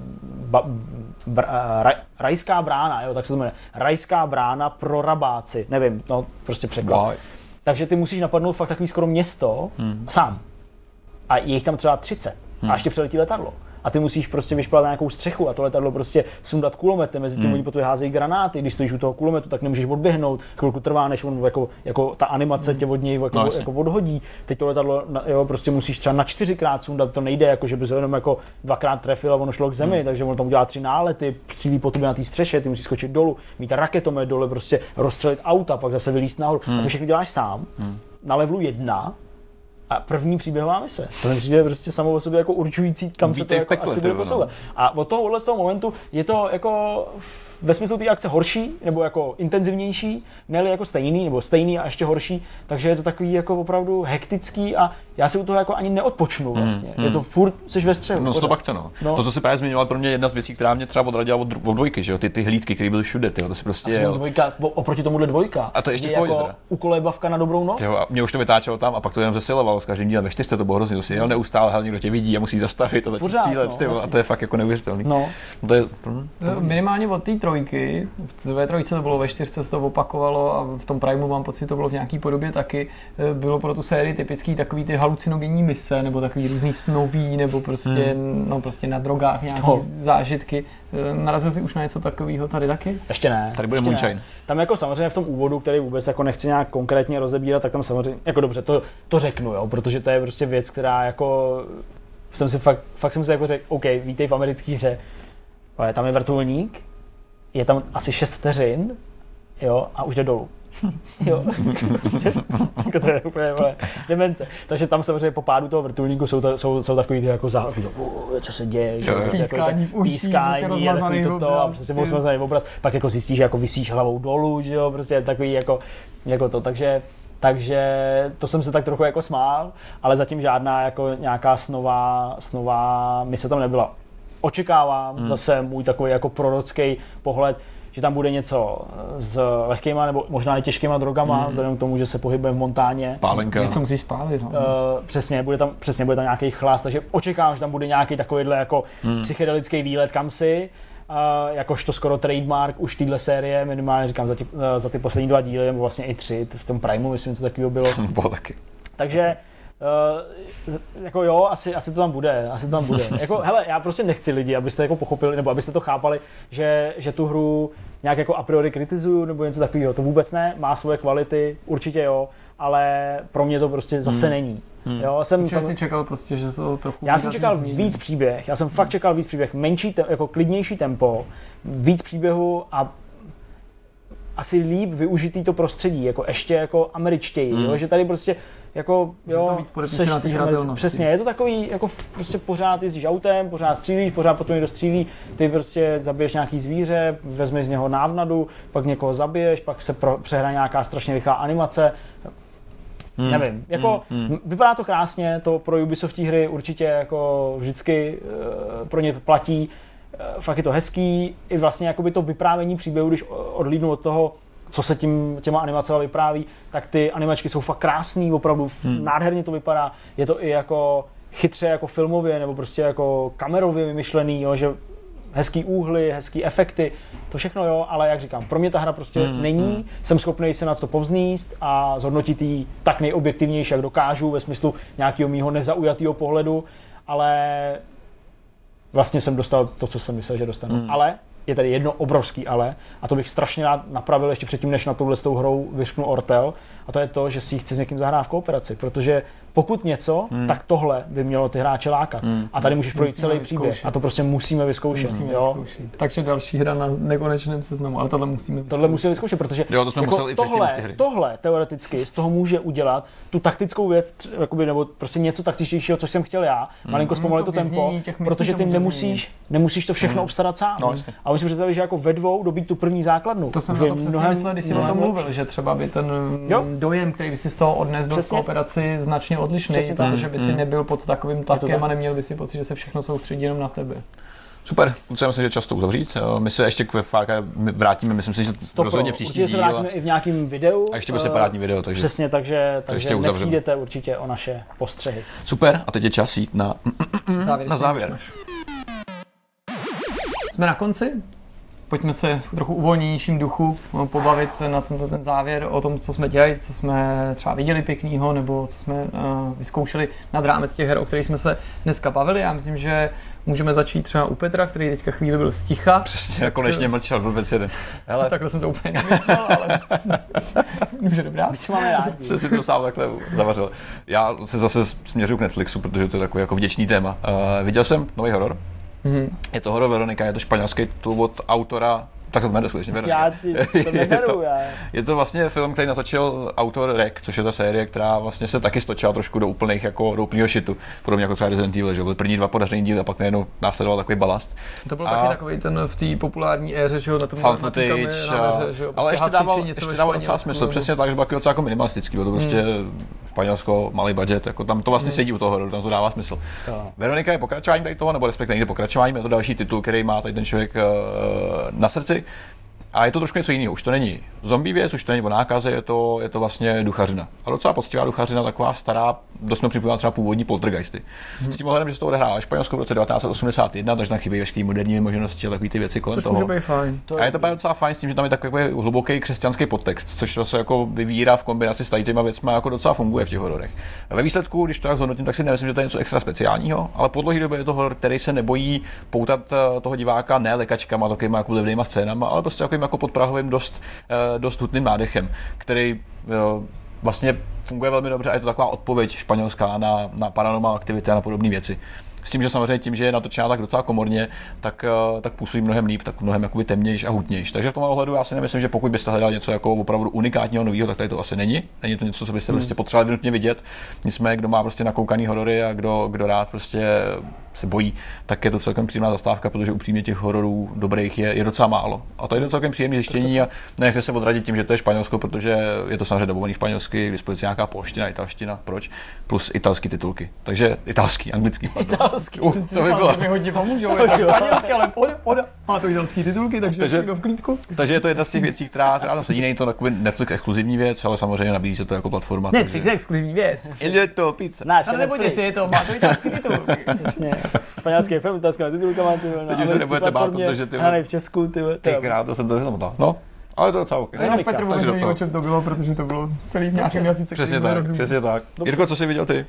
rajská brána, jo, tak se to jmenuje, rajská brána prorabáci, nevím, no prostě překlad. Takže ty musíš napadnout fakt takový skoro město sám. A je jich tam třeba 30 a ještě přiletí letadlo. A ty musíš prostě vyšplat na nějakou střechu a to letadlo prostě sundat kulometem, mezi tím oni po tobě házejí granáty, když stojíš u toho kulometu, tak nemůžeš odběhnout, chvilku trvá, než on jako ta animace tě od něj jako odhodí. Teď to letadlo jo, prostě musíš třeba na 4krát sundat, to nejde, jako že bys ho jenom jako 2krát trefil a ono šlo k zemi, takže on tam udělá 3 nálety, střílí po tobě na té střeše, ty musíš skočit dolů, mít raketomet dole, prostě rozstřelit auta, pak zase vylízt nahoru. A to všechno děláš sám na levelu 1. A první příběhová mise. To mi přijde prostě samo o sobě jako určující, kam se to jako asi bude posouvat. A od tohohle z toho momentu je to jako ve smyslu té akce horší, nebo jako intenzivnější, ne-li jako stejný, nebo stejný a ještě horší, takže je to takový jako opravdu hektický a já si u toho jako ani neodpočnu vlastně. Je to furt, jsi ve střehu. No to pak chce, no. To, co si právě zmiňoval, pro mě jedna z věcí, která mě třeba odradila od dvojky, že jo, ty hlídky, které byly všude, tyjo, to si prostě a dvojka, oproti tomuhle dvojka. A to ještě jako ukolébavka na dobrou noc. Jo, a mě už to vytáčelo tam a pak to jenom zesilovalo, s každým dílem ve 4 to bylo hrozně, to si jel neustále, hlavně kdo tě vidí a musí zastavit a začít střílet, a to je fakt jako neuvěřitelný. To je minimálně od té trojky, ve trojce to bylo, ve 4 se to opakovalo a v tom Primeu mám pocit, to bylo v nějaký podobě taky, bylo pro tu sérii typický takový ty halucinogenní mise, nebo takový různý snoví, nebo prostě, prostě na drogách nějaký zážitky. Narazil jsi už na něco takového tady taky? Ještě ne. Tady bude Moonshine. Tam jako samozřejmě v tom úvodu, který vůbec jako nechci nějak konkrétně rozebírat, tak tam samozřejmě, jako dobře, to řeknu, jo, protože to je prostě věc, která jako, jsem si fakt jsem si jako řekl, OK, vítej v americké hře, ale tam je vrtulník, je tam asi 6 vteřin, jo, a už jde dolů. Jo, prostě, jako to je úplně demence. Takže tam samozřejmě po pádu toho vrtulníku jsou takový ty jako záhledy, co se děje, že pískání v uších, pískání a takový toto a prostě rozmazaný obraz, pak jako zjistíš, že jako visíš hlavou dolů, že jo, prostě takový jako to, takže to jsem se tak trochu jako smál, ale zatím žádná jako nějaká snová mise tam nebyla. Očekávám zase můj takový jako prorocký pohled, že tam bude něco s lehkýma nebo možná i těžkýma drogama, vzhledem k tomu, že se pohybujeme v montáně. Pálenka. Něco musí spálit. No. Přesně, bude tam nějaký chlast, takže očekávám, že tam bude nějaký takovýhle jako psychedelický výlet kamsi. jakožto skoro trademark už téhle série, minimálně říkám za ty poslední 2 díly, nebo vlastně i 3, v tom Primeu, myslím, co takového bylo. Bylo taky. Takže jako jo, asi to tam bude, Jako, hele, já prostě nechci lidi, abyste jako pochopili, nebo abyste to chápali, že tu hru nějak jako a priori kritizuju, nebo něco takového, to vůbec ne, má svoje kvality, určitě jo, ale pro mě to prostě zase není. Jo, jsem čekal prostě, že to trochu... Já jsem čekal víc příběh, fakt čekal víc příběh, menší, jako klidnější tempo, víc příběhu a asi líp využitý to prostředí, jako ještě jako američtěji, jo, že tady prostě jako jo, přesně, je to takový, jako prostě pořád jezdíš autem, pořád střílíš, pořád potom někdo střílí, ty prostě zabiješ nějaký zvíře, vezmeš z něho návnadu, pak někoho zabiješ, pak se přehraje nějaká strašně rychlá animace. Nevím, jako vypadá to krásně, to pro Ubisoft hry určitě jako vždycky pro ně platí, fakt je to hezký, i vlastně jakoby to vyprávění příběhu, když odhlídnu od toho, co se těma animacema vypráví, tak ty animačky jsou fakt krásný, opravdu nádherně to vypadá, je to i jako chytře jako filmově nebo prostě jako kamerově vymyšlený, jo, že hezký úhly, hezký efekty, to všechno jo, ale jak říkám, pro mě ta hra prostě není, jsem schopný se na to povzníst a zhodnotit ji tak nejobjektivnější, jak dokážu, ve smyslu nějakého mýho nezaujatého pohledu, ale vlastně jsem dostal to, co jsem myslel, že dostanu. Ale je tady jedno obrovský ale, a to bych strašně rád napravil ještě předtím, než na touhletou hrou vyřknu Ortel, a to je to, že si ji chci s někým zahrát v kooperaci, protože pokud něco, tak tohle by mělo ty hráče lákat. A tady můžeš projít celý příběh a to prostě musíme vyzkoušet. Takže další hra na nekonečném seznamu, ale tohle musíme vyzkoušet, protože jo, to jsme museli tohle teoreticky z toho může udělat tu taktickou věc, jakoby, nebo prostě něco taktičtějšího, co jsem chtěl já, malinko zpomalit to tempo, protože ty nemusíš to všechno obstarat sám. A my si představit, že jako ve dvou dobít tu první základnu. To jsem na to přesně myslel, když jsi o tom mluvil, že třeba by ten dojem, který by si z toho odnesl, byl v kooperaci značně odlišný, protože by si nebyl pod takovým tlakem a neměl by si pocit, že se všechno soustředí jenom na tebe. Super, já myslím, že čas to uzavřít. My se ještě k Far Cry vrátíme, myslím si, že rozhodně příští díl. Určitě se vrátíme i v nějakým videu. A ještě bude separátní video, takže... Přesně, takže nepřijdete určitě o naše postřehy. Super, a teď je čas jít na závěr. Jsme na konci. Pojďme se v trochu uvolněnějším duchu pobavit na ten závěr o tom, co jsme dělali, co jsme třeba viděli pěknýho, nebo co jsme vyzkoušeli nad rámec těch her, o kterých jsme se dneska bavili. Já myslím, že můžeme začít třeba u Petra, který teďka chvíli byl sticha. Přesně, konečně mlčel, blbec jeden. Hele. Takhle jsem to úplně nemyslel, ale může dobrá. My si máme rádi. Jsem si to sám takhle zavařil. Já se zase směřuju k Netflixu, protože to je takový jako vděčný téma. Viděl jsem nový horor. Je to horor Veronika, je to španělský titul od autora, tak to jmenuje skutečně Veronika. Já ti to neberu, Je to vlastně film, který natočil autor REC, což je ta série, která vlastně se taky stočila trošku do úplného shitu. Podobně jako třeba Resident Evil, že byl první 2 podařený díly a pak najednou následoval takový balast. To byl taky takový ten v té populární éře, že jo, na tom found footage, ale ještě dával docela smysl, přesně tak, že byl docela jako minimalistický, bylo to prostě Španělsko, malý budget, jako tam to vlastně sedí u toho hororu, tam to dává smysl. Veronika je pokračování tady toho, nebo respektive není to pokračování, je to další titul, který má tady ten člověk na srdci. A je to trošku něco jiného, už to není zombie věc, už to není o nákaze, je to vlastně duchařina. A docela poctivá duchařina, taková stará, dost mi připomíná třeba původní poltergeisty. S tím ohledem, že se to odehrává Španělsko v roce 1981, takže tam chybějí veškeré moderní možnosti a takové ty věci kolem toho. Což může být fajn. A je to docela fajn s tím, že tam je takový hluboký křesťanský podtext, což se jako vyvírá v kombinaci s těma věcmi, jako docela funguje v těch hororech. Ve výsledku, když to tak zhodnotím, tak si nemyslím, že to je něco extra speciálního, ale po dlouhé době je to horor, který se nebojí poutat toho diváka ne lekačkama, takovýma jako levnýma scénama, ale prostě takovým jako podprahovým dost hutným nádechem, který vlastně funguje velmi dobře a je to taková odpověď španělská na paranormální aktivity a na podobné věci. S tím, že samozřejmě tím, že je natočená tak docela komorně, tak působí mnohem líp, tak mnohem jakoby temnější a hutnější. Takže v tom ohledu já si nemyslím, že pokud byste hledali něco jako opravdu unikátního nového, tak tady to asi není. Není to něco, co byste prostě potřebovali nutně vidět. Nicméně, kdo má prostě nakoukaný horory a kdo rád prostě se bojí, tak je to celkem příjemná zastávka, protože upřímně těch hororů dobrých je docela málo. A to je to celkem příjemné zjištění a nenechte se odradit tím, že to je Španělsko, protože je to samozřejmě dabovaný španělsky, k dispozici nějaká polština, italština, proč? Plus italský titulky. Takže italský, anglický. To by bylo. To mi hodně pomůžou, je to španělské, ale poda. Má to italský titulky, takže všechno v klídku. Takže je to jedna z těch věcí, která zase není to takový Netflix exkluzivní věc, ale samozřejmě nabízí se to jako platforma. Netflix je exkluzivní věc. Je to pizza. Ale nebojte si, má to italský titulky. Španělský film s italskými titulkama, ty vole, na americké platformě, hranej v Česku, ty vole. Tykrát, to jsem to neznamenal. No, ale to docela ok. Jenom Petr vůbec neví, o čem to bylo, protože to bylo celý v nějakém jazyce. Přesně tak. Jirko, co jsi viděl ty?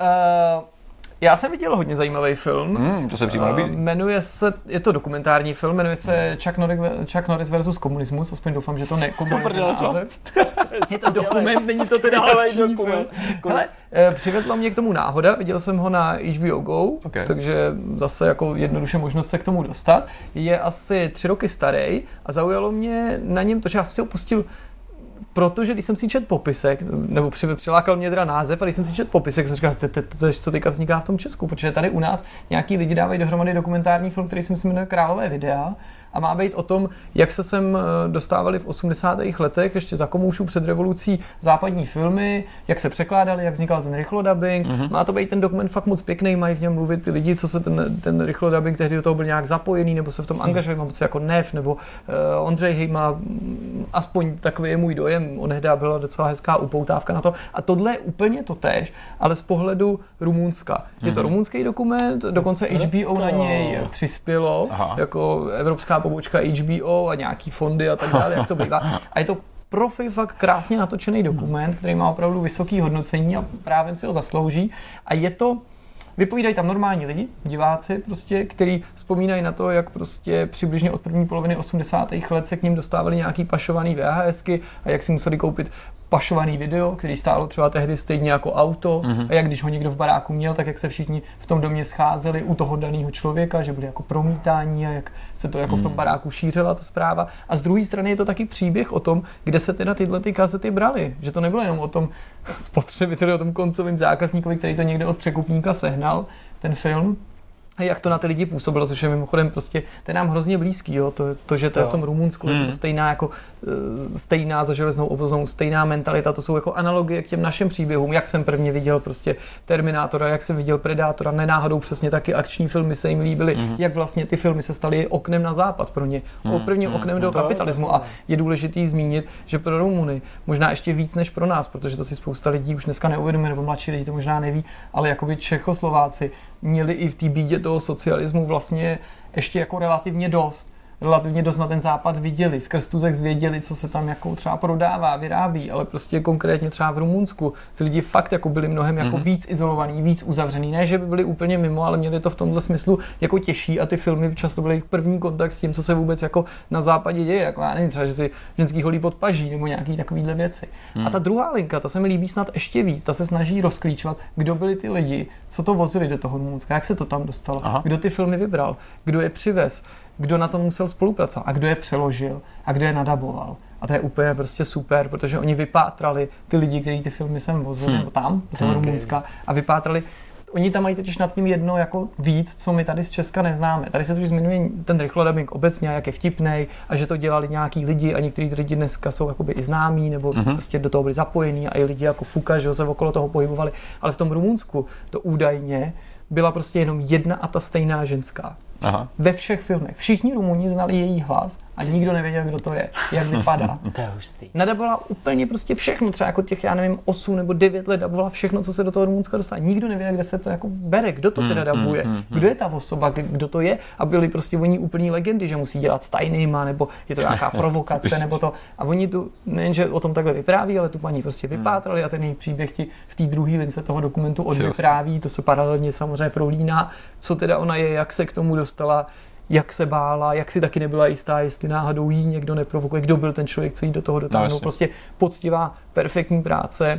Já jsem viděl hodně zajímavý film. To se přímo nabízí. Jmenuje se, je to dokumentární film, jmenuje se Chuck Norris versus komunismus, aspoň doufám, že to nekomunitní název. Je to dokument, není to teda akční film. Hele, přivedla mě k tomu náhoda, viděl jsem ho na HBO Go, takže zase jako jednoduše možnost se k tomu dostat. Je asi 3 roky starý a zaujalo mě na něm to, že já jsem si ho pustil, protože když jsem si četl popisek, nebo přilákal mě teda název, a když jsem si četl popisek, jsem říkal, co teďka vzniká v tom Česku, protože tady u nás nějaký lidi dávají dohromady dokumentární film, který se myslím jmenuje Králové videa a má být o tom, jak se sem dostávali v 80. letech, ještě za komoušů před revolucí, západní filmy, jak se překládali, jak vznikal ten rychlodubbing. Má to být ten dokument fakt moc pěkný, mají v něm mluvit ty lidi, co se ten rychlodubbing tehdy do toho byl nějak zapojený, nebo se v tom angažovali, mám jako Nev, nebo Ondřej Hejma, aspoň takový je můj dojem, onehdy byla docela hezká upoutávka na to. A tohle je úplně totéž, ale z pohledu Rumunska. Je to rumunský dokument, dokonce HBO na něj přispělo, jako evropská pobočka HBO a nějaký fondy a tak dále, jak to bývá. A je to fakt krásně natočený dokument, který má opravdu vysoké hodnocení a právě si ho zaslouží. A je to, vypovídají tam normální lidi, diváci prostě, kteří vzpomínají na to, jak prostě přibližně od první poloviny 80. let se k ním dostávali nějaký pašovaný VHSky a jak si museli koupit pašovaný video, který stálo třeba tehdy stejně jako auto, a jak když ho někdo v baráku měl, tak jak se všichni v tom domě scházeli u toho daného člověka, že byli jako promítání a jak se to jako v tom baráku šířila ta zpráva. A z druhé strany je to taky příběh o tom, kde se teda tyhle ty kazety braly, že to nebylo jenom o tom spotřebiteli, o tom koncovém zákazníkovi, který to někde od překupníka sehnal, ten film. A jak to na ty lidi působilo, což je mimochodem prostě, to je nám hrozně blízký, jo? To, že to je v tom Rumunsku, je to stejná za železnou obozou, stejná mentalita, to jsou jako analogie k těm našim příběhům, jak jsem prvně viděl prostě Terminátora, jak jsem viděl Predátora, nenáhodou přesně taky akční filmy se jim líbily, jak vlastně ty filmy se staly oknem na západ pro ně, prvním oknem do kapitalismu. A je důležitý zmínit, že pro Rumuny, možná ještě víc než pro nás, protože to si spousta lidí už dneska neuvědomuje, nebo mladší lidi to možná neví, ale jakoby Čechoslováci měli i v té bídě toho socialismu vlastně ještě jako relativně dost na ten západ viděli, skrz Tuzek zvěděli, co se tam jako třeba prodává, vyrábí, ale prostě konkrétně třeba v Rumunsku ty lidi fakt jako byli mnohem jako víc izolovaný, víc uzavřený, ne, že by byli úplně mimo, ale měli to v tomhle smyslu jako těžší a ty filmy často byly jejich první kontakt s tím, co se vůbec jako na západě děje, jako já nevím, třeba, že si ženský holí pod paží nebo nějaký takovýhle věci. A ta druhá linka, ta se mi líbí snad ještě víc, ta se snaží rozklíčovat, kdo byli ty lidi, co to vozili do toho Rumunska, jak se to tam dostalo, kdo ty filmy vybral, kdo je přivez, kdo na tom musel spolupracovat a kdo je přeložil a kdo je nadaboval. A to je úplně prostě super, protože oni vypátrali ty lidi, kteří ty filmy sem vozili, nebo tam, do toho Rumunska, a vypátrali. Oni tam mají totiž nad tím jedno jako víc, co my tady z Česka neznáme. Tady se totiž zmiňuje ten rychlodubbing obecně, jak je vtipnej a že to dělali nějaký lidi a některý lidi dneska jsou jakoby i známí nebo prostě do toho byli zapojení a i lidi jako Fuka, že se okolo toho pohybovali. Ale v tom Rumunsku to údajně byla prostě jenom jedna a ta stejná ženská. Ve všech filmech. Všichni Rumuni znali její hlas a nikdo nevěděl, kdo to je, jak vypadá. To je hustý. Nadabovala úplně prostě všechno, třeba jako těch, já nevím, 8 nebo 9 let dabovala všechno, co se do toho Rumunska dostalo. Nikdo nevěděl, kde se to jako bere, kdo to teda dabuje, kdo je ta osoba, kdo to je, a byli prostě oni úplní legendy, že musí dělat s tajnýma, nebo je to nějaká provokace, nebo to. A oni tu, nejenže o tom takhle vypráví, ale tu paní prostě vypátrali a ten její příběh ti v té druhé lince toho dokumentu odvypráví, to se paralelně samozřejmě prolíná, co teda ona je, jak se k tomu dostala, jak se bála, jak si taky nebyla jistá, jestli náhodou jí někdo neprovokuje, kdo byl ten člověk, co jí do toho dotáhnul. Prostě poctivá, perfektní práce.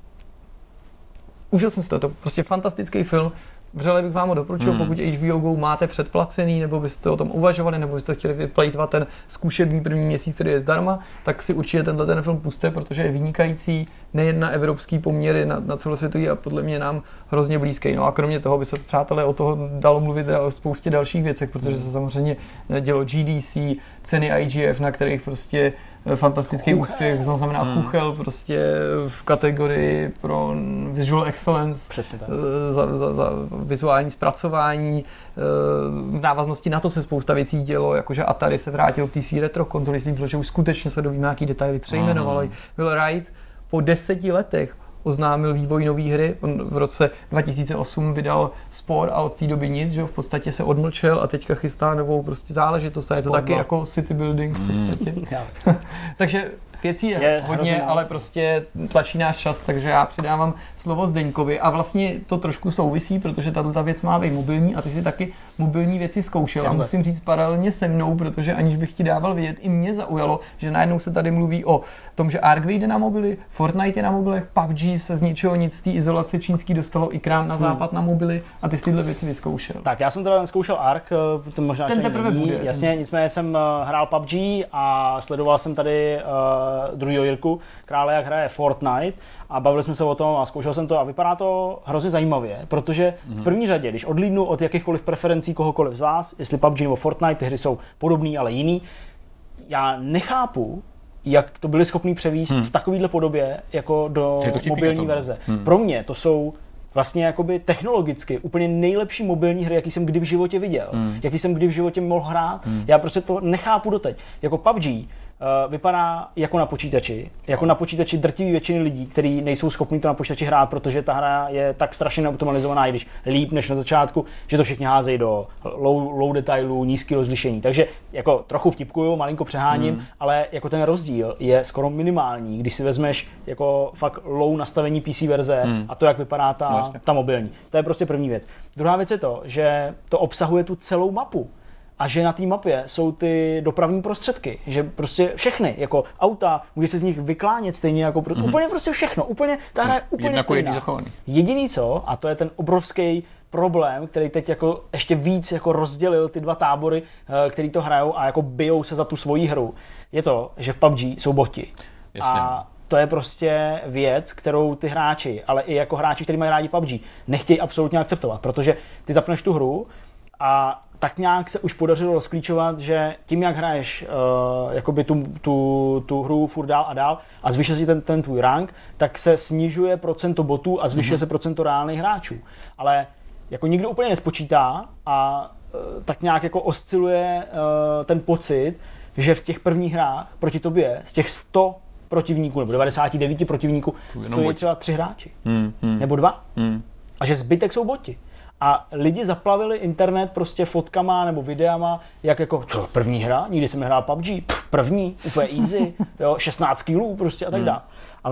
Užil jsem si to, prostě fantastický film. Vřele bych vám ho doporučil, pokud HBO Go máte předplacený, nebo byste o tom uvažovali, nebo byste chtěli vyplejtvat ten zkušební první měsíc, který je zdarma, tak si určitě ten film pusťte, protože je vynikající nejen na evropský poměry, na celosvětový a podle mě nám hrozně blízký. No a kromě toho by se, přátelé, o toho dalo mluvit o spoustě dalších věcech, protože se samozřejmě dělo GDC, ceny IGF, na kterých prostě fantastický úspěch, znamená Kuchel prostě v kategorii pro Visual Excellence, za vizuální zpracování. V návaznosti na to se spousta věcí dělo, jakože Atari se vrátil k té svý retro konzoli, slíbil, že už skutečně se dovíme nějaký detaily, přejmenovali. Will Wright po 10 letech oznámil vývoj nové hry. On v roce 2008 vydal Spore a od té doby nic, že v podstatě se odmlčel a teďka chystá novou prostě záležitost. A je to taky jako city building v podstatě. Takže věcí je hodně, ale prostě tlačí náš čas, takže já přidávám slovo Zdeňkovi a vlastně to trošku souvisí, protože tato věc má být mobilní a ty si taky mobilní věci zkoušel a musím říct paralelně se mnou, protože aniž bych ti dával vědět, i mě zaujalo, že najednou se tady mluví o tom, že Ark vyjde na mobily, Fortnite je na mobilech, PUBG se z ničeho nic z té izolace čínský dostalo i k nám na západ na mobily a ty jsi tyhle věci vyzkoušel. Tak já jsem teda zkoušel Ark, to možná ten teprve bude. Jasně, nicméně jsem hrál PUBG a sledoval jsem tady druhýho Jirku Krále, jak hraje Fortnite a bavili jsme se o tom a zkoušel jsem to a vypadá to hrozně zajímavě, protože v první řadě, když odlídnu od jakýchkoliv preferencí kohokoliv z vás, jestli PUBG nebo Fortnite, ty hry jsou podobný, ale jiný, já nechápu, jak to byli schopní převést v takovéhle podobě jako do mobilní verze. Pro mě to jsou vlastně jakoby technologicky úplně nejlepší mobilní hry, jaký jsem kdy v životě viděl, jaký jsem kdy v životě mohl hrát. Já prostě to nechápu doteď. Jako PUBG vypadá jako na počítači drtivé většiny lidí, kteří nejsou schopni to na počítači hrát, protože ta hra je tak strašně neoptimalizovaná, i když líp než na začátku, že to všichni házejí do low detailů, nízký rozlišení. Takže jako trochu vtipkuju, malinko přeháním, ale jako ten rozdíl je skoro minimální, když si vezmeš jako fakt low nastavení PC verze a to, jak vypadá ta mobilní. To je prostě první věc. Druhá věc je to, že to obsahuje tu celou mapu. A že na té mapě jsou ty dopravní prostředky, že prostě všechny, jako auta, může se z nich vyklánět stejně jako úplně prostě všechno, úplně, ta hra je úplně stejná. Jediný co, a to je ten obrovský problém, který teď jako ještě víc jako rozdělil ty dva tábory, který to hrajou a jako bijou se za tu svoji hru, je to, že v PUBG jsou boti. Jasně. A to je prostě věc, kterou ty hráči, ale i jako hráči, kteří mají rádi PUBG, nechtějí absolutně akceptovat, protože ty zapneš tu hru a tak nějak se už podařilo rozklíčovat, že tím, jak hraješ jakoby tu hru furt dál a dál a zvyšuje si ten tvůj rank, tak se snižuje procento botů a zvyšuje se procento reálných hráčů. Ale jako nikdo úplně nespočítá a tak nějak jako osciluje ten pocit, že v těch prvních hrách proti tobě z těch 100 protivníků nebo 99 protivníků stojí třeba 3 hráči. Nebo 2. A že zbytek jsou boti. A lidi zaplavili internet prostě fotkama nebo videama, jak jako první hra, nikdy jsem nehrál PUBG, první, úplně easy, jo, 16 kilů prostě a tak dále. A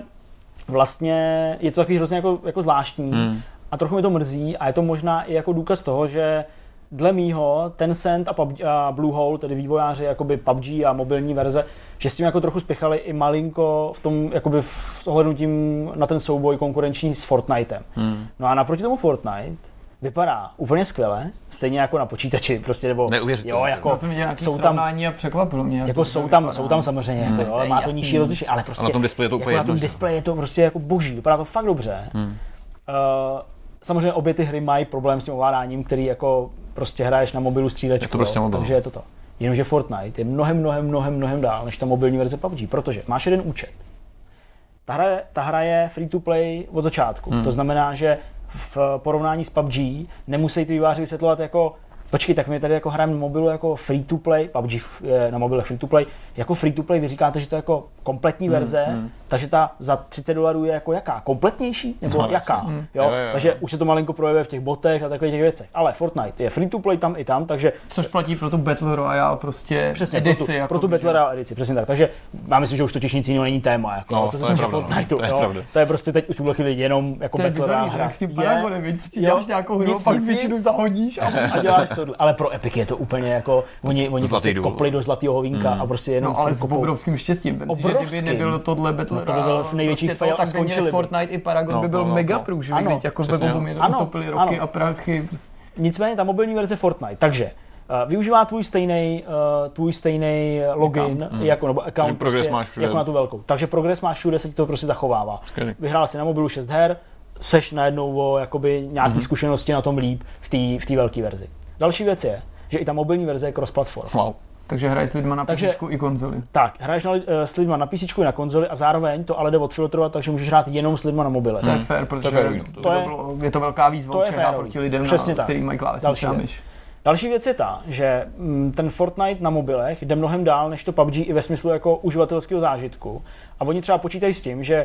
vlastně je to takový hrozně jako zvláštní a trochu mi to mrzí a je to možná i jako důkaz toho, že dle mýho Tencent a Bluehole, tedy vývojáři jakoby PUBG a mobilní verze, že s tím jako trochu spěchali i malinko v tom jakoby s ohlednutím na ten souboj konkurenční s Fortnitem. No a naproti tomu Fortnite vypadá úplně skvěle, stejně jako na počítači, prostě nebo neuvěřitelné. Jo, jako jsou tam a překvapilo mě. Jako jsou tam samozřejmě, jako, má to nižší rozlišení, ale prostě na tom displeji je to úplně jako na tom displeji je to prostě jako boží, vypadá to fakt dobře. Samozřejmě obě ty hry mají problém s tím ovládáním, který jako prostě hraješ na mobilu střílečku, prostě takže je to. Jenomže Fortnite je mnohem dál než ta mobilní verze PUBG, protože máš jeden účet. Ta hra je free to play od začátku, to znamená, že v porovnání s PUBG nemusí ty vývojáři vysvětlovat jako počkej, tak my tady jako hrajeme na mobilu jako free to play, PUBG je na mobile free to play, jako free to play vy říkáte, že to je jako kompletní verze, takže ta za $30 je jako jaká? Kompletnější? Nebo jaká? Jo? Takže už se to malinko projevuje v těch botech a takových těch věcech. Ale Fortnite je free to play tam i tam, takže... Což platí pro tu Battle Royale prostě přesně, edici. Pro tu Battle Royale edici, přesně tak. Takže já myslím, že už totiž nic jiného není téma. Jako, co se týče Fortniteu. To je prostě teď už tuhle chvíli jenom jako Battle Royale hra. Jak s tím Paragonem, prostě děláš nějakou hru, pak většinu zahodíš a děláš to. Ale pro Epic je to úplně jako, oni prostě kopli do zlatého hovínka a prostě jenom... No ale s obrovským štěstím, protože kdyby nebylo tohle Battle Royale, to by byl v největší fail a skončili. Fortnite i Paragon by byl mega průšvih, jako ve obou utopili roky a prachy. Nicméně ta mobilní verze Fortnite, takže využívá tvůj stejný login jako, nebo account prostě, jako na tu velkou. Takže progres máš všude, se ti to prostě zachovává. Vyhrál si na mobilu 6 her, seš najednou o jakoby nějaký zkušenosti na tom líp v té velké verzi. Další věc je, že i ta mobilní verze je cross-platform. Wow. Takže hraješ s lidma na PC i konzoli. Tak, hraješ s lidma na PC i na konzoli a zároveň to ale jde odfiltrovat, takže můžeš hrát jenom s lidma na mobile. To je fair, protože je to velká výzva proti lidem, který mají klávesnici a myš. Další věc je ta, že ten Fortnite na mobilech jde mnohem dál než to PUBG i ve smyslu jako uživatelského zážitku. A oni třeba počítají s tím, že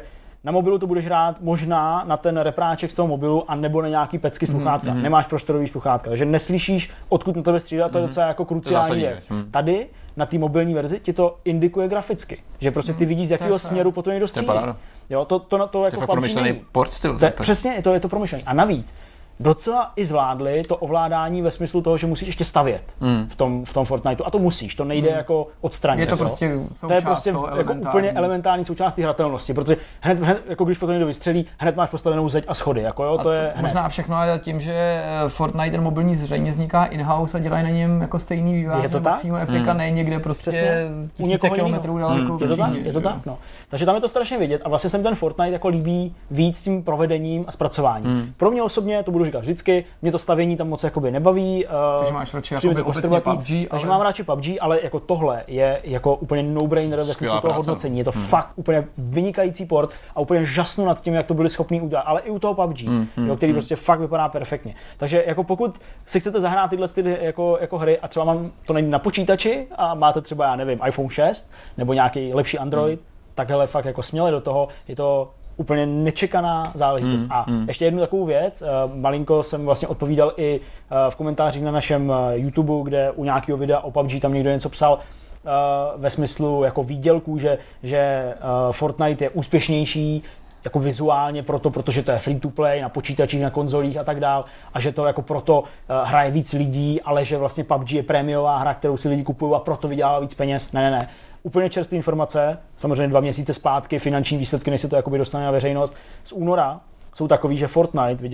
Na mobilu to budeš hrát možná na ten repráček z toho mobilu a nebo na nějaký pecky sluchátka. Nemáš prostorový sluchátka, takže neslyšíš, odkud na tebe střídá, to je docela jako kruciální věc. Tady na té mobilní verzi ti to indikuje graficky, že prostě ty vidíš, z jakého směru potom někdo střílí. Jo, to jako fakt promyšlený port. Přesně, je to promyšlený. A navíc docela i zvládli to ovládání ve smyslu toho, že musíš ještě stavět v tom Fortniteu. A to musíš, to nejde jako odstranit. Je to prostě součást toho jako úplně elementární součást hratelnosti, protože hned jako když potom někdo vystřelí, hned máš postavenou zeď a schody. Jako jo, to je možná všechno ale tím, že Fortnite ten mobilní zřejmě vzniká in-house a dělají na něm jako stejný vývář, nebo přímo Epica, ne někde prostě tisíce kilometrů daleko. Je to tak, no. Takže tam je to strašně vidět a vlastně se mi ten Fortnite jako líbí víc tím provedením a zpracováním. Pro mě osobně to budu říkat vždycky, mě to stavění tam moc jakoby nebaví. Takže máš radši jakoby obecně PUBG. Takže mám radši PUBG, ale jako tohle je jako úplně no-brainer ve smyslu toho hodnocení. Je to fakt úplně vynikající port a úplně žasnu nad tím, jak to byli schopni udělat. Ale i u toho PUBG, který prostě fakt vypadá perfektně. Takže jako pokud si chcete zahrát tyhle jako hry a třeba to není na počítači a máte třeba, já nevím, iPhone 6 nebo nějaký lepší Android, tak hele fakt jako směle do toho, je to úplně nečekaná záležitost. A ještě jednu takovou věc, malinko jsem vlastně odpovídal i v komentářích na našem YouTube, kde u nějakého videa o PUBG tam někdo něco psal ve smyslu jako výdělků, že Fortnite je úspěšnější jako vizuálně protože to je free to play na počítačích, na konzolích a tak dál a že to jako proto hraje víc lidí, ale že vlastně PUBG je prémiová hra, kterou si lidi kupují a proto vydělává víc peněz. Ne. Úplně čerstvé informace, samozřejmě 2 měsíce zpátky, finanční výsledky, než se to jakoby dostane na veřejnost. Z února jsou takový, že Fortnite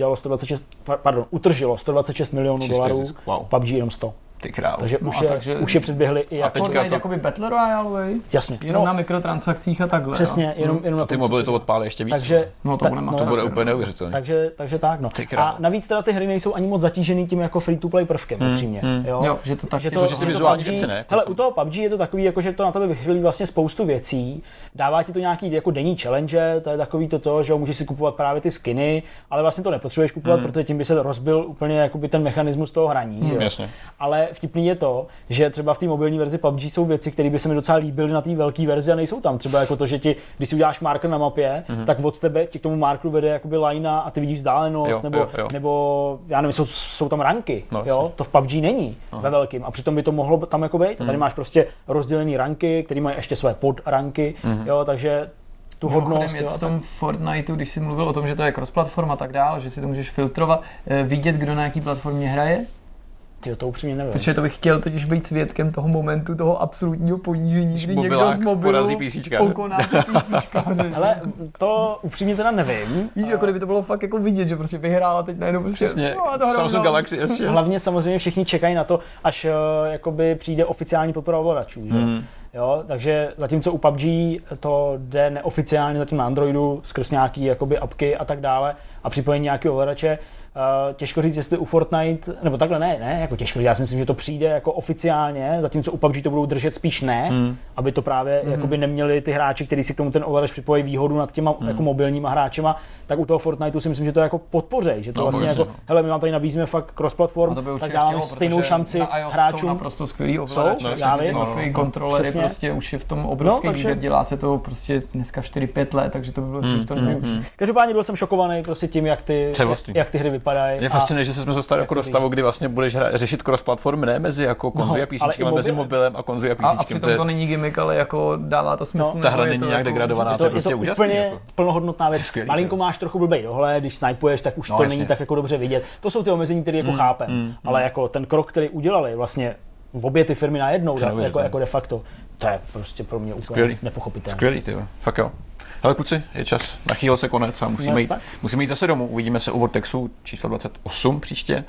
utržilo 126 milionů dolarů, PUBG jenom 100. Ty krávo. Takže už je předběhli i jako Fortnite jakoby Battle Royale, jasně. Jenom na mikrotransakcích a takhle. Přesně, jenom a ty mobily to odpálí ještě víc. Takže to bude úplně neuvěřitelné. Takže tak, no. A navíc teda ty hry nejsou ani moc zatížený tím jako free to play prvkem, upřímně. Jo, že to tak že si vizuální věci, ne? Hele, u toho PUBG je to takový, jako že to na tebe vychylí vlastně spoustu věcí. Dává ti to nějaký jako denní challenge, to je takový to, že můžeš si kupovat právě ty skiny, ale vlastně to nepotřebuješ kupovat, protože tím by se rozbil úplně jakoby ten mechanismus toho hraní, že jo. Ale vtipný je to, že třeba v té mobilní verzi PUBG jsou věci, které by se mi docela líbily na té velké verzi a nejsou tam. Třeba jako to, že když si uděláš marker na mapě, tak od tebe ti k tomu markeru vede jakoby linea a ty vidíš vzdálenost, nebo já nevím, jsou tam ranky, jo? To v PUBG není ve velkým a přitom by to mohlo tam jako být. Tady máš prostě rozdělený ranky, které mají ještě své podranky, jo, takže tu hodnost. Je v tom Fortniteu, když jsi mluvil o tom, že to je cross-platform a tak dále, že si to můžeš filtrovat, vidět, kdo na jaký platformě hraje? Tyjo, to upřímně nevím. Protože to bych chtěl totiž být svědkem toho momentu, toho absolutního ponížení, kdy někdo z mobilu pokoná písíčkáře. Ale to upřímně teda nevím. Víš, jako kdyby to bylo fakt jako vidět, že prostě vyhrála teď najednou prostě. Přesně, Samsung Galaxy S6. Hlavně samozřejmě všichni čekají na to, až jakoby přijde oficiální podpora ovladačů. Jo, takže zatímco u PUBG to jde neoficiálně zatím na Androidu skrz nějaký jakoby apky a tak dále a připojení nějakého ovladače, těžko říct, jestli u Fortnite, nebo takhle ne, jako těžko říct, já si myslím, že to přijde jako oficiálně, zatímco u PUBG to budou držet spíš aby to právě jakoby neměli ty hráči, kteří si k tomu ten ovladač připojí výhodu nad těma jako mobilníma hráčema, tak u toho Fortniteu si myslím, že to jako podpořej, že to vlastně jako, hele, my vám tady nabízíme fakt cross-platform, tak dáme stejnou šanci hráčům. Jsou naprosto skvělý ovladače, kontrolery prostě už je v tom obrovský výběr, dělá se to prostě dneska 4-5 let, takže to by bylo to nevyužít. Každopádně byl jsem šokovaný prostě tím, jak ty hry vypadají. Mě fascinuje, že jsme dostali jako do stavu, kdy vlastně budeš řešit cross-platform ne mezi jako konzoli a písničkem, ale mezi mobilem a konzoli a písničkem. A přitom to není gimmick, ale jako dává to smysl. Ta hra není nějak degradovaná, to je prostě úžasný. Je to úplně plnohodnotná věc. Malinko máš trochu blbej dohled, když snipuješ, tak už to není tak jako dobře vidět. To jsou ty omezení, které jako chápem, ale jako ten krok, který udělali vlastně v obě ty firmy najednou, jako de facto, to je prostě pro mě úplně nepochopitelné. Skvělý, ty fakt jo. Hele kluci, je čas, nachýlil se konec a musíme jít zase domů. Uvidíme se u Vortexu číslo 28 příště.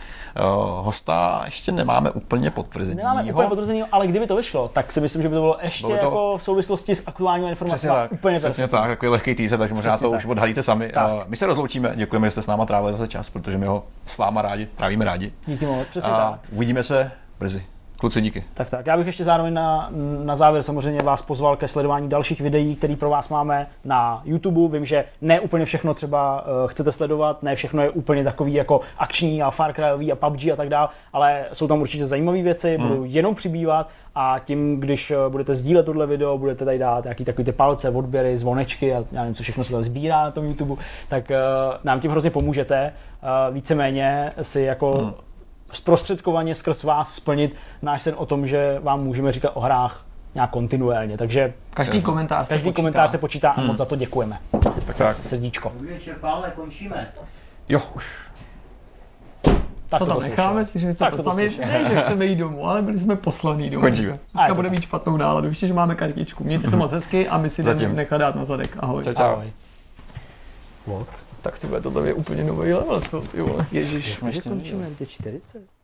Hosta ještě nemáme úplně potvrzený. Ale kdyby to vyšlo, tak si myslím, že by to bylo ještě jako v souvislosti s aktuálními informacemi. Přesně tak, takový lehký teaser, takže možná to už odhalíte sami. My se rozloučíme, děkujeme, že jste s náma trávili zase čas, protože my ho s váma trávíme rádi. Díky moc, přesně tak. Uvidíme se brzy. Kluci, díky. Tak. Já bych ještě zároveň na závěr samozřejmě vás pozval ke sledování dalších videí, které pro vás máme na YouTube. Vím, že ne úplně všechno třeba chcete sledovat, ne všechno je úplně takový jako akční a Far Cryový a PUBG a tak dál, ale jsou tam určitě zajímavé věci, budou jenom přibývat a tím, když budete sdílet tohle video, budete tady dát nějaký takový ty palce, odběry, zvonečky a já nevím, co všechno se tam sbírá na tom YouTube, tak nám tím hrozně pomůžete. Víceméně si jako zprostředkovaně skrz vás splnit náš sen o tom, že vám můžeme říkat o hrách nějak kontinuálně. Takže každý komentář se počítá a moc za to děkujeme. Tak srdíčko. Dobrý večer, pánové, končíme. Jo, už. Tak to tam necháme, slyšeli jste to sami, ne, že chceme jít domů, ale byli jsme poslaní domů. Končíme. Dneska bude mít špatnou náladu, ještě, že máme kartičku. Mějte se moc hezky a my si jdeme nechat dát na zadek. Ahoj. Čau. Ahoj. Tak tohle je úplně nový level, co? Ježiš. Končíme, 40.